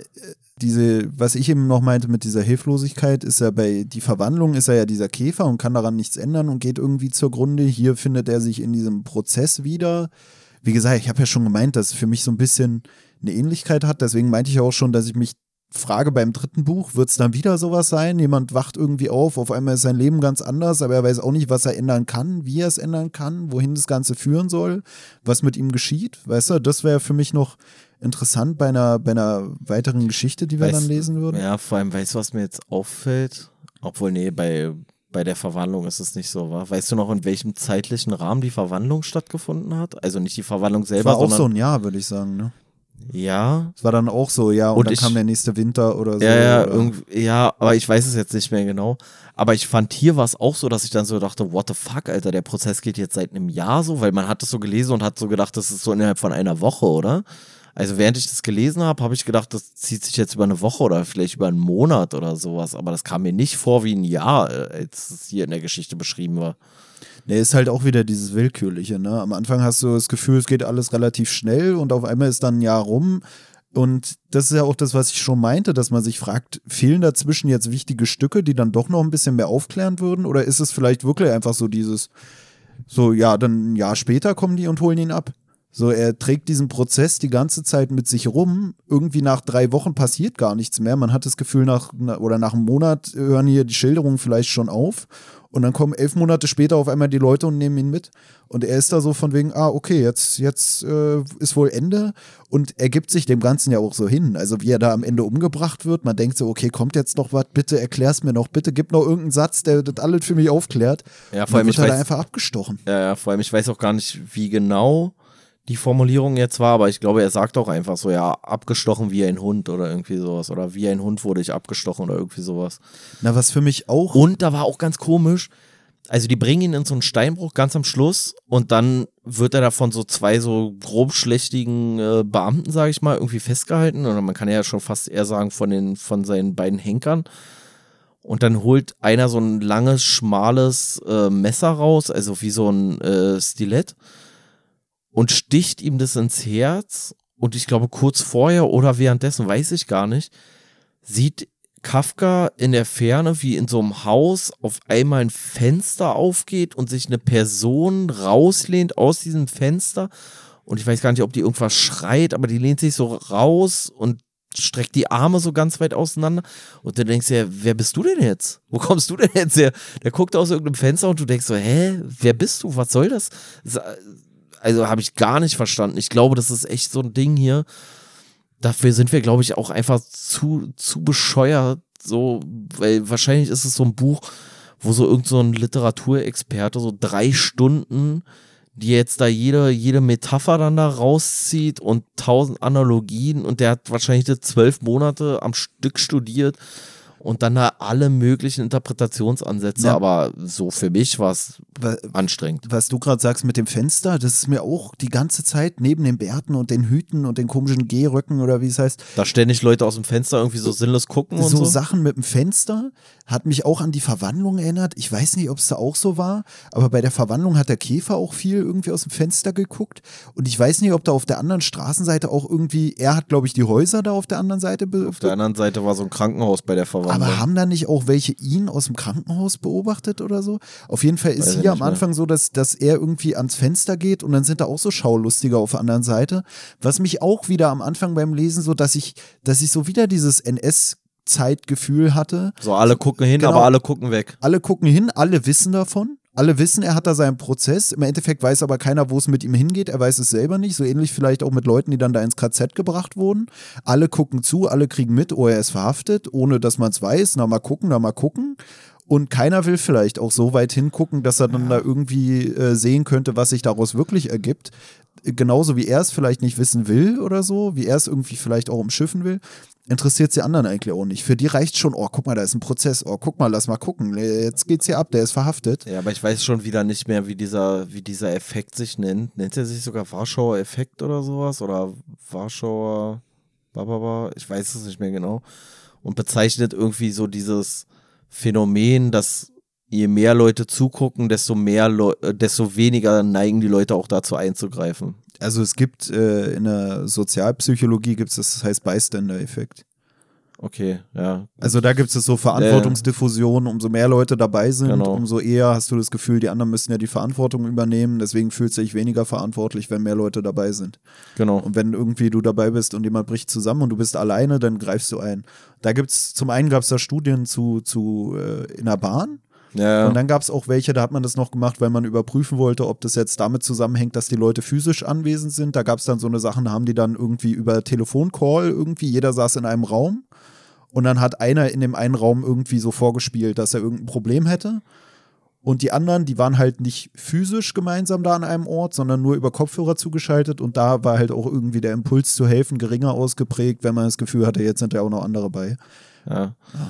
was ich eben noch meinte mit dieser Hilflosigkeit, ist ja die Verwandlung ist er ja dieser Käfer und kann daran nichts ändern und geht irgendwie zugrunde. Hier findet er sich in diesem Prozess wieder. Wie gesagt, ich habe ja schon gemeint, dass es für mich so ein bisschen eine Ähnlichkeit hat. Deswegen meinte ich auch schon, dass ich mich frage beim dritten Buch, wird es dann wieder sowas sein? Jemand wacht irgendwie auf einmal ist sein Leben ganz anders, aber er weiß auch nicht, was er ändern kann, wie er es ändern kann, wohin das Ganze führen soll, was mit ihm geschieht. Weißt du, das wäre für mich noch interessant bei einer weiteren Geschichte, die wir dann lesen würden. Ja, vor allem, weißt du, was mir jetzt auffällt? Obwohl, nee, bei der Verwandlung ist es nicht so, wa? Weißt du noch, in welchem zeitlichen Rahmen die Verwandlung stattgefunden hat? Also nicht die Verwandlung selber, sondern... War auch so ein Jahr, würde ich sagen, ne? Ja. Es war dann auch so, ja, und dann kam der nächste Winter oder so. Ja, aber ich weiß es jetzt nicht mehr genau. Aber ich fand, hier war es auch so, dass ich dann so dachte, what the fuck, Alter, der Prozess geht jetzt seit einem Jahr so, weil man hat das so gelesen und hat so gedacht, das ist so innerhalb von einer Woche, oder? Also während ich das gelesen habe ich gedacht, das zieht sich jetzt über eine Woche oder vielleicht über einen Monat oder sowas. Aber das kam mir nicht vor wie ein Jahr, als es hier in der Geschichte beschrieben war. Nee, ist halt auch wieder dieses Willkürliche, ne? Am Anfang hast du das Gefühl, es geht alles relativ schnell und auf einmal ist dann ein Jahr rum. Und das ist ja auch das, was ich schon meinte, dass man sich fragt, fehlen dazwischen jetzt wichtige Stücke, die dann doch noch ein bisschen mehr aufklären würden? Oder ist es vielleicht wirklich einfach so dieses, so, ja, dann ein Jahr später kommen die und holen ihn ab? So, er trägt diesen Prozess die ganze Zeit mit sich rum. Irgendwie nach 3 Wochen passiert gar nichts mehr. Man hat das Gefühl, nach einem Monat hören hier die Schilderungen vielleicht schon auf. Und dann kommen 11 Monate später auf einmal die Leute und nehmen ihn mit. Und er ist da so von wegen, okay, jetzt ist wohl Ende. Und er gibt sich dem Ganzen ja auch so hin. Also wie er da am Ende umgebracht wird. Man denkt so, okay, kommt jetzt noch was, bitte erklär's mir noch, bitte gib noch irgendeinen Satz, der das alles für mich aufklärt. Ja, vor allem wird er da einfach abgestochen. Ja, vor allem ich weiß auch gar nicht, wie genau die Formulierung jetzt war, aber ich glaube, er sagt auch einfach so, ja, abgestochen wie ein Hund oder irgendwie sowas. Oder wie ein Hund wurde ich abgestochen oder irgendwie sowas. Na, was für mich auch. Und da war auch ganz komisch, also die bringen ihn in so einen Steinbruch ganz am Schluss und dann wird er da von so 2 so grobschlächtigen Beamten, sage ich mal, irgendwie festgehalten. Oder man kann ja schon fast eher sagen von seinen beiden Henkern. Und dann holt einer so ein langes, schmales Messer raus, also wie so ein Stilett. Und sticht ihm das ins Herz und ich glaube kurz vorher oder währenddessen, weiß ich gar nicht, sieht Kafka in der Ferne, wie in so einem Haus auf einmal ein Fenster aufgeht und sich eine Person rauslehnt aus diesem Fenster und ich weiß gar nicht, ob die irgendwas schreit, aber die lehnt sich so raus und streckt die Arme so ganz weit auseinander und du denkst ja, wer bist du denn jetzt? Wo kommst du denn jetzt her? Der guckt aus irgendeinem Fenster und du denkst so, wer bist du? Was soll das? Also habe ich gar nicht verstanden. Ich glaube, das ist echt so ein Ding hier. Dafür sind wir, glaube ich, auch einfach zu bescheuert. So, weil wahrscheinlich ist es so ein Buch, wo so irgend so ein Literaturexperte so 3 Stunden, die jetzt da jede Metapher dann da rauszieht und 1000 Analogien und der hat wahrscheinlich 12 Monate am Stück studiert und dann da alle möglichen Interpretationsansätze, ja. Aber so für mich war es anstrengend. Was du gerade sagst mit dem Fenster, das ist mir auch die ganze Zeit neben den Bärten und den Hüten und den komischen Gehröcken oder wie es heißt. Da ständig Leute aus dem Fenster irgendwie so sinnlos gucken und so. So Sachen mit dem Fenster hat mich auch an die Verwandlung erinnert. Ich weiß nicht, ob es da auch so war, aber bei der Verwandlung hat der Käfer auch viel irgendwie aus dem Fenster geguckt und ich weiß nicht, ob da auf der anderen Straßenseite auch irgendwie, er hat glaube ich die Häuser da auf der anderen Seite. Auf der anderen Seite war so ein Krankenhaus bei der Verwandlung. Aber haben da nicht auch welche ihn aus dem Krankenhaus beobachtet oder so? Auf jeden Fall ist hier am Anfang so, dass er irgendwie ans Fenster geht und dann sind da auch so Schaulustiger auf der anderen Seite. Was mich auch wieder am Anfang beim Lesen so, dass ich so wieder dieses NS-Zeitgefühl hatte. So alle gucken hin, genau, aber alle gucken weg. Alle gucken hin, alle wissen davon. Alle wissen, er hat da seinen Prozess. Im Endeffekt weiß aber keiner, wo es mit ihm hingeht. Er weiß es selber nicht. So ähnlich vielleicht auch mit Leuten, die dann da ins KZ gebracht wurden. Alle gucken zu, alle kriegen mit, oh, er ist verhaftet, ohne dass man es weiß. Na, mal gucken, na, mal gucken. Und keiner will vielleicht auch so weit hingucken, dass er dann da irgendwie sehen könnte, was sich daraus wirklich ergibt. Genauso wie er es vielleicht nicht wissen will oder so, wie er es irgendwie vielleicht auch umschiffen will, interessiert es die anderen eigentlich auch nicht. Für die reicht schon, oh, guck mal, da ist ein Prozess, oh, guck mal, lass mal gucken, jetzt geht's hier ab, der ist verhaftet. Ja, aber ich weiß schon wieder nicht mehr, wie dieser Effekt sich nennt. Nennt er sich sogar Warschauer Effekt oder sowas? Oder Warschauer, ich weiß es nicht mehr genau. Und bezeichnet irgendwie so dieses Phänomen, dass je mehr Leute zugucken, desto weniger neigen die Leute auch dazu einzugreifen. Also es gibt in der Sozialpsychologie gibt es das heißt Bystander-Effekt. Okay, ja. Also da gibt es so Verantwortungsdiffusion, umso mehr Leute dabei sind, genau, umso eher hast du das Gefühl, die anderen müssen ja die Verantwortung übernehmen, deswegen fühlst du dich weniger verantwortlich, wenn mehr Leute dabei sind. Genau. Und wenn irgendwie du dabei bist und jemand bricht zusammen und du bist alleine, dann greifst du ein. Da gibt's, zum einen gab es da Studien zu in der Bahn. Ja. Und dann gab es auch welche, da hat man das noch gemacht, weil man überprüfen wollte, ob das jetzt damit zusammenhängt, dass die Leute physisch anwesend sind. Da gab es dann so eine Sachen, da haben die dann irgendwie über Telefoncall irgendwie, jeder saß in einem Raum und dann hat einer in dem einen Raum irgendwie so vorgespielt, dass er irgendein Problem hätte. Und die anderen, die waren halt nicht physisch gemeinsam da an einem Ort, sondern nur über Kopfhörer zugeschaltet und da war halt auch irgendwie der Impuls zu helfen geringer ausgeprägt, wenn man das Gefühl hatte, jetzt sind ja auch noch andere bei. Ja.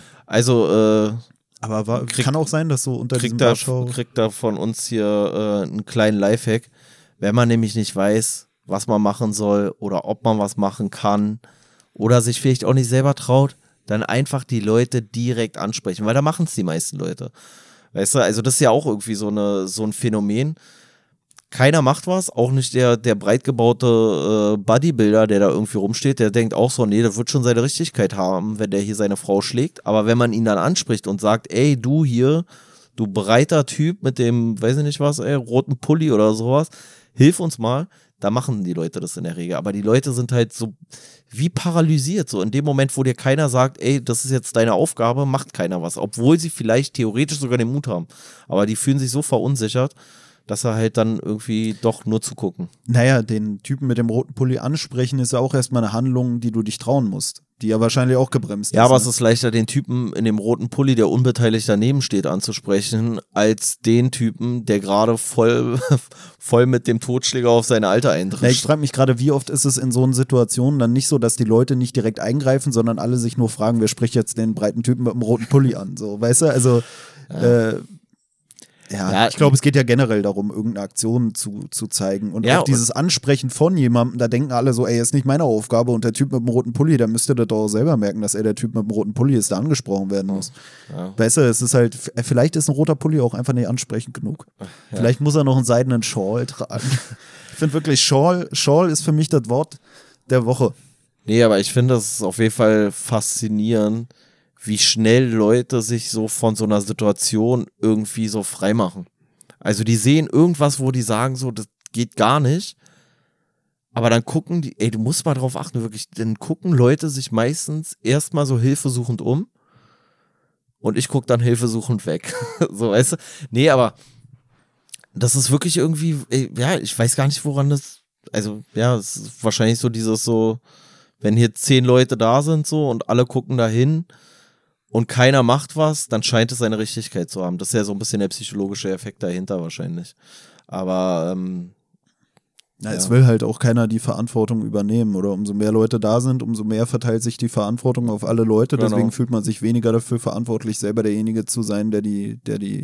Also, aber kann auch sein, dass so unter diesem kriegt da von uns hier einen kleinen Lifehack. Wenn man nämlich nicht weiß, was man machen soll oder ob man was machen kann oder sich vielleicht auch nicht selber traut, dann einfach die Leute direkt ansprechen, weil da machen es die meisten Leute. Weißt du, also das ist ja auch irgendwie so ein Phänomen. Keiner macht was, auch nicht der breit gebaute Bodybuilder, der da irgendwie rumsteht, der denkt auch so, nee, der wird schon seine Richtigkeit haben, wenn der hier seine Frau schlägt. Aber wenn man ihn dann anspricht und sagt, ey, du hier, du breiter Typ mit dem, weiß ich nicht was, roten Pulli oder sowas, hilf uns mal, da machen die Leute das in der Regel. Aber die Leute sind halt so wie paralysiert, so in dem Moment, wo dir keiner sagt, ey, das ist jetzt deine Aufgabe, macht keiner was. Obwohl sie vielleicht theoretisch sogar den Mut haben. Aber die fühlen sich so verunsichert, dass er halt dann irgendwie doch nur zugucken. Naja, den Typen mit dem roten Pulli ansprechen ist ja auch erstmal eine Handlung, die du dich trauen musst. Die ja wahrscheinlich auch gebremst ist. Ja, aber es ist leichter, den Typen in dem roten Pulli, der unbeteiligt daneben steht, anzusprechen, als den Typen, der gerade voll mit dem Totschläger auf seine Alte eindrischt. Ja, ich frage mich gerade, wie oft ist es in so einer Situation dann nicht so, dass die Leute nicht direkt eingreifen, sondern alle sich nur fragen, wer spricht jetzt den breiten Typen mit dem roten Pulli an? So, weißt du, also ja, ich glaube, es geht ja generell darum, irgendeine Aktion zu zeigen. Und auch dieses Ansprechen von jemandem, da denken alle so, ey, ist nicht meine Aufgabe und der Typ mit dem roten Pulli, der müsste das doch selber merken, dass er der Typ mit dem roten Pulli ist, der angesprochen werden muss. Ja. Weißt du, es ist halt, vielleicht ist ein roter Pulli auch einfach nicht ansprechend genug. Ja. Vielleicht muss er noch einen seidenen Schal tragen. Ich finde wirklich, Schal ist für mich das Wort der Woche. Nee, aber ich finde, das ist auf jeden Fall faszinierend, wie schnell Leute sich so von so einer Situation irgendwie so freimachen. Also die sehen irgendwas, wo die sagen so, das geht gar nicht. Aber dann gucken die, ey, du musst mal drauf achten, wirklich, dann gucken Leute sich meistens erstmal so hilfesuchend um und ich gucke dann hilfesuchend weg. So, weißt du? Nee, aber das ist wirklich irgendwie, ja, ich weiß gar nicht, woran das, also ja, es ist wahrscheinlich so dieses so, wenn hier 10 Leute da sind so und alle gucken da hin und keiner macht was, dann scheint es seine Richtigkeit zu haben. Das ist ja so ein bisschen der psychologische Effekt dahinter wahrscheinlich. Aber es will halt auch keiner die Verantwortung übernehmen. Oder umso mehr Leute da sind, umso mehr verteilt sich die Verantwortung auf alle Leute. Genau. Deswegen fühlt man sich weniger dafür verantwortlich, selber derjenige zu sein, der die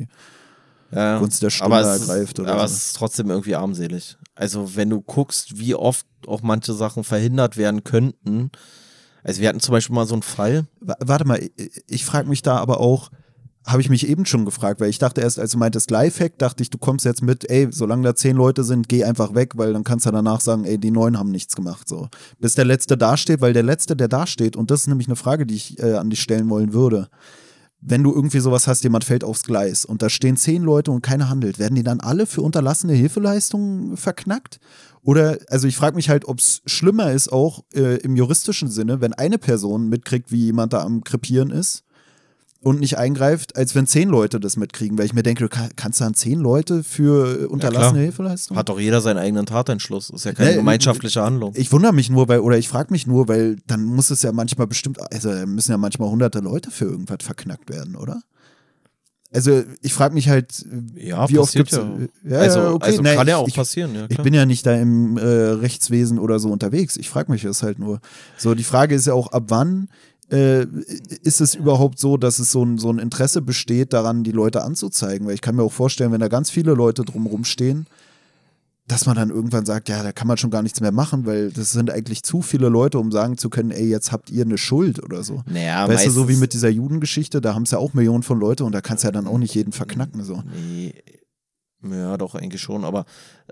Gunst der Stunde ergreift. Aber es ist trotzdem irgendwie armselig. Also wenn du guckst, wie oft auch manche Sachen verhindert werden könnten. Also wir hatten zum Beispiel mal so einen Fall. Warte mal, ich frage mich da aber auch, habe ich mich eben schon gefragt, weil ich dachte erst, als du meintest Lifehack, dachte ich, du kommst jetzt mit, ey, solange da 10 Leute sind, geh einfach weg, weil dann kannst du danach sagen, ey, die 9 haben nichts gemacht, so. Bis der Letzte dasteht, weil der Letzte, der dasteht, und das ist nämlich eine Frage, die ich an dich stellen wollen würde, wenn du irgendwie sowas hast, jemand fällt aufs Gleis und da stehen 10 Leute und keiner handelt, werden die dann alle für unterlassene Hilfeleistungen verknackt? Oder, also ich frage mich halt, ob es schlimmer ist auch im juristischen Sinne, wenn eine Person mitkriegt, wie jemand da am Krepieren ist und nicht eingreift, als wenn 10 Leute das mitkriegen. Weil ich mir denke, du kannst dann 10 Leute für unterlassene Hilfeleistung? Hat doch jeder seinen eigenen Tatentschluss. Ist ja keine gemeinschaftliche Handlung. Ich wundere mich nur, ich frage mich nur, weil dann muss es ja manchmal müssen ja manchmal hunderte Leute für irgendwas verknackt werden, oder? Also ich frage mich halt, wie oft gibt es... Also kann ja auch passieren. Ja, ich bin ja nicht da im Rechtswesen oder so unterwegs. Ich frage mich das halt nur. So, die Frage ist ja auch, ab wann ist es überhaupt so, dass es so ein Interesse besteht, daran die Leute anzuzeigen? Weil ich kann mir auch vorstellen, wenn da ganz viele Leute drumherum stehen, dass man dann irgendwann sagt, ja, da kann man schon gar nichts mehr machen, weil das sind eigentlich zu viele Leute, um sagen zu können, ey, jetzt habt ihr eine Schuld oder so. Naja, weißt du, so wie mit dieser Judengeschichte, da haben es ja auch Millionen von Leute und da kannst du ja dann auch nicht jeden verknacken. So. Nee, ja, doch, eigentlich schon, aber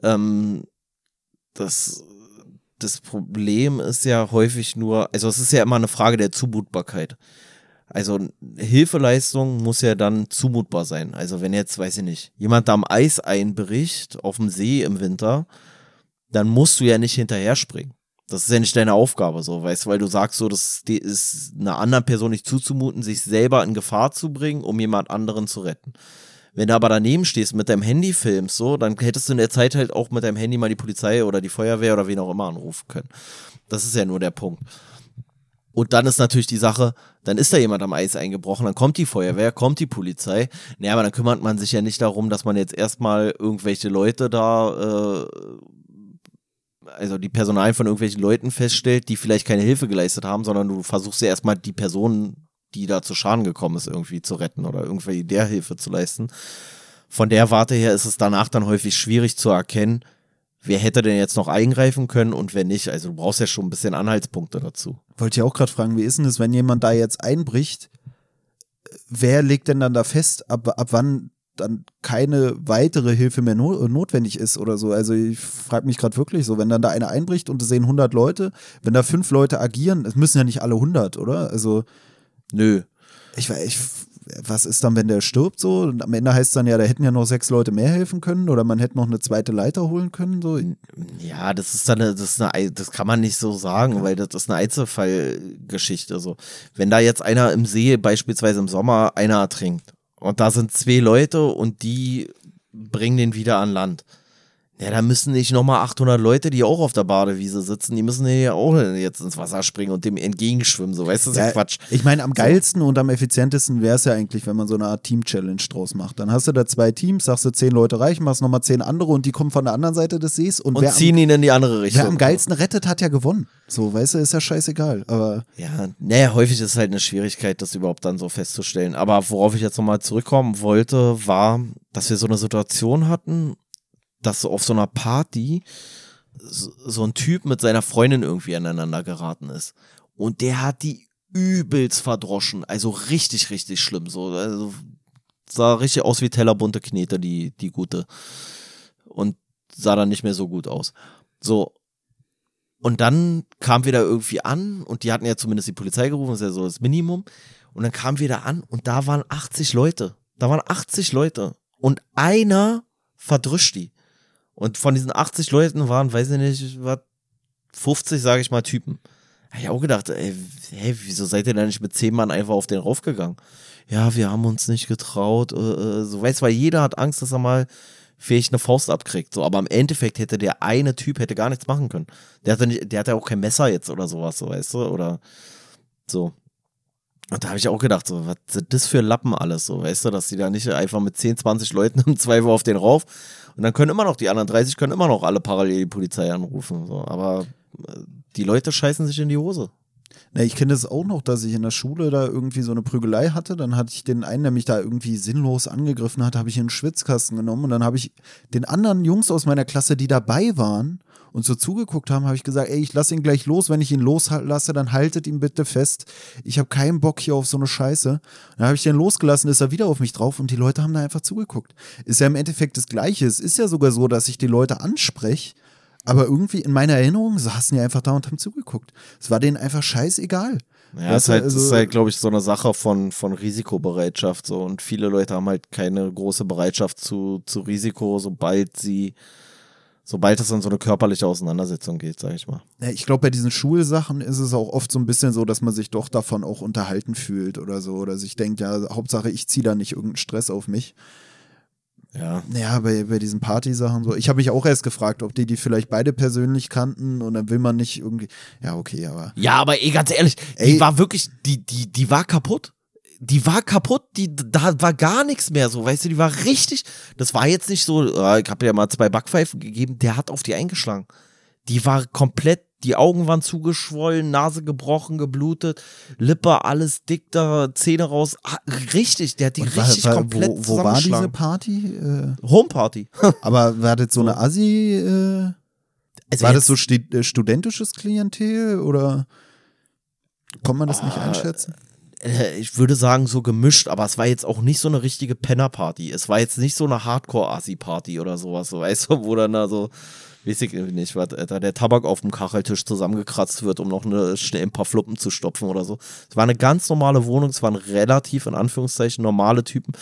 das Problem ist ja häufig nur, also es ist ja immer eine Frage der Zumutbarkeit. Also Hilfeleistung muss ja dann zumutbar sein. Also wenn jetzt, weiß ich nicht, jemand da am Eis einbricht, auf dem See im Winter, dann musst du ja nicht hinterher springen. Das ist ja nicht deine Aufgabe, so, weißt du, weil du sagst so, das ist einer anderen Person nicht zuzumuten, sich selber in Gefahr zu bringen, um jemand anderen zu retten. Wenn du aber daneben stehst, mit deinem Handy filmst, so, dann hättest du in der Zeit halt auch mit deinem Handy mal die Polizei oder die Feuerwehr oder wen auch immer anrufen können. Das ist ja nur der Punkt. Und dann ist natürlich die Sache, dann ist da jemand am Eis eingebrochen, dann kommt die Feuerwehr, kommt die Polizei. Naja, aber dann kümmert man sich ja nicht darum, dass man jetzt erstmal irgendwelche Leute da, also die Personalien von irgendwelchen Leuten feststellt, die vielleicht keine Hilfe geleistet haben, sondern du versuchst ja erstmal die Person, die da zu Schaden gekommen ist, irgendwie zu retten oder irgendwie der Hilfe zu leisten. Von der Warte her ist es danach dann häufig schwierig zu erkennen, wer hätte denn jetzt noch eingreifen können und wer nicht. Also du brauchst ja schon ein bisschen Anhaltspunkte dazu. Wollte ich auch gerade fragen, wie ist denn das, wenn jemand da jetzt einbricht, wer legt denn dann da fest, ab wann dann keine weitere Hilfe mehr notwendig ist oder so. Also ich frage mich gerade wirklich so, wenn dann da einer einbricht und es sehen 100 Leute, wenn da 5 Leute agieren, es müssen ja nicht alle 100, oder? Also nö. Was ist dann, wenn der stirbt so? Und am Ende heißt es dann ja, da hätten ja noch 6 Leute mehr helfen können oder man hätte noch eine zweite Leiter holen können. So. Ja, das kann man nicht so sagen, weil das ist eine Einzelfallgeschichte. So. Wenn da jetzt einer im See, beispielsweise im Sommer, einer ertrinkt und da sind 2 Leute und die bringen den wieder an Land. Ja, da müssen nicht nochmal 800 Leute, die auch auf der Badewiese sitzen, die müssen ja auch jetzt ins Wasser springen und dem entgegenschwimmen, so, weißt du, das ist ja Quatsch. Ich meine, am geilsten und am effizientesten wäre es ja eigentlich, wenn man so eine Art Team-Challenge draus macht. Dann hast du da 2 Teams, sagst du 10 Leute reichen, machst nochmal 10 andere und die kommen von der anderen Seite des Sees und ziehen ihn in die andere Richtung. Wer am geilsten rettet, hat ja gewonnen. So, weißt du, ist ja scheißegal, aber. Ja, naja, häufig ist es halt eine Schwierigkeit, das überhaupt dann so festzustellen. Aber worauf ich jetzt nochmal zurückkommen wollte, war, dass wir so eine Situation hatten, dass so auf so einer Party so ein Typ mit seiner Freundin irgendwie aneinander geraten ist. Und der hat die übelst verdroschen. Also richtig, richtig schlimm. So, also sah richtig aus wie Tellerbunte Knete, die gute. Und sah dann nicht mehr so gut aus. So. Und dann kamen wir da irgendwie an und die hatten ja zumindest die Polizei gerufen, das ist ja so das Minimum. Und dann kamen wir da an und da waren 80 Leute. Da waren 80 Leute. Und einer verdrischt die. Und von diesen 80 Leuten waren, weiß ich nicht, was, 50, sage ich mal, Typen. Da hab ich auch gedacht, ey, wieso seid ihr da nicht mit 10 Mann einfach auf den raufgegangen? Ja, wir haben uns nicht getraut. So, weißt du, weil jeder hat Angst, dass er mal vielleicht eine Faust abkriegt. So, aber im Endeffekt hätte der eine Typ hätte gar nichts machen können. Der hatte auch kein Messer jetzt oder sowas, so, weißt du, oder so. Und da habe ich auch gedacht, so, was sind das für Lappen alles, so, weißt du, dass die da nicht einfach mit 10, 20 Leuten im Zweifel auf den rauf und dann können immer noch die anderen 30, können immer noch alle parallel die Polizei anrufen, so, aber die Leute scheißen sich in die Hose. Na, ich kenne das auch noch, dass ich in der Schule da irgendwie so eine Prügelei hatte, dann hatte ich den einen, der mich da irgendwie sinnlos angegriffen hat, habe ich in den Schwitzkasten genommen und dann habe ich den anderen Jungs aus meiner Klasse, die dabei waren und so zugeguckt haben, habe ich gesagt, ey, ich lasse ihn gleich los, wenn ich ihn loslasse, dann haltet ihn bitte fest, ich habe keinen Bock hier auf so eine Scheiße. Dann habe ich den losgelassen, ist er wieder auf mich drauf und die Leute haben da einfach zugeguckt. Ist ja im Endeffekt das Gleiche, es ist ja sogar so, dass ich die Leute anspreche, aber irgendwie in meiner Erinnerung saßen die einfach da und haben zugeguckt. Es war denen einfach scheißegal. Ja, es ist halt, glaube ich, so eine Sache von Risikobereitschaft so und viele Leute haben halt keine große Bereitschaft zu Risiko, sobald es dann so eine körperliche Auseinandersetzung geht, sage ich mal. Ja, ich glaube, bei diesen Schulsachen ist es auch oft so ein bisschen so, dass man sich doch davon auch unterhalten fühlt oder so. Oder sich denkt, ja, Hauptsache ich ziehe da nicht irgendeinen Stress auf mich. Ja. Ja, bei diesen Partysachen so. Ich habe mich auch erst gefragt, ob die vielleicht beide persönlich kannten und dann will man nicht irgendwie. Ja, okay, aber. Ja, aber ganz ehrlich, die war wirklich, die war kaputt. Die war kaputt, da war gar nichts mehr so, weißt du, die war richtig, das war jetzt nicht so, ich habe ja mal 2 Backpfeifen gegeben, der hat auf die eingeschlagen. Die war komplett, die Augen waren zugeschwollen, Nase gebrochen, geblutet, Lippe, alles dick da, Zähne raus, richtig, der hat die richtig komplett wo war diese Party? Homeparty. Aber war das so eine Assi, also war das so studentisches Klientel oder kann man das nicht einschätzen? Ich würde sagen, so gemischt, aber es war jetzt auch nicht so eine richtige Penner-Party. Es war jetzt nicht so eine Hardcore-Assi-Party oder sowas, so, weißt du, wo dann da so, weiß ich nicht, was, der Tabak auf dem Kacheltisch zusammengekratzt wird, um noch schnell ein paar Fluppen zu stopfen oder so. Es war eine ganz normale Wohnung, es waren relativ, in Anführungszeichen, normale Typen.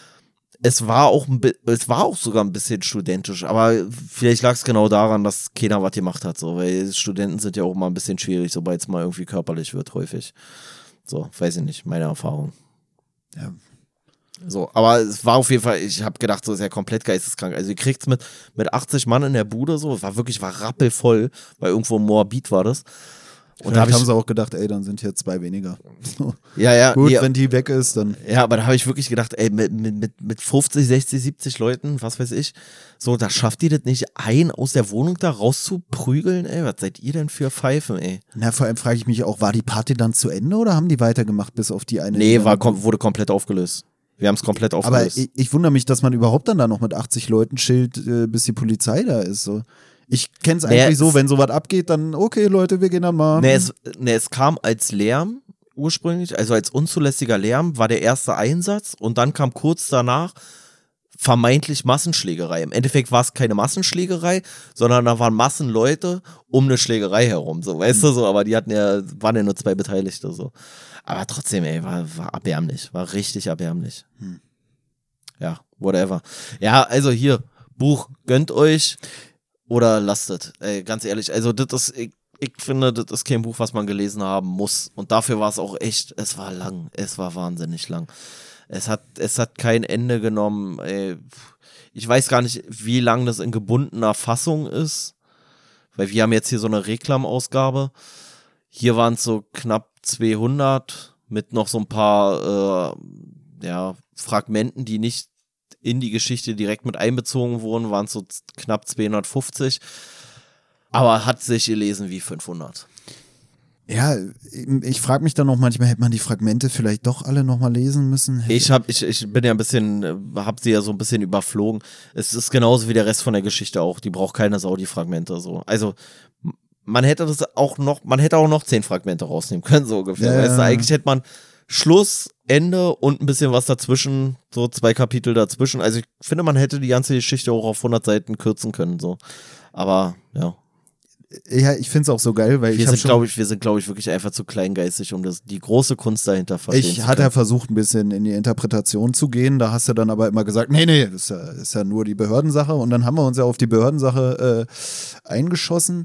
Es war auch sogar ein bisschen studentisch, aber vielleicht lag es genau daran, dass keiner was gemacht hat, so, weil Studenten sind ja auch mal ein bisschen schwierig, sobald es mal irgendwie körperlich wird, häufig. So, weiß ich nicht, meine Erfahrung. Ja. So, aber es war auf jeden Fall, ich habe gedacht, so ist ja komplett geisteskrank. Also ihr kriegt's mit 80 Mann in der Bude so, es war rappelvoll, weil irgendwo im Moabit war das. Und da haben sie auch gedacht, ey, dann sind hier 2 weniger. So. Ja. Gut, wenn die weg ist, dann. Ja, aber da habe ich wirklich gedacht, ey, mit 50, 60, 70 Leuten, was weiß ich, so, da schafft ihr das nicht, einen aus der Wohnung da rauszuprügeln, ey, was seid ihr denn für Pfeifen, ey? Na, vor allem frage ich mich auch, war die Party dann zu Ende oder haben die weitergemacht bis auf die eine? Nee, wurde komplett aufgelöst. Wir haben es komplett aufgelöst. Aber ich wundere mich, dass man überhaupt dann da noch mit 80 Leuten chillt, bis die Polizei da ist, so. Ich kenne es eigentlich so, wenn sowas abgeht, dann okay, Leute, wir gehen dann mal. Es kam als Lärm ursprünglich, also als unzulässiger Lärm war der erste Einsatz und dann kam kurz danach vermeintlich Massenschlägerei. Im Endeffekt war es keine Massenschlägerei, sondern da waren Massenleute um eine Schlägerei herum, so, weißt du, so, aber waren ja nur 2 Beteiligte, so. Aber trotzdem, ey, war erbärmlich, war richtig erbärmlich. Ja, whatever. Ja, also hier, Buch, gönnt euch oder lasst es, ey, ganz ehrlich, also das ist, ich finde, das ist kein Buch, was man gelesen haben muss. Und dafür war es auch echt, es war lang. Es war wahnsinnig lang. Es hat kein Ende genommen. Ey. Ich weiß gar nicht, wie lang das in gebundener Fassung ist. Weil wir haben jetzt hier so eine Reklamausgabe. Hier waren es so knapp 200 mit noch so ein paar Fragmenten, die nicht in die Geschichte direkt mit einbezogen wurden. Waren es so knapp 250. Aber hat sich gelesen wie 500. Ja, ich frage mich dann noch manchmal, hätte man die Fragmente vielleicht doch alle nochmal lesen müssen? Ich bin ja ein bisschen, hab sie ja so ein bisschen überflogen. Es ist genauso wie der Rest von der Geschichte auch. Die braucht keine Sau, die Fragmente so. Also, man hätte auch noch 10 Fragmente rausnehmen können, so ungefähr. Ja. Weißt du, eigentlich hätte man Schluss, Ende und ein bisschen was dazwischen, so 2 Kapitel dazwischen. Also, ich finde, man hätte die ganze Geschichte auch auf 100 Seiten kürzen können, so. Aber, ja. Ja, ich finde es auch so geil, weil wir sind, glaube ich, wirklich einfach zu kleingeistig, um die große Kunst dahinter verstehen zu können. Ich hatte ja versucht, ein bisschen in die Interpretation zu gehen, da hast du dann aber immer gesagt, nee, das ist ja nur die Behördensache und dann haben wir uns ja auf die Behördensache eingeschossen.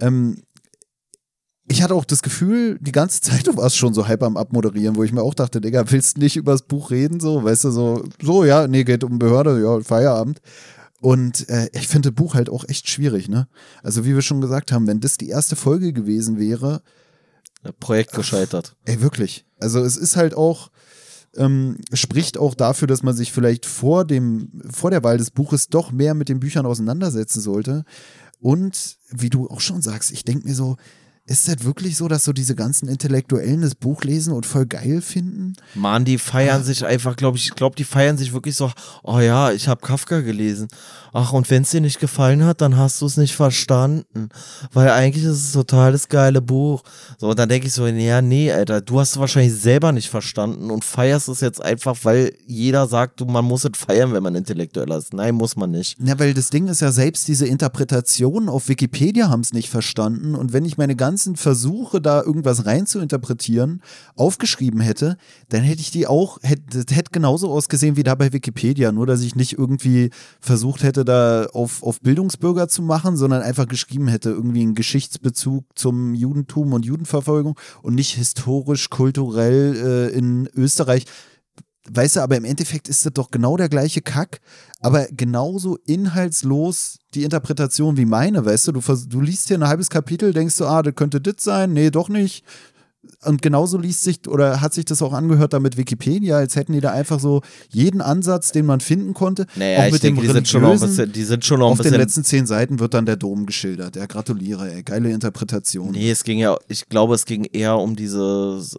Ich hatte auch das Gefühl, die ganze Zeit, du warst schon so halb am Abmoderieren, wo ich mir auch dachte, Digga, willst du nicht über das Buch reden, so, weißt du, so, ja, nee, geht um Behörde, ja, Feierabend. Und ich finde das Buch halt auch echt schwierig, ne? Also wie wir schon gesagt haben, wenn das die erste Folge gewesen wäre. Projekt gescheitert. Ey, wirklich. Also es ist halt auch, spricht auch dafür, dass man sich vielleicht vor der Wahl des Buches doch mehr mit den Büchern auseinandersetzen sollte. Und wie du auch schon sagst, ich denke mir so, ist das wirklich so, dass so diese ganzen Intellektuellen das Buch lesen und voll geil finden? Mann, die feiern sich einfach, ich glaube, die feiern sich wirklich so, oh ja, ich habe Kafka gelesen. Ach, und wenn es dir nicht gefallen hat, dann hast du es nicht verstanden. Weil eigentlich ist es total das geile Buch. So, und dann denke ich so, ja, nee, Alter, du hast es wahrscheinlich selber nicht verstanden und feierst es jetzt einfach, weil jeder sagt, man muss es feiern, wenn man intellektueller ist. Nein, muss man nicht. Ja, weil das Ding ist ja, selbst diese Interpretationen auf Wikipedia haben es nicht verstanden. Und wenn ich meine ganzen Versuche, da irgendwas rein zu interpretieren, aufgeschrieben hätte, dann hätte ich die auch, hätte genauso ausgesehen wie da bei Wikipedia, nur dass ich nicht irgendwie versucht hätte, da auf Bildungsbürger zu machen, sondern einfach geschrieben hätte, irgendwie einen Geschichtsbezug zum Judentum und Judenverfolgung und nicht historisch, kulturell in Österreich. Weißt du, aber im Endeffekt ist das doch genau der gleiche Kack, aber genauso inhaltslos die Interpretation wie meine, weißt du, du liest hier ein halbes Kapitel, denkst du, das könnte das sein, nee, doch nicht. Und genauso liest sich oder hat sich das auch angehört da mit Wikipedia, als hätten die da einfach so jeden Ansatz, den man finden konnte. Naja, auch mit dem die sind schon noch ein bisschen. Auf den letzten 10 Seiten wird dann der Dom geschildert. Ja, gratuliere, ey, geile Interpretation. Nee, ich glaube, es ging eher um dieses,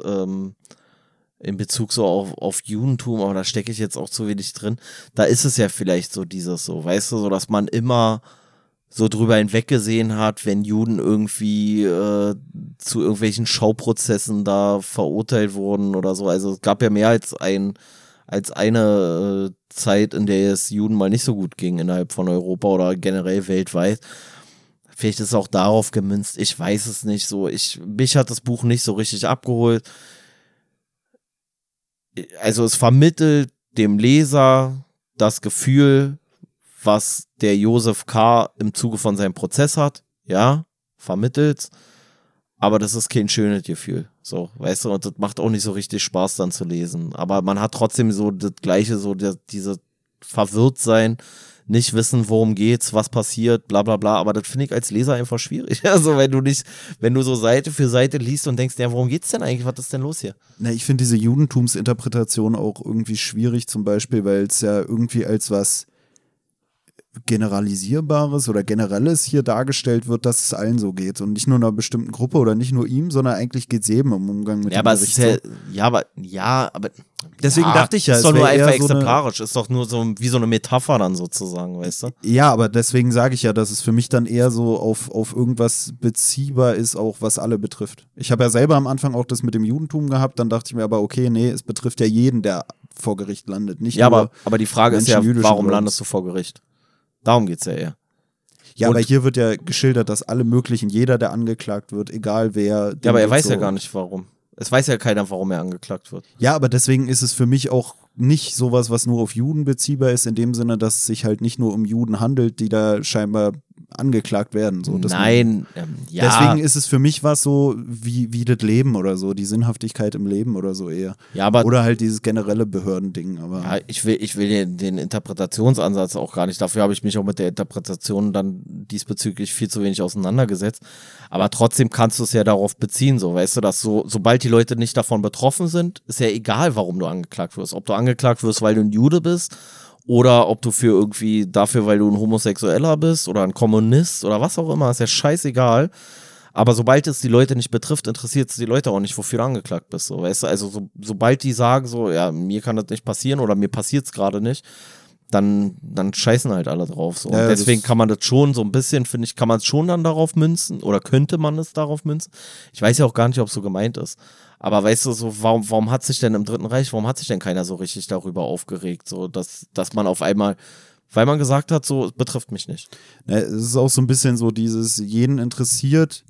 in Bezug so auf Judentum, aber da stecke ich jetzt auch zu wenig drin. Da ist es ja vielleicht so dieses so, weißt du, so dass man immer so drüber hinweggesehen hat, wenn Juden irgendwie zu irgendwelchen Schauprozessen da verurteilt wurden oder so. Also es gab ja mehr als eine Zeit, in der es Juden mal nicht so gut ging innerhalb von Europa oder generell weltweit. Vielleicht ist es auch darauf gemünzt, ich weiß es nicht so. Mich hat das Buch nicht so richtig abgeholt. Also es vermittelt dem Leser das Gefühl, was der Josef K. im Zuge von seinem Prozess hat, ja, vermittelt's, aber das ist kein schönes Gefühl, so, weißt du, und das macht auch nicht so richtig Spaß dann zu lesen, aber man hat trotzdem so das Gleiche, so diese Verwirrtsein, nicht wissen, worum geht's, was passiert, bla bla bla, aber das finde ich als Leser einfach schwierig, also wenn du so Seite für Seite liest und denkst, ja, worum geht's denn eigentlich, was ist denn los hier? Na, ich finde diese Judentumsinterpretation auch irgendwie schwierig, zum Beispiel, weil es ja irgendwie als was Generalisierbares oder Generelles hier dargestellt wird, dass es allen so geht und nicht nur einer bestimmten Gruppe oder nicht nur ihm, sondern eigentlich geht es jedem im Umgang mit dem Gericht. Aber deswegen dachte ich ja, ist doch nur einfach exemplarisch, ist doch nur so wie so eine Metapher dann sozusagen, weißt du? Ja, aber deswegen sage ich ja, dass es für mich dann eher so auf irgendwas beziehbar ist, auch was alle betrifft. Ich habe ja selber am Anfang auch das mit dem Judentum gehabt, dann dachte ich mir aber, okay, nee, es betrifft ja jeden, der vor Gericht landet. Nicht ja, nur aber die Frage ist ja, warum landest du vor Gericht? Darum geht's ja eher. Ja, aber hier wird ja geschildert, dass alle möglichen, jeder, der angeklagt wird, egal wer. Ja, aber er weiß ja gar nicht, warum. Es weiß ja keiner, warum er angeklagt wird. Ja, aber deswegen ist es für mich auch nicht sowas, was nur auf Juden beziehbar ist, in dem Sinne, dass es sich halt nicht nur um Juden handelt, die da scheinbar angeklagt werden. So, Nein, ja. Deswegen ist es für mich was so wie das Leben oder so, die Sinnhaftigkeit im Leben oder so eher. Ja, aber oder halt dieses generelle Behördending. Aber ja, ich will den Interpretationsansatz auch gar nicht. Dafür habe ich mich auch mit der Interpretation dann diesbezüglich viel zu wenig auseinandergesetzt. Aber trotzdem kannst du es ja darauf beziehen, so, weißt du, dass sobald die Leute nicht davon betroffen sind, ist ja egal, warum du angeklagt wirst. Ob du angeklagt wirst, weil du ein Jude bist, oder ob du dafür, weil du ein Homosexueller bist oder ein Kommunist oder was auch immer, ist ja scheißegal. Aber sobald es die Leute nicht betrifft, interessiert es die Leute auch nicht, wofür du angeklagt bist. So, weißt du? Also sobald die sagen, so, ja, mir kann das nicht passieren oder mir passiert es gerade nicht, dann scheißen halt alle drauf. So. Ja, und deswegen kann man das schon so ein bisschen, finde ich, kann man es schon dann darauf münzen oder könnte man es darauf münzen. Ich weiß ja auch gar nicht, ob es so gemeint ist. Aber weißt du, so, warum hat sich denn im Dritten Reich, warum hat sich denn keiner so richtig darüber aufgeregt, so, dass man auf einmal, weil man gesagt hat, so, es betrifft mich nicht. Ja, es ist auch so ein bisschen so dieses, jeden interessiert,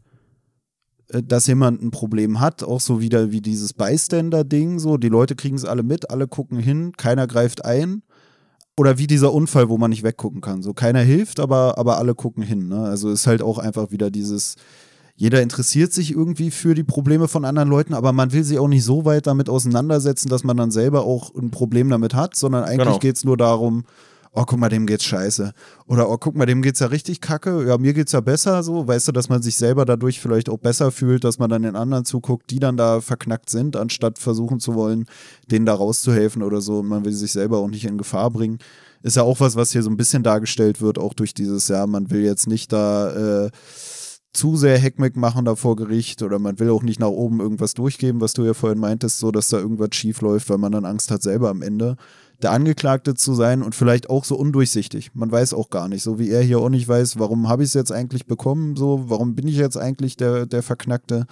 dass jemand ein Problem hat, auch so wieder wie dieses Bystander-Ding, so, die Leute kriegen es alle mit, alle gucken hin, keiner greift ein. Oder wie dieser Unfall, wo man nicht weggucken kann. So, keiner hilft, aber alle gucken hin. Ne? Also ist halt auch einfach wieder dieses, jeder interessiert sich irgendwie für die Probleme von anderen Leuten, aber man will sich auch nicht so weit damit auseinandersetzen, dass man dann selber auch ein Problem damit hat, sondern eigentlich geht es nur darum, oh, guck mal, dem geht's scheiße. Oder oh, guck mal, dem geht's ja richtig kacke. Ja, mir geht's ja besser so. Weißt du, dass man sich selber dadurch vielleicht auch besser fühlt, dass man dann den anderen zuguckt, die dann da verknackt sind, anstatt versuchen zu wollen, denen da rauszuhelfen oder so. Und man will sich selber auch nicht in Gefahr bringen. Ist ja auch was hier so ein bisschen dargestellt wird, auch durch dieses, ja, man will jetzt nicht da zu sehr Heckmeck machen da vor Gericht oder man will auch nicht nach oben irgendwas durchgeben, was du ja vorhin meintest, so, dass da irgendwas schief läuft, weil man dann Angst hat, selber am Ende der Angeklagte zu sein und vielleicht auch so undurchsichtig. Man weiß auch gar nicht, so wie er hier auch nicht weiß, warum habe ich es jetzt eigentlich bekommen, so, warum bin ich jetzt eigentlich der Verknackte,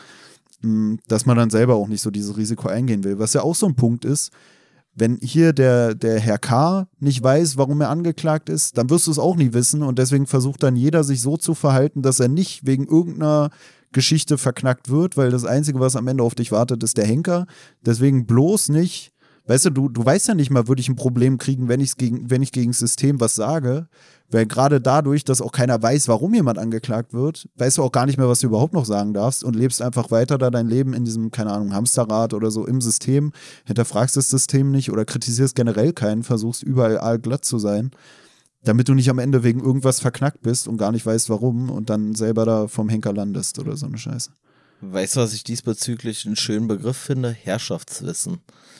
dass man dann selber auch nicht so dieses Risiko eingehen will. Was ja auch so ein Punkt ist, wenn hier der Herr K. nicht weiß, warum er angeklagt ist, dann wirst du es auch nie wissen und deswegen versucht dann jeder, sich so zu verhalten, dass er nicht wegen irgendeiner Geschichte verknackt wird, weil das Einzige, was am Ende auf dich wartet, ist der Henker. Deswegen bloß nicht. Weißt du, du weißt ja nicht mal, würde ich ein Problem kriegen, wenn ich gegen das System was sage, weil gerade dadurch, dass auch keiner weiß, warum jemand angeklagt wird, weißt du auch gar nicht mehr, was du überhaupt noch sagen darfst und lebst einfach weiter da dein Leben in diesem, keine Ahnung, Hamsterrad oder so im System, hinterfragst das System nicht oder kritisierst generell keinen, versuchst überall allglatt zu sein, damit du nicht am Ende wegen irgendwas verknackt bist und gar nicht weißt, warum und dann selber da vom Henker landest oder so eine Scheiße. Weißt du, was ich diesbezüglich einen schönen Begriff finde? Herrschaftswissen.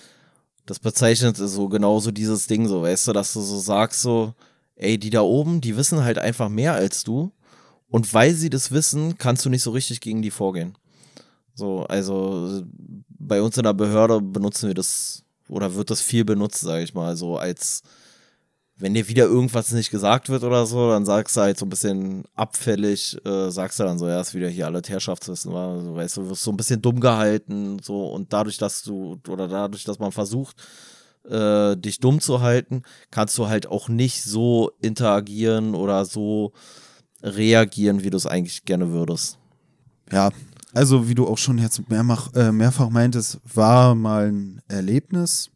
Das bezeichnet so genauso dieses Ding so, weißt du, dass du so sagst so, ey, die da oben, die wissen halt einfach mehr als du und weil sie das wissen, kannst du nicht so richtig gegen die vorgehen. So, also bei uns in der Behörde benutzen wir das oder wird das viel benutzt, sage ich mal, so als wenn dir wieder irgendwas nicht gesagt wird oder so, dann sagst du halt so ein bisschen abfällig, sagst du dann so, ja, ist wieder hier alles Herrschaftswissen, war, so, weißt du, wirst so ein bisschen dumm gehalten, so, und dadurch, dass man versucht, dich dumm zu halten, kannst du halt auch nicht so interagieren oder so reagieren, wie du es eigentlich gerne würdest. Ja, also wie du auch schon jetzt mehrfach meintest, war mal ein Erlebnis.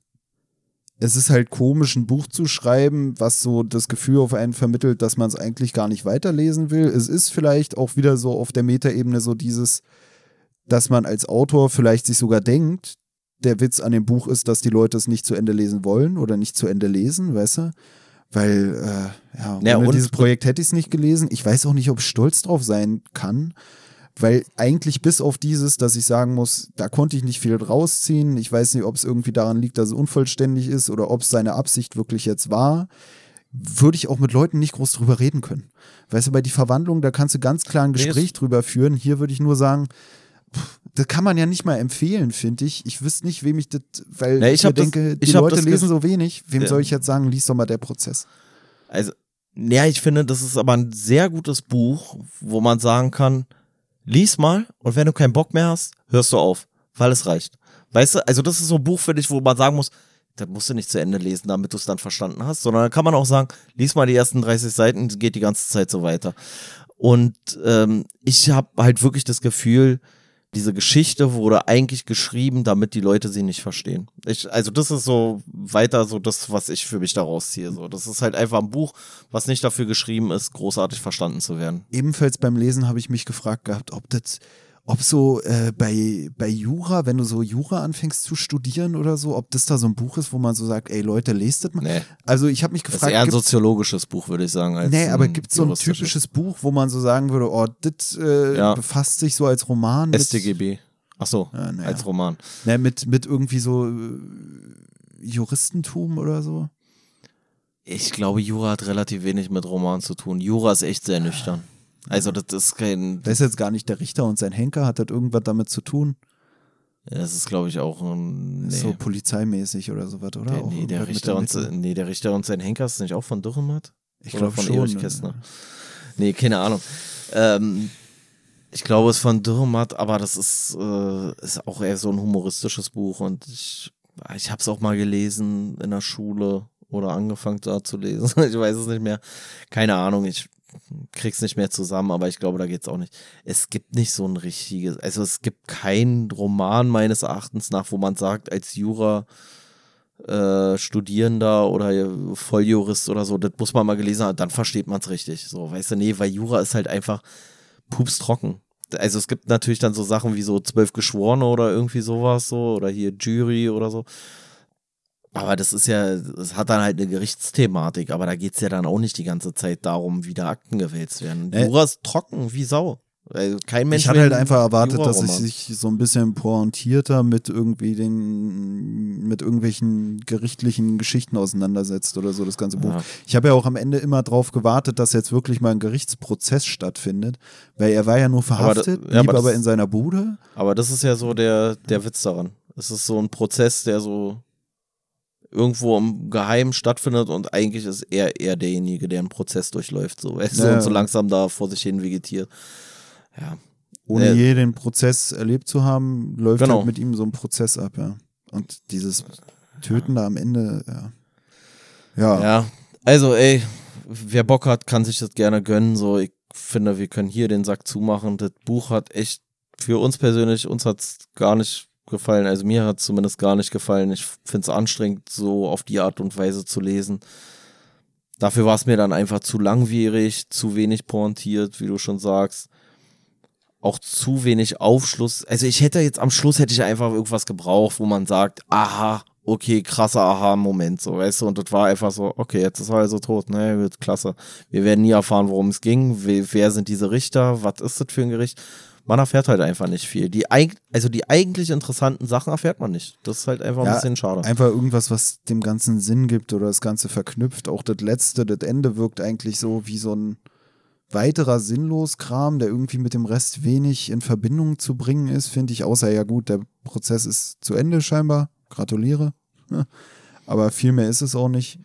Es ist halt komisch, ein Buch zu schreiben, was so das Gefühl auf einen vermittelt, dass man es eigentlich gar nicht weiterlesen will. Es ist vielleicht auch wieder so auf der Metaebene so dieses, dass man als Autor vielleicht sich sogar denkt, der Witz an dem Buch ist, dass die Leute es nicht zu Ende lesen wollen oder nicht zu Ende lesen, weißt du? Weil, ohne dieses Projekt hätte ich es nicht gelesen. Ich weiß auch nicht, ob ich stolz drauf sein kann. Weil eigentlich bis auf dieses, dass ich sagen muss, da konnte ich nicht viel rausziehen. Ich weiß nicht, ob es irgendwie daran liegt, dass es unvollständig ist oder ob es seine Absicht wirklich jetzt war, würde ich auch mit Leuten nicht groß drüber reden können. Weißt du, bei die Verwandlung, da kannst du ganz klar ein Gespräch drüber führen. Hier würde ich nur sagen, das kann man ja nicht mal empfehlen, finde ich. Ich wüsste nicht, wem ich das, weil ich denke, die Leute lesen so wenig. Wem soll ich jetzt sagen, lies doch mal der Prozess? Also, ja, ich finde, das ist aber ein sehr gutes Buch, wo man sagen kann, lies mal und wenn du keinen Bock mehr hast, hörst du auf, weil es reicht. Weißt du, also das ist so ein Buch für dich, wo man sagen muss, das musst du nicht zu Ende lesen, damit du es dann verstanden hast, sondern da kann man auch sagen, lies mal die ersten 30 Seiten, geht die ganze Zeit so weiter. Und ich habe halt wirklich das Gefühl, diese Geschichte wurde eigentlich geschrieben, damit die Leute sie nicht verstehen. Also das ist so weiter so das, was ich für mich daraus ziehe. So, das ist halt einfach ein Buch, was nicht dafür geschrieben ist, großartig verstanden zu werden. Ebenfalls beim Lesen habe ich mich gefragt gehabt, ob so bei Jura, wenn du so Jura anfängst zu studieren oder so, ob das da so ein Buch ist, wo man so sagt, ey Leute, lest das mal. Nee. Also ich habe mich gefragt. Das ist eher ein soziologisches Buch, würde ich sagen. Aber gibt es so ein typisches Buch, wo man so sagen würde, oh, das befasst sich so als Roman mit StGB. Ach so, als Roman. Mit irgendwie so Juristentum oder so? Ich glaube, Jura hat relativ wenig mit Roman zu tun. Jura ist echt sehr nüchtern. Also das ist kein... Das ist jetzt gar nicht der Richter und sein Henker, hat das irgendwas damit zu tun? Ja, das ist, glaube ich, auch so polizeimäßig oder sowas, oder? Der Richter und sein Henker ist nicht auch von Dürrenmatt? Ich glaube von schon. Erich Kästner. Nee, keine Ahnung. Ich glaube, es ist von Dürrenmatt, aber das ist auch eher so ein humoristisches Buch und ich habe es auch mal gelesen in der Schule oder angefangen da zu lesen. Ich weiß es nicht mehr. Keine Ahnung, ich krieg's nicht mehr zusammen, aber ich glaube, da geht's auch nicht. Es gibt nicht so ein richtiges, also es gibt keinen Roman meines Erachtens nach, wo man sagt, als Jura Studierender oder Volljurist oder so, das muss man mal gelesen haben, dann versteht man es richtig. So, weißt du, nee, weil Jura ist halt einfach pupstrocken. Also es gibt natürlich dann so Sachen wie so 12 Geschworene oder irgendwie sowas so oder hier Jury oder so. Aber das hat dann halt eine Gerichtsthematik, aber da geht es ja dann auch nicht die ganze Zeit darum, wie da Akten gewälzt werden. Jura ist trocken wie Sau. Also kein Mensch. Ich hatte halt einfach erwartet, dass es sich so ein bisschen pointierter mit irgendwelchen gerichtlichen Geschichten auseinandersetzt oder so, das ganze Buch. Ich habe ja auch am Ende immer drauf gewartet, dass jetzt wirklich mal ein Gerichtsprozess stattfindet, weil er war ja nur verhaftet, blieb aber in seiner Bude. Aber das ist ja so der Witz daran. Es ist so ein Prozess, der so irgendwo im Geheimen stattfindet und eigentlich ist er eher derjenige, der einen Prozess durchläuft, so, weißt du, und so langsam da vor sich hin vegetiert. Ja. Ohne je den Prozess erlebt zu haben, läuft halt mit ihm so ein Prozess ab, ja. Und dieses Töten da am Ende, Ja, also ey, wer Bock hat, kann sich das gerne gönnen, so, ich finde, wir können hier den Sack zumachen. Das Buch hat echt, für uns persönlich, uns hat es gar nicht gefallen, also mir hat es zumindest gar nicht gefallen. Ich finde es anstrengend, so auf die Art und Weise zu lesen. Dafür war es mir dann einfach zu langwierig, zu wenig pointiert, wie du schon sagst. Auch zu wenig Aufschluss. Also am Schluss hätte ich einfach irgendwas gebraucht, wo man sagt, aha, okay, krasser Aha-Moment, so, weißt du, und das war einfach so, okay, jetzt ist er also tot, ne, wird klasse. Wir werden nie erfahren, worum es ging, wer sind diese Richter, was ist das für ein Gericht? Man erfährt halt einfach nicht viel. Die eigentlich interessanten Sachen erfährt man nicht. Das ist halt einfach ein bisschen schade. Einfach irgendwas, was dem Ganzen Sinn gibt oder das Ganze verknüpft. Auch das Ende wirkt eigentlich so wie so ein weiterer Sinnlos-Kram, der irgendwie mit dem Rest wenig in Verbindung zu bringen ist, finde ich. Außer, ja gut, der Prozess ist zu Ende scheinbar. Gratuliere. Aber viel mehr ist es auch nicht.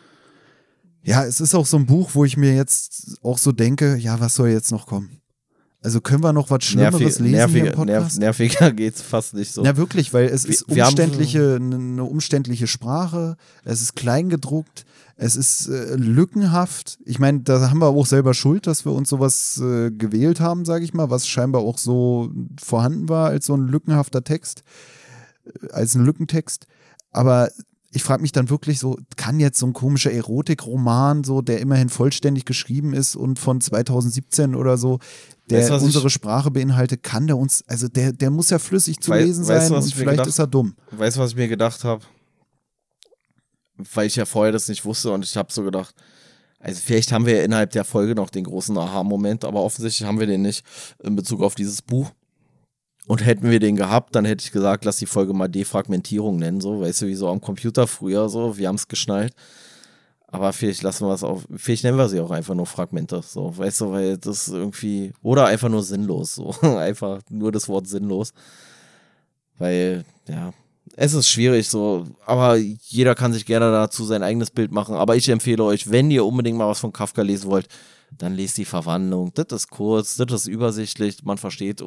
Ja, es ist auch so ein Buch, wo ich mir jetzt auch so denke, ja, was soll jetzt noch kommen? Also können wir noch was Schlimmeres lesen hier im Podcast? Nerviger geht's fast nicht so. Ja, wirklich, weil es ist eine umständliche Sprache, es ist kleingedruckt, es ist lückenhaft. Ich meine, da haben wir auch selber Schuld, dass wir uns sowas gewählt haben, sage ich mal, was scheinbar auch so vorhanden war als so ein lückenhafter Text, als ein Lückentext. Aber ich frage mich dann wirklich so, kann jetzt so ein komischer Erotikroman, so, der immerhin vollständig geschrieben ist und von 2017 oder so, der unsere Sprache beinhaltet, kann der uns, also der muss ja flüssig zu lesen sein und vielleicht ist er dumm. Weißt du, was ich mir gedacht habe? Weil ich ja vorher das nicht wusste und ich habe so gedacht, also vielleicht haben wir ja innerhalb der Folge noch den großen Aha-Moment, aber offensichtlich haben wir den nicht in Bezug auf dieses Buch. Und hätten wir den gehabt, dann hätte ich gesagt, lass die Folge mal Defragmentierung nennen, so, weißt du, wie so am Computer früher, so, wir haben es geschnallt. Aber vielleicht vielleicht nennen wir sie auch einfach nur Fragmente, so, weißt du, weil das irgendwie, oder einfach nur sinnlos, so, einfach nur das Wort sinnlos. Weil, ja, Es ist schwierig so, aber jeder kann sich gerne dazu sein eigenes Bild machen. Aber ich empfehle euch, wenn ihr unbedingt mal was von Kafka lesen wollt, dann lest die Verwandlung. Das ist kurz, das ist übersichtlich, man versteht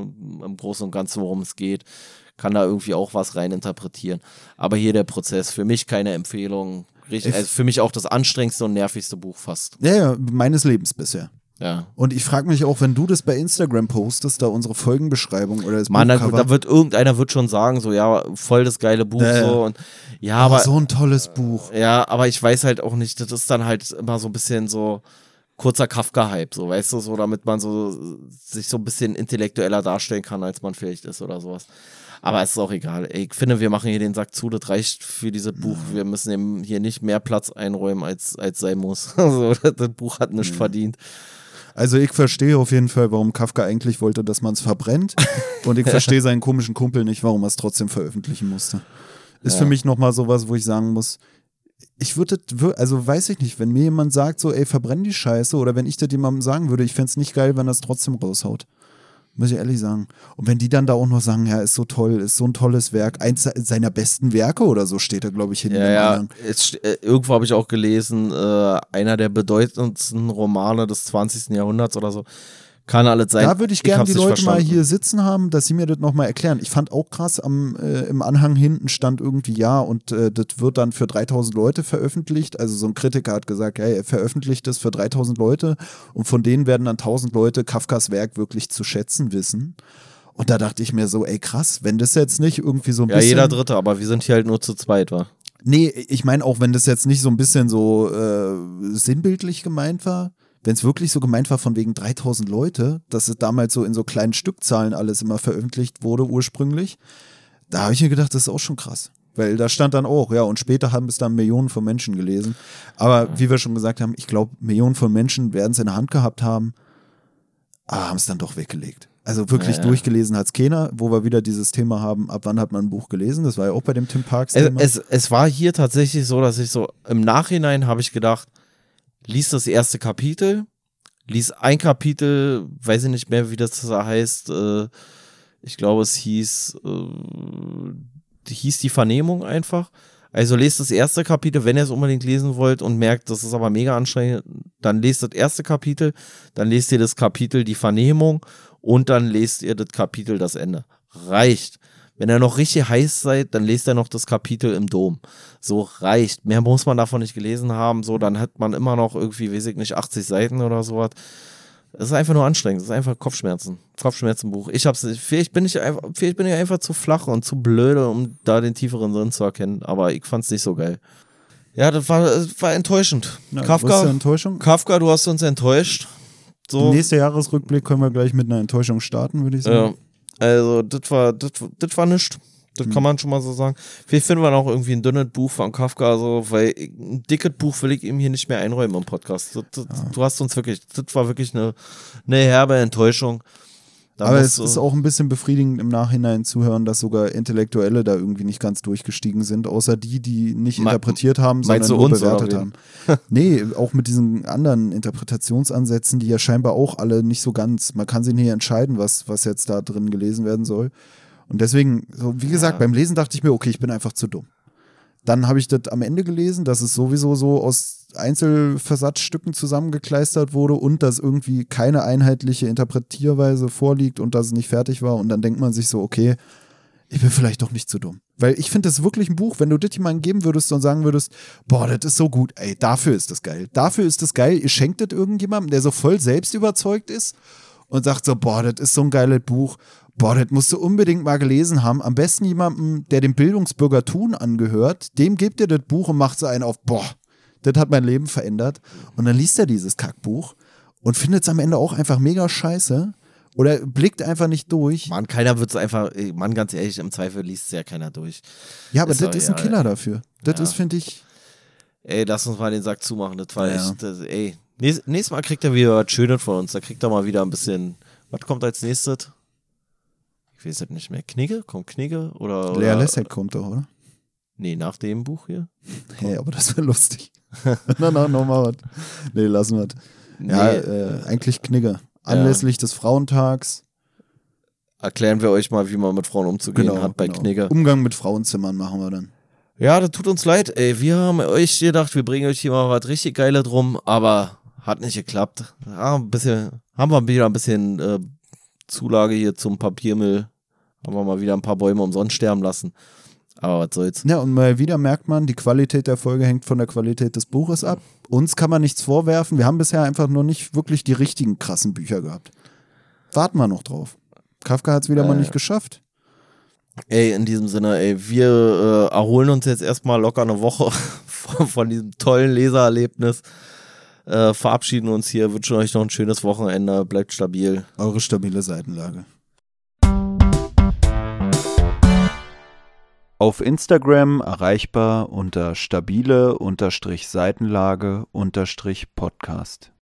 im Großen und Ganzen, worum es geht. Kann da irgendwie auch was reininterpretieren. Aber hier der Prozess, für mich keine Empfehlung. Richtig, also für mich auch das anstrengendste und nervigste Buch fast. Ja, meines Lebens bisher. Ja. Und ich frage mich auch, wenn du das bei Instagram postest, da unsere Folgenbeschreibung oder das Mann, Buchcover. da wird irgendeiner schon sagen, so ja, voll das geile Buch so und ja, aber so ein tolles Buch. Ja, aber ich weiß halt auch nicht, das ist dann halt immer so ein bisschen so kurzer Kafka-Hype, so, weißt du, so, damit man so sich so ein bisschen intellektueller darstellen kann, als man vielleicht ist oder sowas. Aber es ist auch egal. Ich finde, wir machen hier den Sack zu, das reicht für dieses Buch. Wir müssen ihm hier nicht mehr Platz einräumen, als sein muss. Also, das Buch hat nicht verdient. Also ich verstehe auf jeden Fall, warum Kafka eigentlich wollte, dass man es verbrennt. Und ich verstehe seinen komischen Kumpel nicht, warum er es trotzdem veröffentlichen musste. Ist für mich nochmal sowas, wo ich sagen muss, ich würde, also weiß ich nicht, wenn mir jemand sagt so, ey, verbrenn die Scheiße, oder wenn ich das jemandem sagen würde, ich fände es nicht geil, wenn er es trotzdem raushaut. Muss ich ehrlich sagen. Und wenn die dann da auch noch sagen, ja, ist so toll, ist so ein tolles Werk, eins seiner besten Werke oder so steht da, glaube ich, hinten. Ja. Irgendwo habe ich auch gelesen, einer der bedeutendsten Romane des 20. Jahrhunderts oder so. Kann alles sein. Da würde ich gerne die Leute mal hier sitzen haben, dass sie mir das nochmal erklären. Ich fand auch krass, im Anhang hinten stand irgendwie und das wird dann für 3000 Leute veröffentlicht. Also so ein Kritiker hat gesagt, hey, er veröffentlicht das für 3000 Leute und von denen werden dann 1000 Leute Kafkas Werk wirklich zu schätzen wissen. Und da dachte ich mir so, ey krass, wenn das jetzt nicht irgendwie so ein bisschen... Ja, jeder Dritte, aber wir sind hier halt nur zu zweit, wa? Nee, ich meine auch, wenn das jetzt nicht so ein bisschen so sinnbildlich gemeint war, wenn es wirklich so gemeint war von wegen 3000 Leute, dass es damals so in so kleinen Stückzahlen alles immer veröffentlicht wurde ursprünglich, da habe ich mir gedacht, das ist auch schon krass. Weil da stand dann auch, ja, und später haben es dann Millionen von Menschen gelesen. Aber wie wir schon gesagt haben, ich glaube, Millionen von Menschen werden es in der Hand gehabt haben, aber haben es dann doch weggelegt. Also wirklich durchgelesen hat es keiner, wo wir wieder dieses Thema haben, ab wann hat man ein Buch gelesen? Das war ja auch bei dem Tim Parks Thema. Es war hier tatsächlich so, dass ich so, im Nachhinein habe ich gedacht, lies das erste Kapitel, lies ein Kapitel, weiß ich nicht mehr, wie das heißt, ich glaube, es hieß die Vernehmung einfach. Also lest das erste Kapitel, wenn ihr es unbedingt lesen wollt und merkt, das ist aber mega anstrengend, dann lest das erste Kapitel, dann lest ihr das Kapitel die Vernehmung und dann lest ihr das Kapitel das Ende. Reicht. Wenn ihr noch richtig heiß seid, dann lest ihr noch das Kapitel im Dom. So reicht. Mehr muss man davon nicht gelesen haben. So, dann hat man immer noch irgendwie, weiß ich nicht, 80 Seiten oder sowas. Es ist einfach nur anstrengend. Es ist einfach Kopfschmerzen. Kopfschmerzenbuch. Vielleicht bin ich einfach zu flach und zu blöde, um da den tieferen Sinn zu erkennen. Aber ich fand's nicht so geil. Ja, das war enttäuschend. Ja, Kafka, Enttäuschung? Kafka, du hast uns enttäuscht. So. Nächster Jahresrückblick können wir gleich mit einer Enttäuschung starten, würde ich sagen. Ja. Also, das war nichts. Das kann man schon mal so sagen. Vielleicht finden wir noch irgendwie ein dünnes Buch von Kafka, so, weil ein dickes Buch will ich ihm hier nicht mehr einräumen im Podcast. Du hast uns wirklich, das war wirklich eine herbe Enttäuschung. Aber es ist auch ein bisschen befriedigend im Nachhinein zu hören, dass sogar Intellektuelle da irgendwie nicht ganz durchgestiegen sind, außer die nicht interpretiert haben, sondern nur bewertet haben. Nee, auch mit diesen anderen Interpretationsansätzen, die ja scheinbar auch alle nicht so ganz, man kann sich nicht entscheiden, was jetzt da drin gelesen werden soll. Und deswegen, so wie gesagt, beim Lesen dachte ich mir, okay, ich bin einfach zu dumm. Dann habe ich das am Ende gelesen, dass es sowieso so aus Einzelversatzstücken zusammengekleistert wurde und dass irgendwie keine einheitliche Interpretierweise vorliegt und dass es nicht fertig war. Und dann denkt man sich so, okay, ich bin vielleicht doch nicht zu dumm. Weil ich finde, das ist wirklich ein Buch, wenn du das jemandem geben würdest und sagen würdest, boah, das ist so gut, ey, dafür ist das geil. Dafür ist das geil, ihr schenkt das irgendjemandem, der so voll selbst überzeugt ist und sagt so, boah, das ist so ein geiles Buch. Boah, das musst du unbedingt mal gelesen haben. Am besten jemandem, der dem Bildungsbürgertum angehört, dem gebt ihr das Buch und macht so einen auf, boah, das hat mein Leben verändert. Und dann liest er dieses Kackbuch und findet es am Ende auch einfach mega scheiße oder blickt einfach nicht durch. Mann, keiner wird es einfach, Mann, ganz ehrlich, im Zweifel liest es ja keiner durch. Ja, aber das ist ein Killer dafür. Das ist, finde ich... Ey, lass uns mal den Sack zumachen, das war echt, nächstes Mal kriegt er wieder was Schönes von uns, da kriegt er mal wieder ein bisschen, was kommt als nächstes? Ich weiß es nicht mehr. Knigge? Kommt Knigge? Oder Lea Lessig kommt doch, oder? Nee, nach dem Buch hier. Hey, aber das wäre lustig. Nochmal was. Nee, lassen wir es. Ja, eigentlich Knigge. Anlässlich des Frauentags. erklären wir euch mal, wie man mit Frauen umzugehen hat bei Knigge. Umgang mit Frauenzimmern machen wir dann. Ja, das tut uns leid, ey. Wir haben euch gedacht, wir bringen euch hier mal was richtig Geiles drum, aber hat nicht geklappt. Ja, haben wir wieder ein bisschen Zulage hier zum Papiermüll. Haben wir mal wieder ein paar Bäume umsonst sterben lassen. Aber was soll's. Ja, und mal wieder merkt man, die Qualität der Folge hängt von der Qualität des Buches ab. Uns kann man nichts vorwerfen. Wir haben bisher einfach noch nicht wirklich die richtigen krassen Bücher gehabt. Warten wir noch drauf. Kafka hat es wieder mal nicht geschafft. Ey, in diesem Sinne, ey, wir erholen uns jetzt erstmal locker eine Woche von diesem tollen Lesererlebnis. Verabschieden uns hier, wünschen euch noch ein schönes Wochenende, bleibt stabil. Eure stabile Seitenlage. Auf Instagram erreichbar unter stabile_Seitenlage_Podcast.